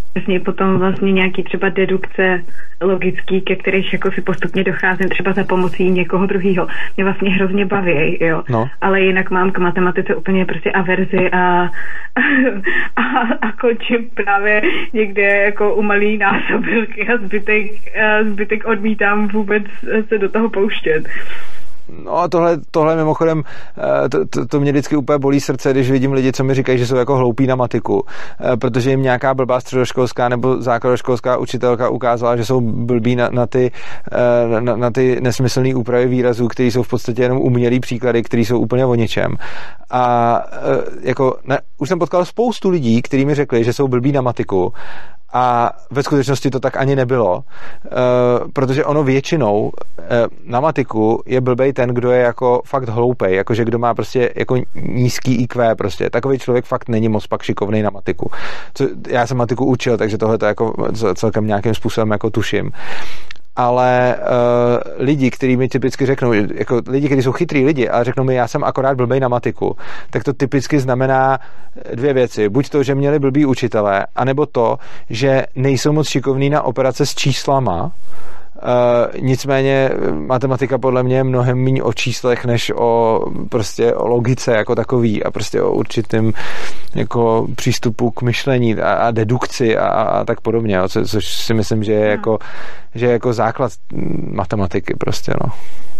Přesně potom vlastně nějaký třeba dedukce logický, ke kterých jako si postupně docházím třeba za pomocí někoho druhého. Mě vlastně hrozně baví, jo. No. Ale jinak mám k matematice úplně prostě averzi a, a, a končím právě někde jako u malý násobilky a zbytek, a zbytek odmítám vůbec se do toho pouštět. No a tohle, tohle mimochodem, to, to, to mě vždycky úplně bolí srdce, když vidím lidi, co mi říkají, že jsou jako hloupí na matiku, protože jim nějaká blbá středoškolská nebo základoškolská učitelka ukázala, že jsou blbí na, na, ty, na, na ty nesmyslné úpravy výrazů, které jsou v podstatě jenom umělý příklady, které jsou úplně o ničem. A jako, ne, už jsem potkal spoustu lidí, kteří mi řekli, že jsou blbí na matiku, a ve skutečnosti to tak ani nebylo, uh, protože ono většinou uh, na matiku je blbej ten, kdo je jako fakt hloupej, jakože kdo má prostě jako nízký í kvé prostě. Takový člověk fakt není moc pak šikovnej na matiku. Co, já jsem matiku učil, takže tohle to jako celkem nějakým způsobem jako tuším. Ale uh, lidi, kteří mi typicky řeknou, jako lidi, kteří jsou chytrý lidi, ale řeknou mi, já jsem akorát blbej na matiku, tak to typicky znamená dvě věci. Buď to, že měli blbý učitelé, anebo to, že nejsou moc šikovní na operace s číslama. Uh, nicméně matematika podle mě je mnohem méně o číslech, než o prostě o logice jako takový a prostě o určitém jako přístupu k myšlení a, a dedukci a, a tak podobně, jo, co, což si myslím, že je, no. jako, že je jako základ matematiky prostě, no.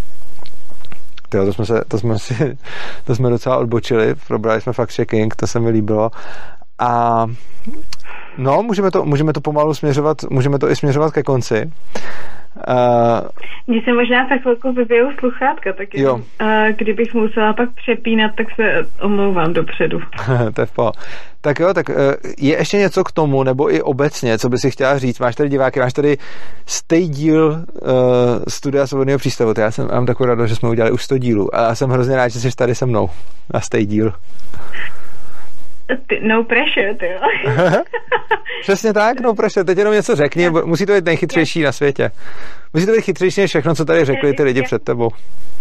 Tyjo, to jsme se, to jsme si, to jsme docela odbočili, probrali jsme fact checking, to se mi líbilo a no, můžeme to, můžeme to pomalu směřovat, můžeme to i směřovat ke konci. Uh, Mně se možná za chvilku vybijou sluchátka, tak jenom, uh, kdybych musela pak přepínat, tak se omlouvám dopředu. To je v pohodě. Tak jo, tak uh, je ještě něco k tomu, nebo i obecně, co by si chtěla říct? Máš tady diváky, máš tady stej díl uh, Studia Svobodného přístavu. Já jsem mám takovou radost, že jsme udělali už sto dílů a já jsem hrozně rád, že jsi tady se mnou na stej díl. No pressure, ty jo. Přesně tak, no pressure. Teď jenom něco řekni, musí to být nejchytřejší na světě. Musí to být chytřejší než všechno, co tady řekli ty lidi před tebou.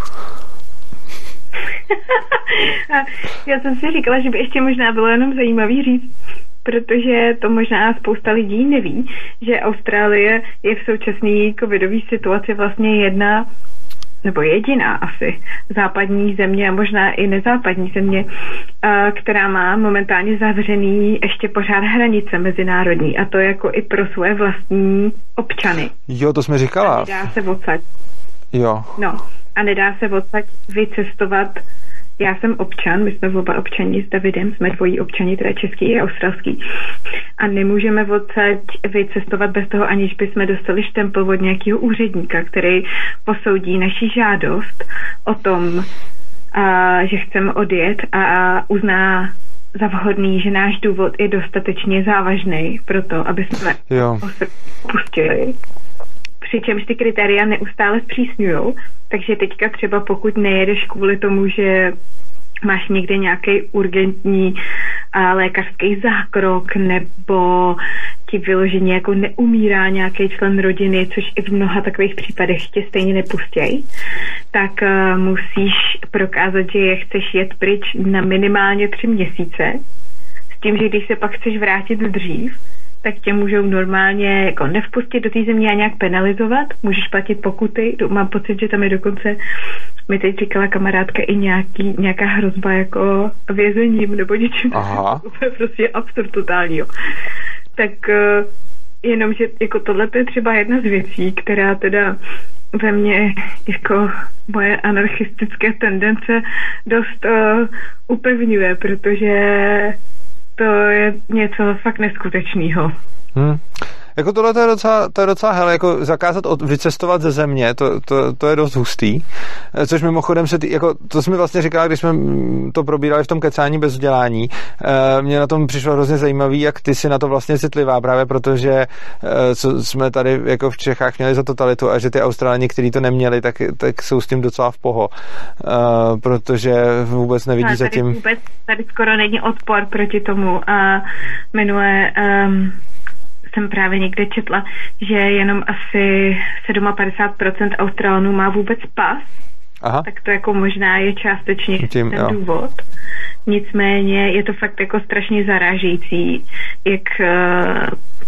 Já jsem si říkala, že by ještě možná bylo jenom zajímavý říct, protože to možná spousta lidí neví, že Austrálie je v současné covidové situaci vlastně jedna nebo jediná asi západní země a možná i nezápadní země, která má momentálně zavřený ještě pořád hranice mezinárodní a to jako i pro své vlastní občany. Jo, to jsme říkala. A nedá se odsaď. Jo. No, a nedá se odsaď vycestovat. Já jsem občan, my jsme oba občani s Davidem, jsme dvojí občani, teda český i australský. A nemůžeme odsaď vycestovat bez toho, aniž bychom dostali štempel od nějakého úředníka, který posoudí naši žádost o tom, a, že chceme odjet a uzná za vhodný, že náš důvod je dostatečně závažný pro to, aby jsme pustili. Přičemž ty kritéria neustále zpřísňujou, takže teďka třeba pokud nejedeš kvůli tomu, že máš někde nějaký urgentní a, lékařský zákrok nebo ti vyloženě jako neumírá nějaký člen rodiny, což i v mnoha takových případech tě stejně nepustěj, tak uh, musíš prokázat, že je chceš jet pryč na minimálně tři měsíce s tím, že když se pak chceš vrátit dřív, tak tě můžou normálně jako nevpustit do té země a nějak penalizovat, můžeš platit pokuty, mám pocit, že tam je dokonce, mi teď říkala kamarádka, i nějaký, nějaká hrozba jako vězením nebo něčím. Aha. To je prostě absurd totálního. Tak uh, jenom, že jako tohle je třeba jedna z věcí, která teda ve mně jako moje anarchistické tendence dost uh, upevňuje, protože to je něco fakt neskutečného. Hmm. Jako tohle to je docela, to je docela hele, jako zakázat od, vycestovat ze země, to, to, to je dost hustý, což mimochodem se, tý, jako, to jsi mi vlastně říkala, když jsme to probírali v tom kecání bez vzdělání, e, mně na tom přišlo hrozně zajímavý, jak ty jsi na to vlastně citlivá, právě protože e, co jsme tady jako v Čechách měli za totalitu a že ty Australani, kteří to neměli, tak, tak jsou s tím docela v poho, e, protože vůbec nevidí no, zatím... Tady vůbec, tady skoro není odpor proti tomu a minulé... Um... jsem právě někde četla, že jenom asi padesát sedm procent Australanů má vůbec pas. Aha. Tak to jako možná je částečně Tím, ten jo. důvod. Nicméně je to fakt jako strašně zarážející, jak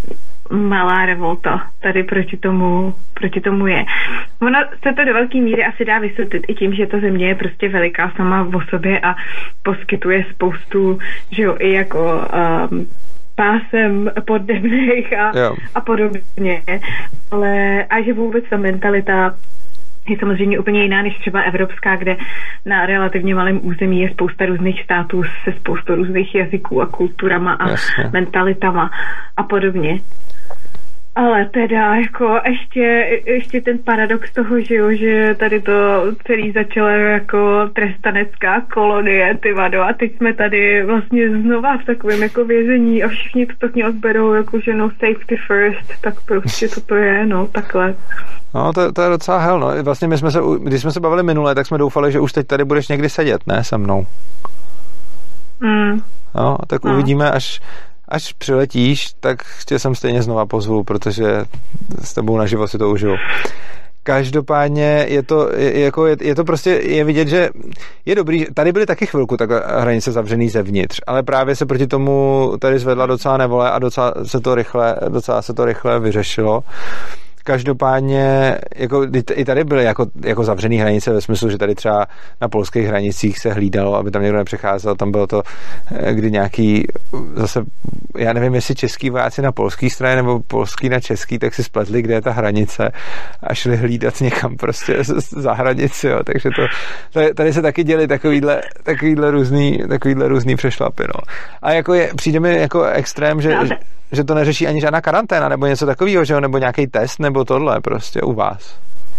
malá revolta tady proti tomu, proti tomu je. Ono se to do velké míry asi dá vysvětlit i tím, že ta země je prostě veliká sama o sobě a poskytuje spoustu, že jo, i jako um, pásem poddebných a, a podobně. Ale a že vůbec ta mentalita je samozřejmě úplně jiná než třeba evropská, kde na relativně malém území je spousta různých států se spoustou různých jazyků a kulturama a Jasně. mentalitama a podobně. Ale teda jako ještě, ještě ten paradox toho, že jo, že tady to celý začalo jako trestanecká kolonie, ty vado, a teď jsme tady vlastně znova v takovém jako vězení a všichni to tak nějak berou, jako že no safety first, tak prostě toto je, no takhle. No, to, to je docela hell, no. Vlastně my jsme se, když jsme se bavili minule, tak jsme doufali, že už teď tady budeš někdy sedět, ne, se mnou. Mm. No, tak no. Uvidíme, až až přiletíš, tak tě sem stejně znova pozvu, protože s tebou naživo si to užiju. Každopádně je to, je, jako je, je to prostě, je vidět, že je dobrý, tady byly taky chvilku tak hranice zavřený zevnitř, ale právě se proti tomu tady zvedla docela nevole a docela se to rychle, docela se to rychle vyřešilo. Každopádně jako, i tady byly jako, jako zavřený hranice ve smyslu, že tady třeba na polských hranicích se hlídalo, aby tam někdo nepřecházel. Tam bylo to, kdy nějaký zase, já nevím, jestli český vojáci na polský straně nebo polský na český, tak si spletli, kde je ta hranice a šli hlídat někam prostě za hranici. Jo. Takže to, tady se taky děli takovýhle, takovýhle různý, takovýhle různý přešlapy. No. A jako je, přijde mi jako extrém, že že to neřeší ani žádná karanténa, nebo něco takového, že jo, nebo nějaký test, nebo tohle prostě u vás.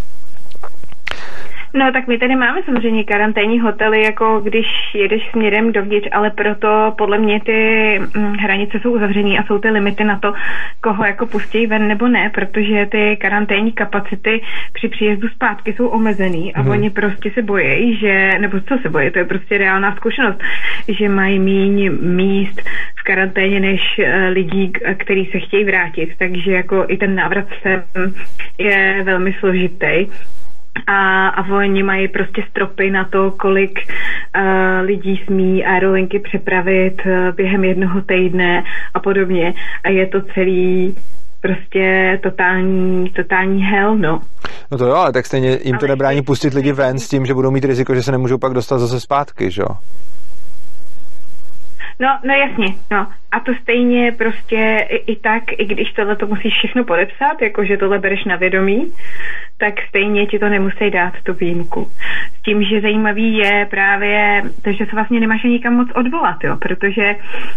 No tak my tady máme samozřejmě karanténní hotely, jako když jedeš směrem dovnitř, ale proto podle mě ty hranice jsou uzavřený a jsou ty limity na to, koho jako pustí ven nebo ne, protože ty karanténní kapacity při příjezdu zpátky jsou omezený a hmm. oni prostě se bojí, že, nebo co se bojí, to je prostě reálná zkušenost, že mají míň míst v karanténě než lidí, kteří se chtějí vrátit, takže jako i ten návrat sem je velmi složitý. A, a oni mají prostě stropy na to, kolik uh, lidí smí aerolinky přepravit uh, během jednoho týdne a podobně. A je to celý prostě totální, totální hell, no. No to jo, ale tak stejně jim to ale nebrání pustit lidi ven s tím, že budou mít riziko, že se nemůžou pak dostat zase zpátky, že jo? No, no jasně, no. A to stejně prostě i, i tak, i když tohle to musíš všechno podepsat, jakože tohle bereš na vědomí, tak stejně ti to nemusí dát tu výjimku. S tím, že zajímavý je právě to, že se vlastně nemáš nikam moc odvolat, jo, protože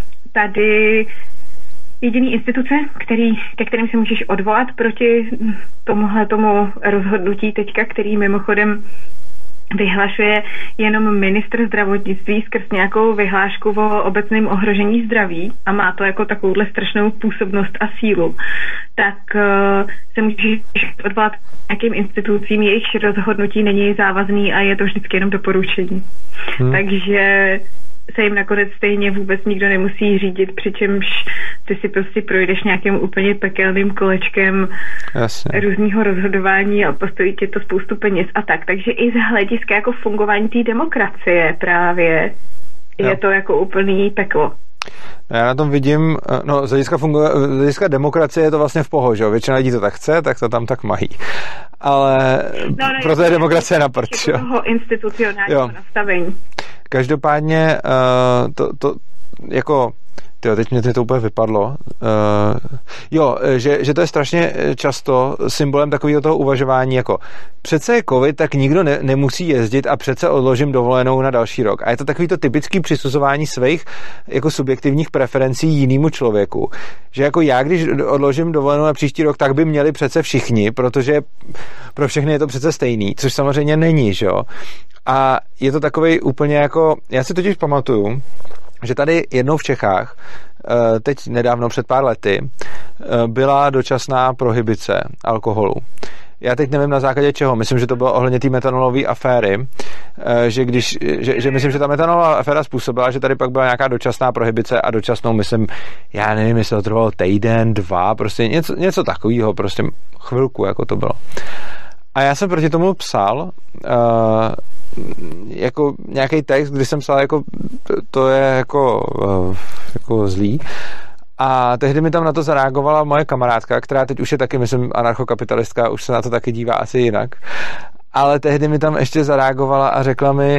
tady jediný instituce, který, ke kterým se můžeš odvolat proti tomuhle tomu rozhodnutí teďka, který mimochodem vyhlašuje jenom ministr zdravotnictví skrz nějakou vyhlášku o obecném ohrožení zdraví a má to jako takovouhle strašnou působnost a sílu, tak uh, se můžeš odvolat nějakým institucím, jejich rozhodnutí není závazný a je to vždycky jenom doporučení. Hmm. Takže se jim nakonec stejně vůbec nikdo nemusí řídit, přičemž ty si prostě projdeš nějakým úplně pekelným kolečkem Jasně. různýho rozhodování a postojí tě to spoustu peněz a tak. Takže i z hlediska jako fungování té demokracie právě jo. je to jako úplný peklo. Já na tom vidím, no z hlediska, fungu- z hlediska demokracie je to vlastně v pohodě, že většina lidí to tak chce, tak to tam tak mají. Ale no, no, proto je demokracie na prd, jo. Toho institucionálního nastavení. Každopádně uh, to, to jako tyjo, teď mě to úplně vypadlo. Uh, jo, že, že to je strašně často symbolem takového toho uvažování, jako přece je covid, tak nikdo ne, nemusí jezdit a přece odložím dovolenou na další rok. A je to takový to typický přisuzování svých jako subjektivních preferencí jinému člověku. Že jako já, když odložím dovolenou na příští rok, tak by měli přece všichni, protože pro všechny je to přece stejný, což samozřejmě není, že jo. A je to takovej úplně jako, já si totiž pamatuju, že tady jednou v Čechách, teď nedávno před pár lety, byla dočasná prohibice alkoholu. Já teď nevím na základě čeho, myslím, že to bylo ohledně té metanolové aféry, že když, že, že myslím, že ta metanolová aféra způsobila, že tady pak byla nějaká dočasná prohibice a dočasnou, myslím, já nevím, jestli to trvalo týden, dva, prostě něco, něco takového, prostě chvilku, jako to bylo. A já jsem proti tomu psal uh, jako nějaký text, kdy jsem psal jako to je jako, uh, jako zlý A tehdy mi tam na to zareagovala moje kamarádka, která teď už je taky, myslím, anarchokapitalistka, už se na to taky dívá asi jinak. Ale tehdy mi tam ještě zareagovala a řekla mi,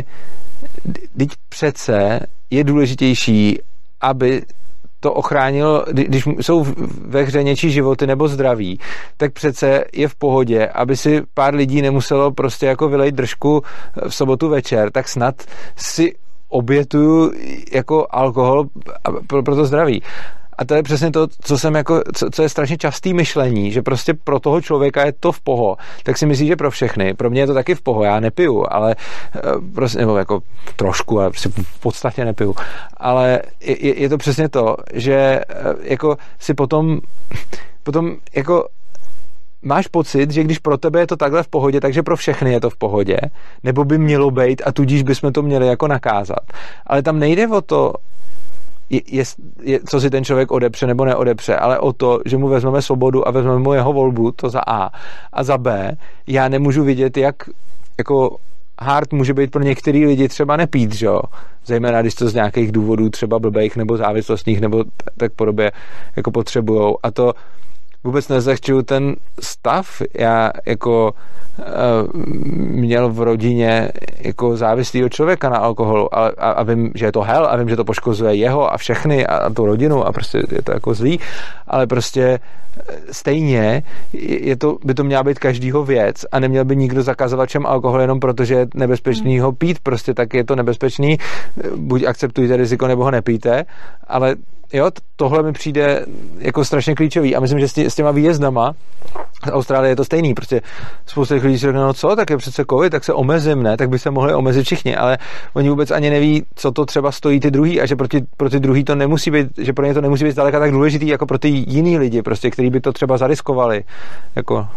teď přece je důležitější, aby to ochránilo, když jsou ve hře něčí životy nebo zdraví, tak přece je v pohodě, aby si pár lidí nemuselo prostě jako vylejt držku v sobotu večer, tak snad si obětuju jako alkohol pro, pro to zdraví. A to je přesně to, co jsem jako, co, co je strašně častý myšlení, že prostě pro toho člověka je to v poho, tak si myslí, že pro všechny. Pro mě je to taky v poho, já nepiju, ale prostě, nebo jako trošku, ale prostě v podstatě nepiju. Ale je, je to přesně to, že jako si potom, potom jako máš pocit, že když pro tebe je to takhle v pohodě, takže pro všechny je to v pohodě, nebo by mělo být a tudíž bychom to měli jako nakázat. Ale tam nejde o to, Je, je, je, co si ten člověk odepře nebo neodepře, ale o to, že mu vezmeme svobodu a vezmeme mu jeho volbu, to za A. A za B, já nemůžu vidět, jak jako hard může být pro některý lidi třeba nepít, že jo? Zejména, když to z nějakých důvodů třeba blbejch nebo závislostních nebo tak podobě jako potřebujou. A to vůbec nezlehčuju ten stav. Já jako uh, měl v rodině jako závislýho člověka na alkoholu a, a, a vím, že je to hell a vím, že to poškozuje jeho a všechny a, a tu rodinu a prostě je to jako zlý, ale prostě stejně je to, by to měla být každýho věc a neměl by nikdo zakazovat všem alkohol jenom protože je nebezpečný ho pít, prostě tak je to nebezpečný, buď akceptujte riziko nebo ho nepijte, ale jo, tohle mi přijde jako strašně klíčový a myslím, že s těma výjezdama z Austrálie je to stejný, prostě spousta lidí si řekne, no co, tak je přece covid, tak se omezím, ne, tak by se mohli omezit všichni, ale oni vůbec ani neví, co to třeba stojí ty druhý a že pro ty, pro ty druhý to nemusí být, že pro ně to nemusí být zdaleka tak důležitý, jako pro ty jiný lidi, prostě, kteří by to třeba zariskovali, jako...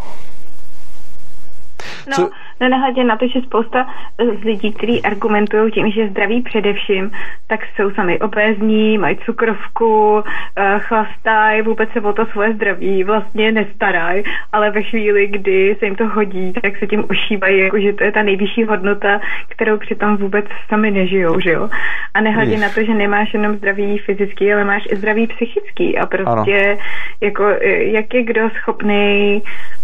No, Co? no nehledě na to, že spousta z lidí, kteří argumentují tím, že zdraví především, tak jsou sami obézní, mají cukrovku, chlastají, vůbec se o to svoje zdraví vlastně nestarají, ale ve chvíli, kdy se jim to hodí, tak se tím ušívají, jako že to je ta nejvyšší hodnota, kterou přitom vůbec sami nežijou, že jo? A nehledě na to, že nemáš jenom zdraví fyzický, ale máš i zdraví psychický a prostě ano. Jako jak je kdo schopný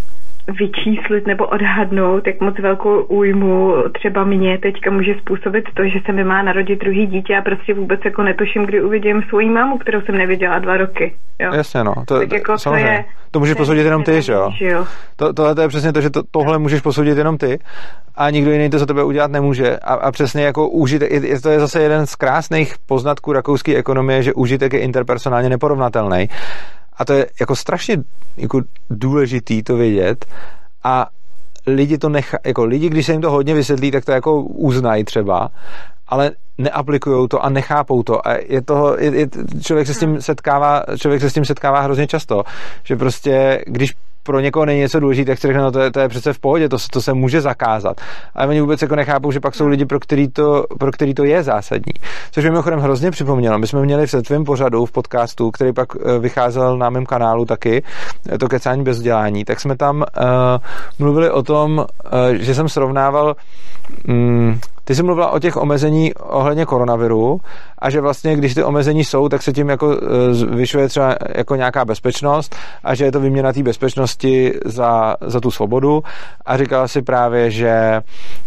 vyčíslit nebo odhadnout, jak moc velkou újmu třeba mě teďka může způsobit to, že se mi má narodit druhý dítě a prostě vůbec jako netuším, kdy uvidím svoji mámu, kterou jsem neviděla dva roky. Jo? Jasně, no. To, tak jako samozřejmě. To, je, to můžeš posoudit jenom ty, že jo? jo? To, tohle to je přesně to, že to, tohle můžeš posoudit jenom ty a nikdo jiný to za tebe udělat nemůže. A, a přesně jako užitek, je, to je zase jeden z krásných poznatků rakouské ekonomie, že užitek je interpersonálně neporovnatelný. A to je jako strašně jako důležitý to vědět a lidi to nechá, jako lidi, když se jim to hodně vysvětlí, tak to jako uznají třeba, ale neaplikujou to a nechápou to a je toho, je, je, člověk se s tím setkává, člověk se s tím setkává hrozně často, že prostě, když pro někoho není něco důležité, tak si řekne, no to je, to je přece v pohodě, to, to se může zakázat. Ale oni vůbec jako nechápou, že pak jsou lidi, pro který to, pro který to je zásadní. Což mi mimochodem hrozně připomnělo. My jsme měli v tvém pořadu v podcastu, který pak vycházel na mém kanálu taky, to Kecání bez vzdělání, tak jsme tam uh, mluvili o tom, uh, že jsem srovnával um, ty jsi mluvila o těch omezení ohledně koronaviru a že vlastně, když ty omezení jsou, tak se tím jako zvyšuje třeba jako nějaká bezpečnost a že je to výměna té bezpečnosti za, za tu svobodu a říkala si právě, že,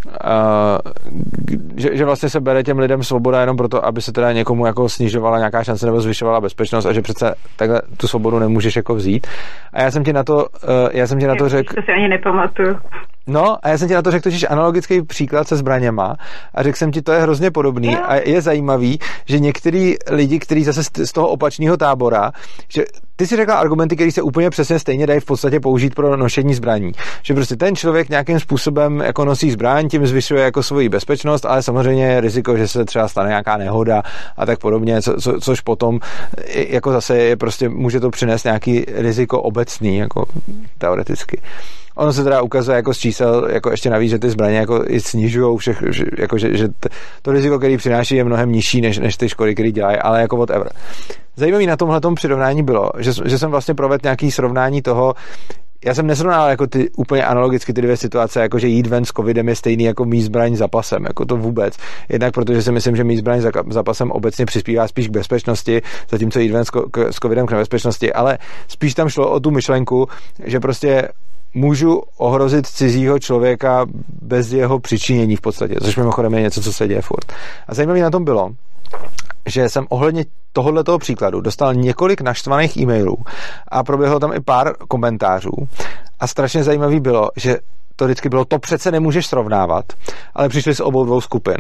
uh, že, že vlastně se bere těm lidem svoboda jenom proto, aby se teda někomu jako snižovala nějaká šance nebo zvyšovala bezpečnost a že přece takhle tu svobodu nemůžeš jako vzít. A já jsem ti na to, uh, já jsem ti na to řekl... To si ani nepamatuju. No a já jsem ti na to řekl totiž analogický příklad se zbraněma a řekl jsem ti, to je hrozně podobný a je zajímavý, že některý lidi, kteří zase z toho opačného tábora, že ty si řekla argumenty, které se úplně přesně stejně dají v podstatě použít pro nošení zbraní. Že prostě ten člověk nějakým způsobem jako nosí zbraň, tím zvyšuje jako svoji bezpečnost, ale samozřejmě je riziko, že se třeba stane nějaká nehoda a tak podobně, co, co, což potom jako zase je prostě může to přinést nějaký riziko obecný, jako teoreticky. Ono se teda ukazuje jako z čísel, jako ještě navíc, že ty zbraně jako i snižujou všech, jako že, že to riziko, který přináší, je mnohem nižší, než, než ty škody, který dělají, ale jako whatever. Zajímavý na tomhletom přirovnání bylo, že, že jsem vlastně provedl nějaký srovnání toho, já jsem nesrovnal jako ty úplně analogicky ty dvě situace, jako že jít ven s covidem je stejný jako mít zbraň za pasem, jako to vůbec. Jednak protože si myslím, že mít zbraň za, za pasem obecně přispívá spíš k bezpečnosti, zatímco jít ven s, k, s covidem k nebezpečnosti, ale spíš tam šlo o tu myšlenku, že prostě můžu ohrozit cizího člověka bez jeho přičinění v podstatě, což mimochodem je něco, co se děje furt. A zajímavé na tom bylo, že jsem ohledně tohoto příkladu dostal několik naštvaných e-mailů a proběhlo tam i pár komentářů a strašně zajímavý bylo, že to vždycky bylo, to přece nemůžeš srovnávat, ale přišli z obou dvou skupin.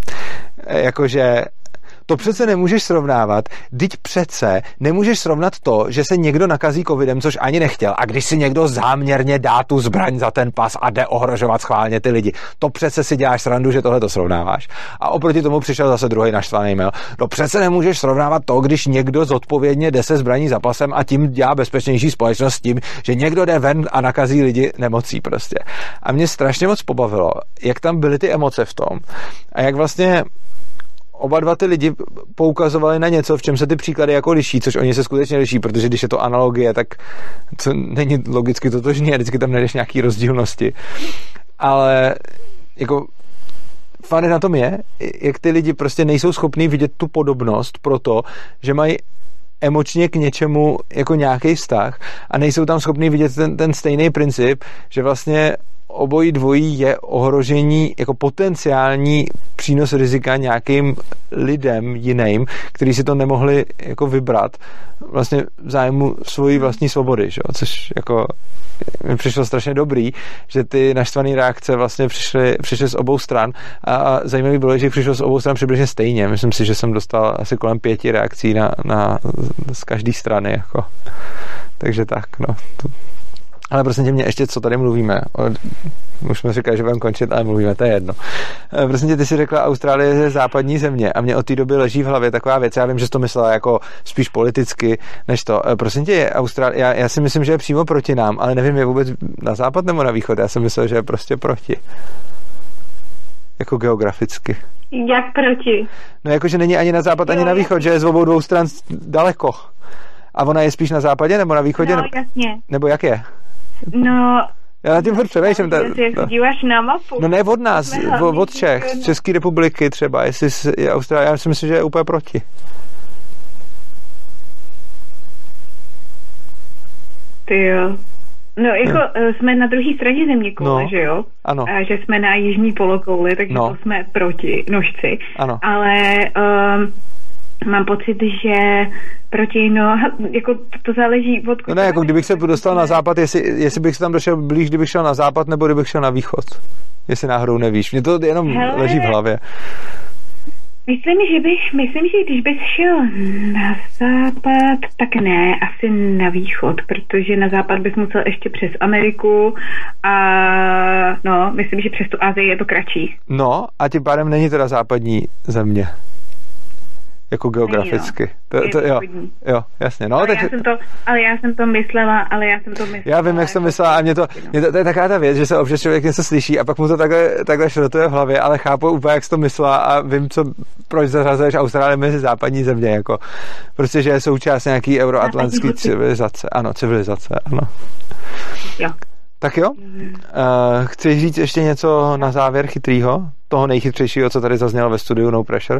Jakože to přece nemůžeš srovnávat, vždyť přece nemůžeš srovnat to, že se někdo nakazí covidem, což ani nechtěl, a když si někdo záměrně dá tu zbraň za ten pas a jde ohrožovat schválně ty lidi. To přece si děláš srandu, že tohle to srovnáváš. A oproti tomu přišel zase druhý naštvaný mail. No přece nemůžeš srovnávat to, když někdo zodpovědně jde se zbraní za pasem a tím dělá bezpečnější společnost s tím, že někdo jde ven a nakazí lidi nemocí prostě. A mě strašně moc pobavilo, jak tam byly ty emoce v tom a jak vlastně oba dva ty lidi poukazovali na něco, v čem se ty příklady jako liší, což oni se skutečně liší, protože když je to analogie, tak to není logicky totožný a vždycky tam najdeš nějaký rozdílnosti. Ale jako fajn na tom je, jak ty lidi prostě nejsou schopní vidět tu podobnost proto, že mají emočně k něčemu jako nějaký vztah a nejsou tam schopní vidět ten, ten stejný princip, že vlastně obojí dvojí je ohrožení jako potenciální přínos rizika nějakým lidem jiným, kteří si to nemohli jako vybrat vlastně v zájmu svojí vlastní svobody, že? Což jako mi přišlo strašně dobrý, že ty naštvané reakce vlastně přišly, přišly z obou stran a, a zajímavý bylo, že přišlo z obou stran přibližně stejně. Myslím si, že jsem dostal asi kolem pěti reakcí na, na, z každé strany. Jako. Takže tak, no. To... Ale prosím tě mě ještě, co tady mluvíme. Už jsme říkali, že budeme končit, ale mluvíme, to je jedno. Prosím tě, ty jsi řekla, Austrálie je západní země a mě od té doby leží v hlavě taková věc. Já vím, že jsi to myslela jako spíš politicky, než to. Prosím tě, Austrálie, já, já si myslím, že je přímo proti nám, ale nevím, je vůbec na západ nebo na východ. Já jsem myslel, že je prostě proti. Jako geograficky. Jak proti? No jako, že není ani na západ, jo, ani na východ, že je z obou dvou stran daleko. A ona je spíš na západě nebo na východě? No, jasně. Nebo jak je? No... Já na tím furt přemýšlím. Ta, jak díváš na mapu. No ne od nás, od, od Čech, z České republiky třeba, jestli je Austrálie, já si myslím, že je úplně proti. Ty jo. No jako hmm. jsme na druhé straně zeměkoule, no, že jo? Ano. A že jsme na jižní polokouli, takže no. to jsme proti nožci. Ano. Ale um, mám pocit, že proti, no, jako to, to záleží od... No ne, jako kdybych se dostal na západ, jestli, jestli bych se tam došel blíž, kdybych šel na západ, nebo kdybych šel na východ. Jestli náhodou nevíš. Mně to jenom Hele, leží v hlavě. Myslím, že bych, myslím, že když bys šel na západ, tak ne, asi na východ, protože na západ bys musel ještě přes Ameriku a no, myslím, že přes tu Asii je to kratší. No, a tím pádem není teda západní země. Jako geograficky. No. To, to, jo, jo, jasně. No, ale, tak... já jsem to, ale já jsem to myslela, ale já jsem to myslela. Já vím, jak jsem myslela a mě to, mě to, to je taková ta věc, že se občas člověk něco slyší a pak mu to takhle, takhle šrotuje v hlavě, ale chápu úplně, jak jsi to myslela a vím, co, proč zařazuješ Austrálii mezi západní země, jako prostě, že je součást nějaký euroatlantský civilizace. Ano, civilizace, ano. Jo. Tak jo? Uh, chceš říct ještě něco na závěr chytrýho? Toho nejchytřejšího, co tady zaznělo ve studiu No Pressure?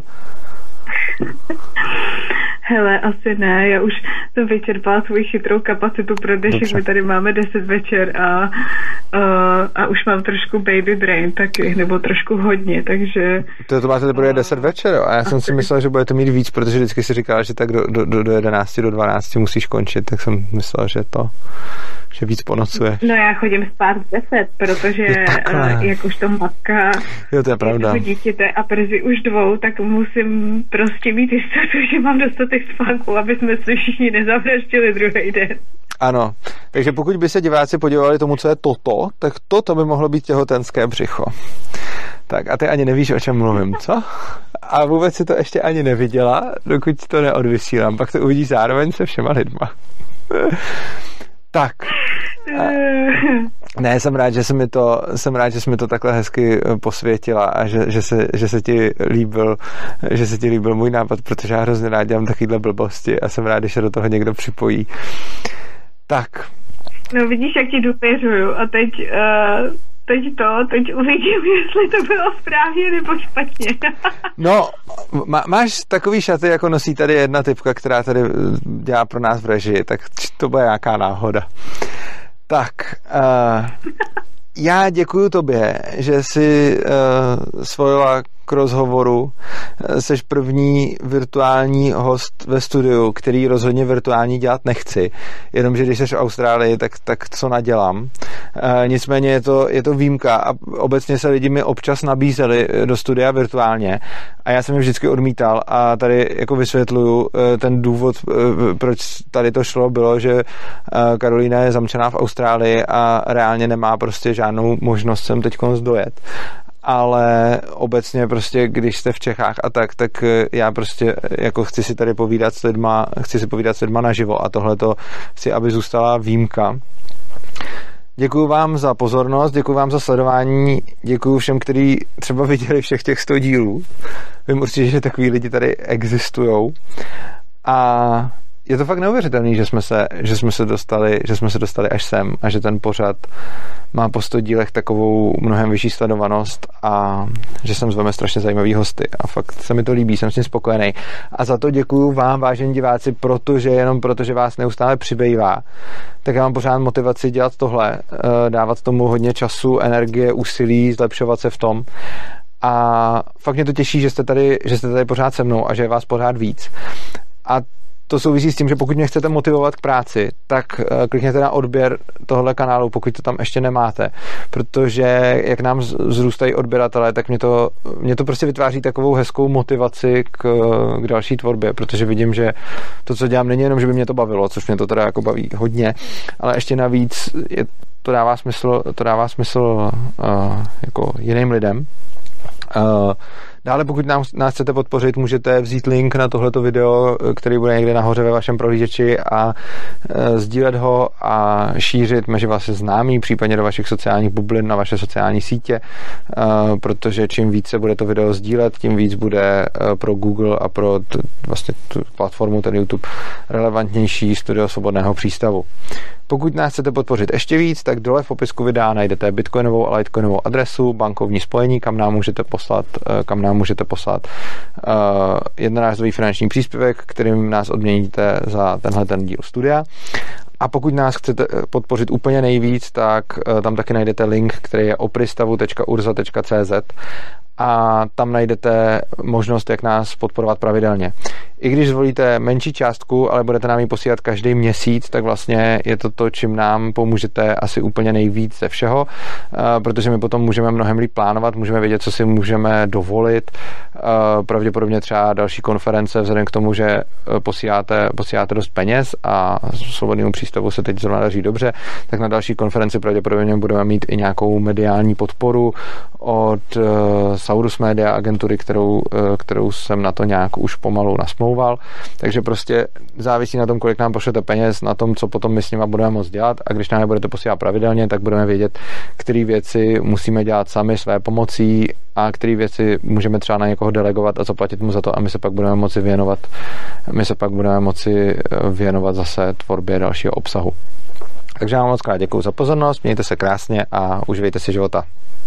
Hele, asi ne, já už jsem vyčerpala svou chytrou kapacitu pro dnešek, my tady máme deset večer a, a, a už mám trošku baby brain taky, nebo trošku hodně, takže... To, to máte teprve deset večer, jo? A já jsem si myslel, že budete mít víc, protože vždycky si říkala, že tak do, do, do jedenácti, do dvanácti musíš končit, tak jsem myslel, že to... že víc ponocuje. No já chodím spát v deset, protože uh, jak už to matka jo, to je pravda. dítěte a brzy už dvou, tak musím prostě mít jistotu, že mám dostatek spánku, aby jsme se všichni nezavraždili druhý den. Ano, takže pokud by se diváci podívali tomu, co je toto, tak toto by mohlo být těhotenské břicho. Tak a ty ani nevíš, o čem mluvím, co? A vůbec si to ještě ani neviděla, dokud to neodvysílám. Pak to uvidíš zároveň se všema lidma. Tak. A, ne, jsem rád, že jsi mi to, jsem rád, že jsi mi to takhle hezky posvětila a že, že, se, že se ti líbil, že se ti líbil můj nápad, protože já hrozně rád dělám takovýhle blbosti a jsem rád, když se do toho někdo připojí. Tak. No vidíš, jak ti důvěřuju a teď, uh, teď to, teď uvidím, jestli to bylo správně nebo špatně. No, má, máš takový šaty, jako nosí tady jedna typka, která tady dělá pro nás v režii, tak to bude nějaká náhoda. Tak, uh, já děkuju tobě, že jsi uh, svojila k rozhovoru. Seš první virtuální host ve studiu, který rozhodně virtuální dělat nechci. Jenomže když seš v Austrálii, tak, tak co nadělám. E, nicméně je to, je to výjimka a obecně se lidi mi občas nabízeli do studia virtuálně a já jsem je vždycky odmítal a tady jako vysvětluju ten důvod, proč tady to šlo, bylo, že Karolína je zamčená v Austrálii a reálně nemá prostě žádnou možnost sem teďkonc dojet. Ale obecně prostě, když jste v Čechách a tak, tak já prostě jako chci si tady povídat s lidma, chci si povídat s lidma naživo a tohleto chci, aby zůstala výjimka. Děkuju vám za pozornost, děkuju vám za sledování, děkuju všem, kteří třeba viděli všech těch sto dílů. Vím určitě, že takový lidi tady existujou. A je to fakt neuvěřitelný, že jsme se, že jsme se dostali, že jsme se dostali až sem a že ten pořad má po sto dílech takovou mnohem vyšší sledovanost a že sem zveme strašně zajímavý hosty a fakt se mi to líbí, jsem s tím spokojený. A za to děkuju vám, vážení diváci, protože jenom protože vás neustále přibývá, tak já mám pořád motivaci dělat tohle, dávat tomu hodně času, energie, úsilí, zlepšovat se v tom. A fakt mě to těší, že jste tady, že jste tady pořád se mnou a že je vás pořád víc. A to souvisí s tím, že pokud mě chcete motivovat k práci, tak klikněte na odběr tohle kanálu, pokud to tam ještě nemáte, protože jak nám zrůstají odběratelé, tak mě to, mě to prostě vytváří takovou hezkou motivaci k, k další tvorbě, protože vidím, že to, co dělám, není jenom, že by mě to bavilo, což mě to teda jako baví hodně, ale ještě navíc je, to dává smysl, to dává smysl uh, jako jiným lidem. Uh, Dále, pokud nás, nás chcete podpořit, můžete vzít link na tohleto video, který bude někde nahoře ve vašem prohlížeči a e, sdílet ho a šířit mezi vaše známí, případně do vašich sociálních bublin, na vaše sociální sítě, e, protože čím více bude to video sdílet, tím víc bude e, pro Google a pro t, vlastně tu platformu, ten YouTube, relevantnější Studio Svobodného přístavu. Pokud nás chcete podpořit ještě víc, tak dole v popisku videa najdete bitcoinovou a litecoinovou adresu, bankovní spojení, kam nám můžete poslat, kam nám můžete poslat uh, jednorázový finanční příspěvek, kterým nás odměníte za tenhle ten díl studia. A pokud nás chcete podpořit úplně nejvíc, tak uh, tam taky najdete link, který je opristavu tečka urza tečka cé zet a tam najdete možnost, jak nás podporovat pravidelně. I když zvolíte menší částku, ale budete nám ji posílat každý měsíc, tak vlastně je to to, čím nám pomůžete asi úplně nejvíc ze všeho, protože my potom můžeme mnohem líp plánovat, můžeme vědět, co si můžeme dovolit, pravděpodobně třeba další konference, vzhledem k tomu, že posíláte, posíláte dost peněz a Svobodnému přístavu se teď zrovna daří dobře, tak na další konferenci pravděpodobně budeme mít i nějakou mediální podporu od Saurus Media agentury, kterou, kterou jsem na to nějak už pomalu nasmlouval. Takže prostě závisí na tom, kolik nám pošlete peněz, na tom, co potom my s nima budeme moct dělat, a když nám je budete posílat pravidelně, tak budeme vědět, které věci musíme dělat sami své pomocí a které věci můžeme třeba na někoho delegovat a zaplatit mu za to, a my se pak budeme moci věnovat my se pak budeme moci věnovat zase tvorbě dalšího obsahu. Takže vám moc krát děkuju za pozornost, mějte se krásně a uživejte si života.